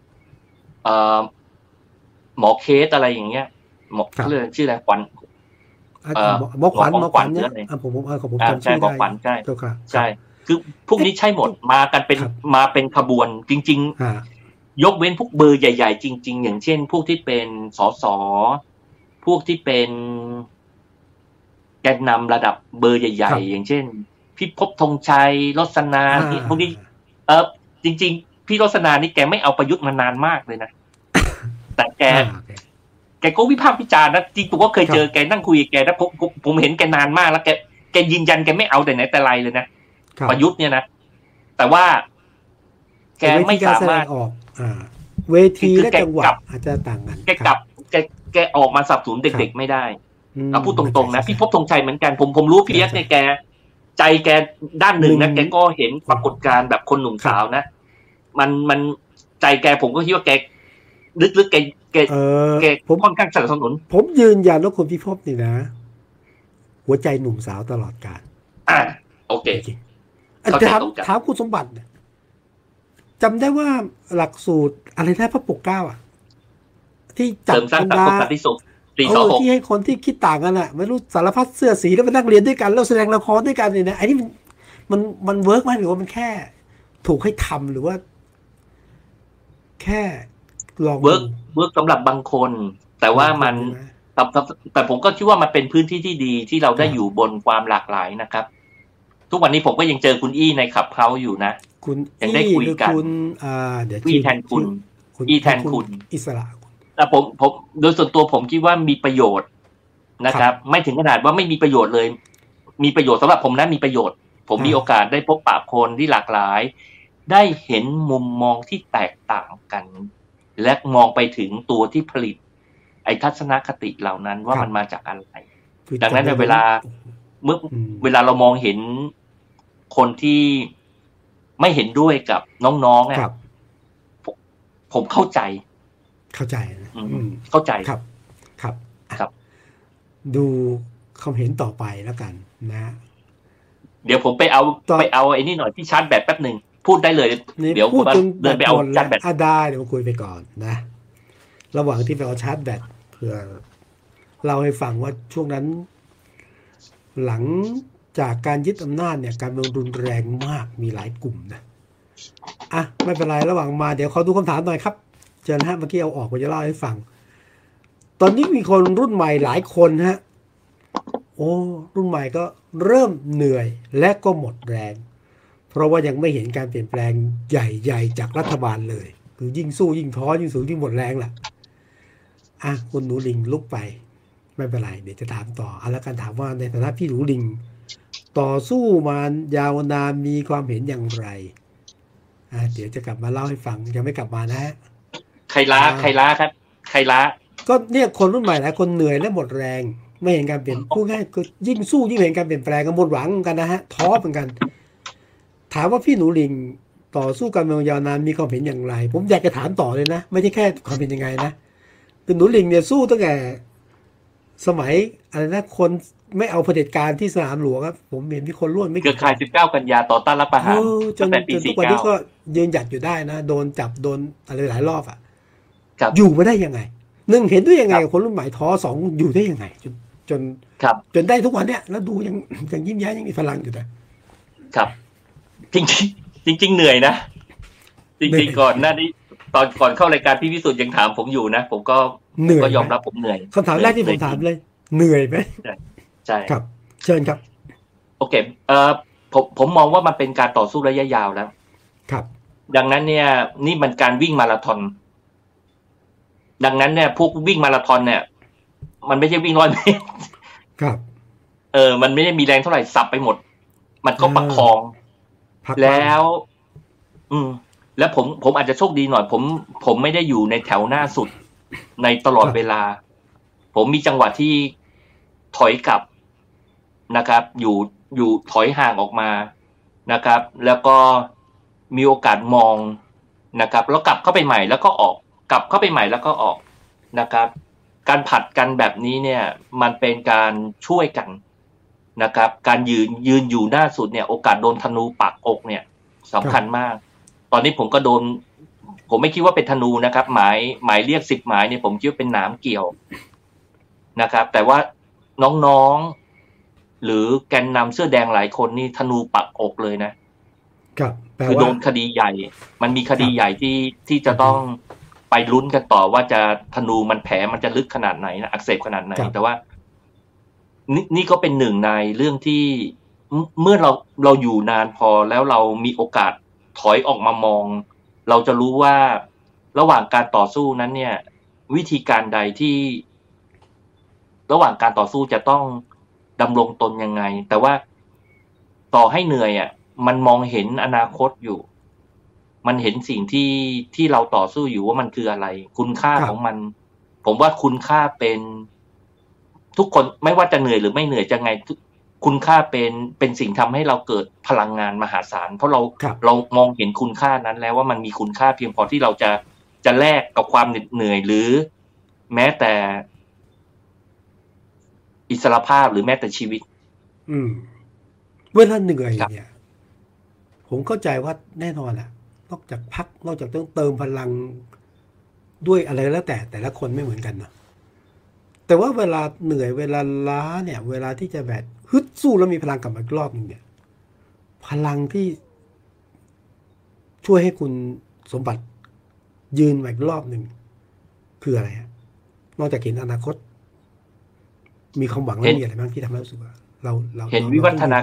หมอเคสอะไรอย่างเงี้ยหมอเรื่องชื่ออะไรขวัญหมอขวัญเนี่ยผมจำชื่อได้ใช่คือพวกนี้ใช่หมดมาเป็นขบวนจริงๆยกเว้นพวกเบอร์ใหญ่ๆจริงๆอย่างเช่นพวกที่เป็นสสพวกที่เป็นแกนนำระดับเบอร์ใหญ่ๆอย่างเช่นพี่ภพธงชัยรสนาพวกนี้จริงๆพี่รสนานี่แกไม่เอาประยุทธ์มานานมากเลยนะแต่แกก็วิพากษ์วิจารณ์นะจริงผมก็เคยเจอแกนั่งคุยกับแกนะผมเห็นแกนานมากแล้วแกยืนยันแกไม่เอาแต่ไหนแต่ไรเลยนะประยุทธ์เนี่ยนะแต่ว่าแกไม่สามารถออกเวทีและจังหวะอาจจะต่างกันแกออกมาสนับสนุนเด็กๆไม่ได้เอาพูดตรงๆนะพี่ภพธงชัยเหมือนกันผมรู้พี่เอสเนี่ยแกใจแกด้านหนึ่งนะแกก็เห็นปรากฏการณ์แบบคนหนุ่มสาวนะมันใจแกผมก็คิดว่าแกลึกๆแกผมค่อนข้างสนับสนุนผมยืนยันว่าคุณพิภพนี่นะหัวใจหนุ่มสาวตลอดกาลโอเคถามคุณสมบัติจำได้ว่าหลักสูตรอะไรนะพระปกเกล้าที่จับบรรดาที่ให้คนที่คิดต่างกันไม่รู้สารพัดเสื้อสีแล้วมานั่งเรียนด้วยกันแล้วแสดงละครด้วยกันเนี่ยนะไอ้นี่มันเวิร์กไหมหรือว่ามันแค่ถูกให้ทำหรือว่าแค่ลองเวิร์กสำหรับบางคนแต่ว่ามันแต่ผมก็คิดว่ามันเป็นพื้นที่ที่ดีที่เราได้อยู่บนความหลากหลายนะครับทุกวันนี้ผมก็ยังเจอคุณอี้ในขับเฮาอยู่นะยังได้คุยกันเดี๋ยวอี้แทนคุณอี้แทนคุณอิสระแต่ผมโดยส่วนตัวผมคิดว่ามีประโยชน์นะครับไม่ถึงขนาดว่าไม่มีประโยชน์เลยมีประโยชน์สำหรับผมนะมีประโยชน์ผมมีโอกาสได้พบปะคนที่หลากหลายได้เห็นมุมมองที่แตกต่างกันและมองไปถึงตัวที่ผลิตไอ้ทัศนคติเหล่านั้นว่ามันมาจากอะไรดังนั้นในเวลาเรามองเห็นคนที่ไม่เห็นด้วยกับน้องๆเนี่ยผมเข้าใจนะเข้าใจครับดูความเห็นต่อไปแล้วกันนะเดี๋ยวผมไปเอาไอ้นี่หน่อยที่ชาร์จแบตแป๊บนึงพูดได้เลยเดี๋ยวผมเดินไปเอาชาร์จแบตได้เดี๋ยวคุยไปก่อนนะระหว่างที่ไปเอาชาร์จแบตเพื่อเล่าให้ฟังว่าช่วงนั้นหลังจากการยึดอำนาจเนี่ยการเมืองรุนแรงมากมีหลายกลุ่มนะไม่เป็นไรระหว่างมาเดี๋ยวขอดูคำถามหน่อยครับเชิญฮะเมื่อกี้เอาออกไปจะเล่าให้ฟังตอนนี้มีคนรุ่นใหม่หลายคนฮะรุ่นใหม่ก็เริ่มเหนื่อยและก็หมดแรงเพราะว่ายังไม่เห็นการเปลี่ยนแปลงใหญ่ๆจากรัฐบาลเลยคือยิ่งสู้ยิ่งท้อยิ่งสู้ยิ่งหมดแรงแหละคุณหนูลิงลุกไปไม่เป็นไรเดี๋ยวจะถามต่อแล้วกันถามว่าในฐานะพี่หนูลิงต่อสู้มายาวนานมีความเห็นอย่างไรเดี๋ยวจะกลับมาเล่าให้ฟังยังไม่กลับมานะฮะใครล้าครับใครล้าก็เนี่ยคนรุ่นใหม่หลายคนเหนื่อยและหมดแรงไม่เห็นการเปลี่ยนพูดง่ายคือยิ่งสู้ยิ่งเห็นการเปลี่ยนแปลงกันหมดหวังกันนะฮะท้อเหมือนกันถามว่าพี่หนูลิงต่อสู้การเมืองยาวนานมีความเห็นอย่างไรผมอยากจะถามต่อเลยนะไม่ใช่แค่ความเห็นยังไงนะคือหนูลิงเนี่ยสู้ตั้งแต่สมัยอะไรนะคนไม่เอาเผด็จการที่สนามหลวงครับผมเห็นมีคนร่วมไม่เกิดข่าย19กันยาต่อต้านรัฐประหารจนทุกวันนี้ก็ยืนหยัดอยู่ได้นะโดนจับโดนอะไรหลายรอบอยู่มาได้ยังไงหนึ่งเห็นด้วยยังไงคนรุ่นใหม่ท้อสองอยู่ได้ยังไงจนได้ทุกวันเนี้ยแล้วดูยังยิ้มแย้มยังมีพลังอยู่นะครับจริงเหนื่อยนะจริงๆก่อนหน้านี้ตอนก่อนเข้ารายการพี่วิสุทธ์ยังถามผมอยู่นะผมก็เหนื่อยก็ยอมรับผมเหนื่อยคำถามแรกที่ผมถามเลยเหนื่อยไหมใช่ครับเชิญครับโอเคผมมองว่ามันเป็นการต่อสู้ระยะยาวแล้วครับดังนั้นเนี่ยนี่มันการวิ่งมาราธอนดังนั้นเนี่ยพวกวิ่งมาราธอนเนี่ยมันไม่ใช่วิ่ง100 เมตรครับมันไม่ได้มีแรงเท่าไหร่สับไปหมดมันก็ประคองแล้วแล้วผมอาจจะโชคดีหน่อยผมไม่ได้อยู่ในแถวหน้าสุดในตลอดเวลาผมมีจังหวะที่ถอยกลับนะครับอยู่ถอยห่างออกมานะครับแล้วก็มีโอกาสมองนะครับแล้วกลับเข้าไปใหม่แล้วก็ออกกลับเข้าไปใหม่แล้วก็ออกนะครับการผัดกันแบบนี้เนี่ยมันเป็นการช่วยกันนะครับการยืนอยู่หน้าสุดเนี่ยโอกาสโดนธนูปักอกเนี่ยสำคัญมากตอนนี้ผมก็โดนผมไม่คิดว่าเป็นธนูนะครับหมายเรียก10 หมายเนี่ยผมคิดว่าเป็นหนามเกี่ยวนะครับแต่ว่าน้องๆหรือแกนนำเสื้อแดงหลายคนนี่ธนูปักอกเลยนะครับคือโดนคดีใหญ่มันมีคดีใหญ่ที่จะต้องไปลุ้นกันต่อว่าจะธนูมันแผลมันจะลึกขนาดไหนนะอักเสบขนาดไหนแต่ว่านี่ก็เป็นหนึ่งในเรื่องที่เมื่อเราอยู่นานพอแล้วเรามีโอกาสถอยออกมามองเราจะรู้ว่าระหว่างการต่อสู้นั้นเนี่ยวิธีการใดที่ระหว่างการต่อสู้จะต้องดำรงตนยังไงแต่ว่าต่อให้เหนื่อยอ่ะมันมองเห็นอนาคตอยู่มันเห็นสิ่งที่เราต่อสู้อยู่ว่ามันคืออะไรคุณค่าของมันผมว่าคุณค่าเป็นทุกคนไม่ว่าจะเหนื่อยหรือไม่เหนื่อยจะไงคุณค่าเป็นสิ่งทำให้เราเกิดพลังงานมหาศาลเพราะเรามองเห็นคุณค่านั้นแล้วว่ามันมีคุณค่าเพียงพอที่เราจะแลกกับความเหนื่อยหรือแม้แต่อิสรภาพหรือแม้แต่ชีวิตเวลาเหนื่อยเนี่ยผมเข้าใจว่าแน่นอนแหละนอกจากพักนอกจากต้องเติมพลังด้วยอะไรแล้วแต่ละคนไม่เหมือนกันเนาะแต่ว่าเวลาเหนื่อยเวลาล้าเนี่ยเวลาที่จะแบบฮึดสู้แล้วมีพลังกลับมาอีกรอบนึงเนี่ยพลังที่ช่วยให้คุณสมบัติยืนอีกรอบหนึ่งคืออะไรฮะนอกจากเห็นอนาคตมีความหวังแล้วมีอะไรบ้างที่ทำให้รู้สึกว่าเราเห็นวิวัฒนา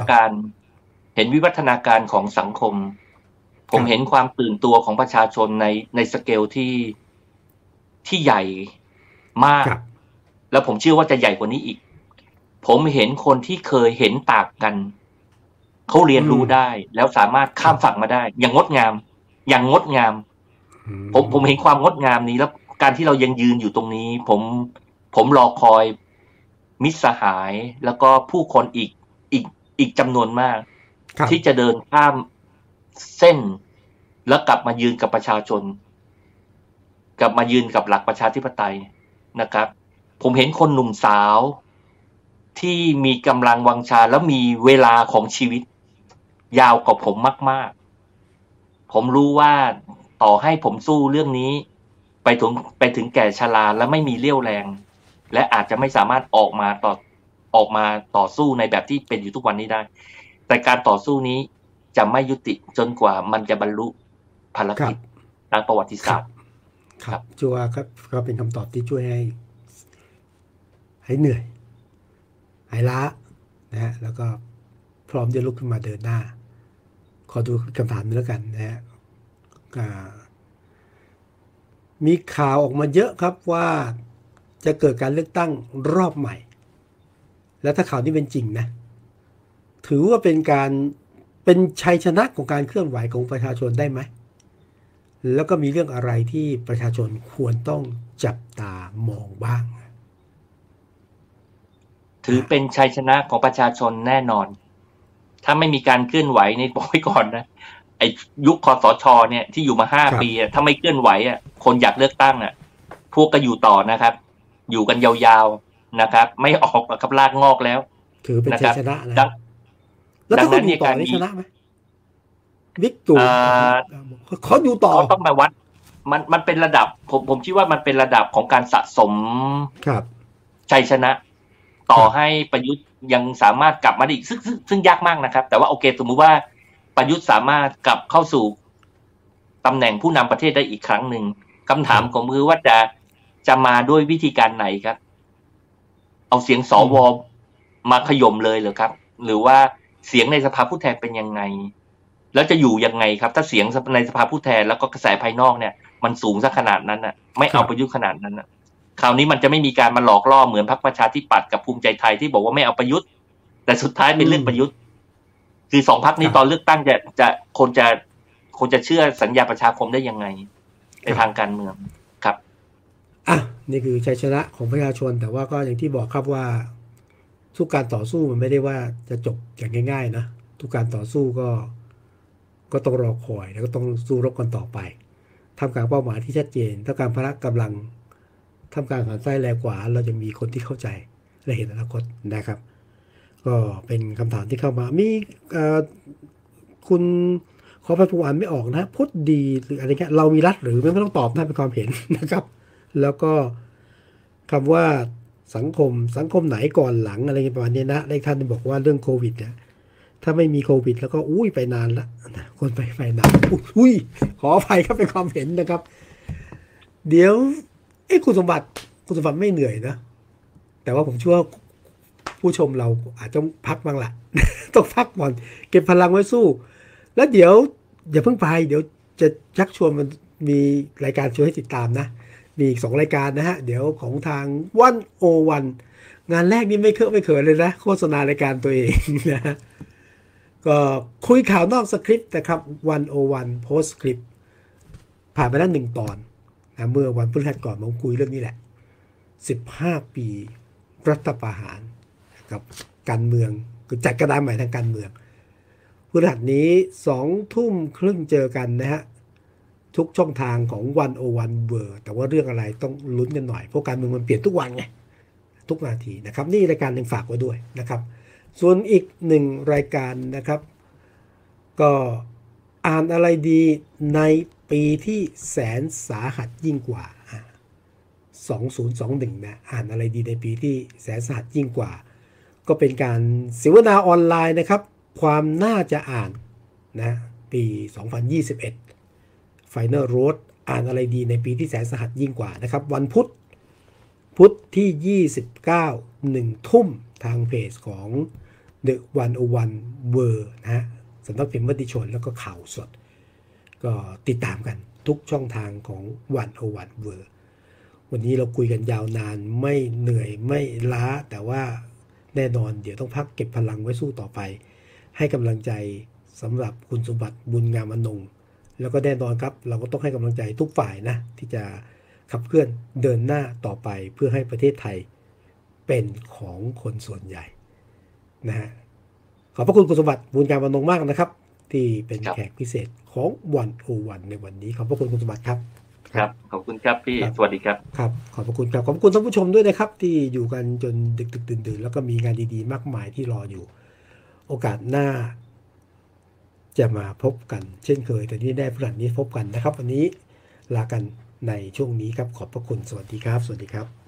การของสังคมผมเห็นความตื่นตัวของประชาชนในสเกลที่ใหญ่มากแล้วผมเชื่อว่าจะใหญ่กว่านี้อีกผมเห็นคนที่เคยเห็นต่างกันเขาเรียนรู้ได้แล้วสามารถข้ามฝั่งมาได้อย่างงดงามผมเห็นความงดงามนี้แล้วการที่เรายังยืนอยู่ตรงนี้ผมรอคอยมิตรสหายแล้วก็ผู้คนอีกจำนวนมากที่จะเดินข้ามเส้นแล้วกลับมายืนกับประชาชนกลับมายืนกับหลักประชาธิปไตยนะครับผมเห็นคนหนุ่มสาวที่มีกำลังวังชาแล้วมีเวลาของชีวิตยาวกว่าผมมากๆผมรู้ว่าต่อให้ผมสู้เรื่องนี้ไปถึงแก่ชราและไม่มีเรี่ยวแรงและอาจจะไม่สามารถออกมาต่อสู้ในแบบที่เป็นอยู่ทุกวันนี้ได้แต่การต่อสู้นี้จะไม่ยุติจนกว่ามันจะบรรลุภารกิจทางประวัติศาสตร์ครับชัวร์ครับก็เป็นคำตอบที่ช่วยให้เหนื่อยหายล้านะฮะแล้วก็พร้อมจะลุกขึ้นมาเดินหน้าขอดูคำถามนี้แล้วกันนะฮะมีข่าวออกมาเยอะครับว่าจะเกิดการเลือกตั้งรอบใหม่แล้วถ้าข่าวนี้เป็นจริงนะถือว่าเป็นชัยชนะของการเคลื่อนไหวของประชาชนได้ไหมแล้วก็มีเรื่องอะไรที่ประชาชนควรต้องจับตามองบ้างถือเป็นชัยชนะของประชาชนแน่นอนถ้าไม่มีการเคลื่อนไหวในบอกไว้ก่อนนะไอ้ยุคคสช.เนี่ยที่อยู่มา5 ปีถ้าไม่เคลื่อนไหวคนอยากเลือกตั้งพวกก็อยู่ต่อนะครับอยู่กันยาวๆนะครับไม่ออกกับรากงอกแล้วถือเป็นชัยชนะนะแล้วถ้าเขาอยู่ต่อนี่ชนะไหมบิ๊กตู่เขาอยู่ต่อเขาต้องมาวัดมันเป็นระดับผมคิดว่ามันเป็นระดับของการสะสมชัยชนะต่อให้ประยุทธ์ยังสามารถกลับมาได้อีกซึ่งยากมากนะครับแต่ว่าโอเคสมมุติว่าประยุทธ์สามารถกลับเข้าสู่ตำแหน่งผู้นำประเทศได้อีกครั้งหนึ่งคำถามของมือว่าจะมาด้วยวิธีการไหนครับเอาเสียงสวมาขย่มเลยเหรอครับหรือว่าเสียงในสภาผู้แทนเป็นยังไงแล้วจะอยู่ยังไงครับถ้าเสียงในสภาผู้แทนแล้วก็กระแสภายนอกเนี่ยมันสูงซะขนาดนั้นน่ะไม่เอาประยุทธ์ขนาดนั้นน่ะคราวนี้มันจะไม่มีการมาหลอกล่อเหมือนพรรคประชาธิปัตย์กับภูมิใจไทยที่บอกว่าไม่เอาประยุทธ์แต่สุดท้ายเป็นเรื่องประยุทธ์คือสองพรรคนี้ตอนเลือกตั้งคนจะเชื่อสัญญาประชาคมได้ยังไงในทางการเมืองครับนี่คือชัยชนะของประชาชนแต่ว่าก็อย่างที่บอกครับว่าทุกการต่อสู้มันไม่ได้ว่าจะจบอย่างง่ายๆนะทุกการต่อสู้ก็ต้องรอคอยแล้วก็ต้องสู้รบกันต่อไปทำการเป้าหมายที่ชัดเจนถ้าการพละกำลังทำการหันซ้ายแลขวาเราจะมีคนที่เข้าใจและเห็นอนาคตนะครับ ก็เป็นคำถามที่เข้ามามีคุณขอไปผมอ่านไม่ออกนะพุทธดีหรืออะไรเงี้ยเรามีรัฐหรือไม่ต้องตอบนะเป็นความเห็นนะครับแล้วก็คำว่าสังคมไหนก่อนหลังอะไรประมาณนี้นะเลขท่านบอกว่าเรื่องโควิดเนี่ยถ้าไม่มีโควิดแล้วก็ไปนานละคนไปนานขออภัยครับเป็นความเห็นนะครับเดี๋ยวคุณสมบัติไม่เหนื่อยนะแต่ว่าผมเชื่อว่าผู้ชมเราอาจจะพักบ้างละ ต้องพักก่อนเก็บพลังไว้สู้แล้วเดี๋ยวอย่าเพิ่งไปเดี๋ยวจะชักชวนมันมีรายการชวนให้ติดตามนะมีอีก2รายการนะฮะเดี๋ยวของทาง101งานแรกนี่ไม่เคอะเลยนะโฆษณารายการตัวเองนะก็คุยข่าวนอกสคริปต์นะครับ101 Post Script ผ่านไปแล้ว1 ตอนนะเมื่อวันพฤหัสก่อนผมคุยเรื่องนี้แหละ15 ปีรัฐประหารกับการเมืองคือจัดกระดานใหม่ทางการเมืองพฤหัสนี้20:30 น.เจอกันนะฮะทุกช่องทางของ101 เวอร์แต่ว่าเรื่องอะไรต้องลุ้นกันหน่อยเพราะการเมืองมันเปลี่ยนทุกวันไงทุกนาทีนะครับนี่รายการหนึ่งฝากไว้ด้วยนะครับส่วนอีก1รายการนะครับก็อ่านอะไรดีในปีที่แสนสาหัสยิ่งกว่า2021นะอ่านอะไรดีในปีที่แสนสาหัสยิ่งกว่าก็เป็นการเสวนาออนไลน์นะครับความน่าจะอ่านนะปี2021 Final Road อ่านอะไรดีในปีที่แสนสาหัสยิ่งกว่านะครับวันพุธที่29 1 ทุ่มทางเพจของ The 101 World นะฮะสำนักพิมพ์มติชนแล้วก็ข่าวสดก็ติดตามกันทุกช่องทางของ101 World วันนี้เราคุยกันยาวนานไม่เหนื่อยไม่ล้าแต่ว่าแน่นอนเดี๋ยวต้องพักเก็บพลังไว้สู้ต่อไปให้กำลังใจสำหรับคุณสมบัติบุญงามอนงแล้วก็แน่นอนครับเราก็ต้องให้กำลังใจทุกฝ่ายนะที่จะขับเคลื่อนเดินหน้าต่อไปเพื่อให้ประเทศไทยเป็นของคนส่วนใหญ่นะฮะขอบพระคุณคุณสมบัติบุญงามอนงมากนะครับที่เป็นแขกพิเศษของ101ในวันนี้ขอบพระคุณคุณสมบัติครับครับขอบคุณครับพี่สวัสดีครับครับขอบพระคุณครับขอบคุณท่านผู้ชมด้วยนะครับที่อยู่กันจนดึกดื่นแล้วก็มีงานดีๆมากมายที่รออยู่โอกาสหน้าจะมาพบกันเช่นเคยแต่ที่แน่พฤหัสนี้พบกันนะครับวันนี้ลากันในช่วงนี้ครับขอบพระคุณสวัสดีครับ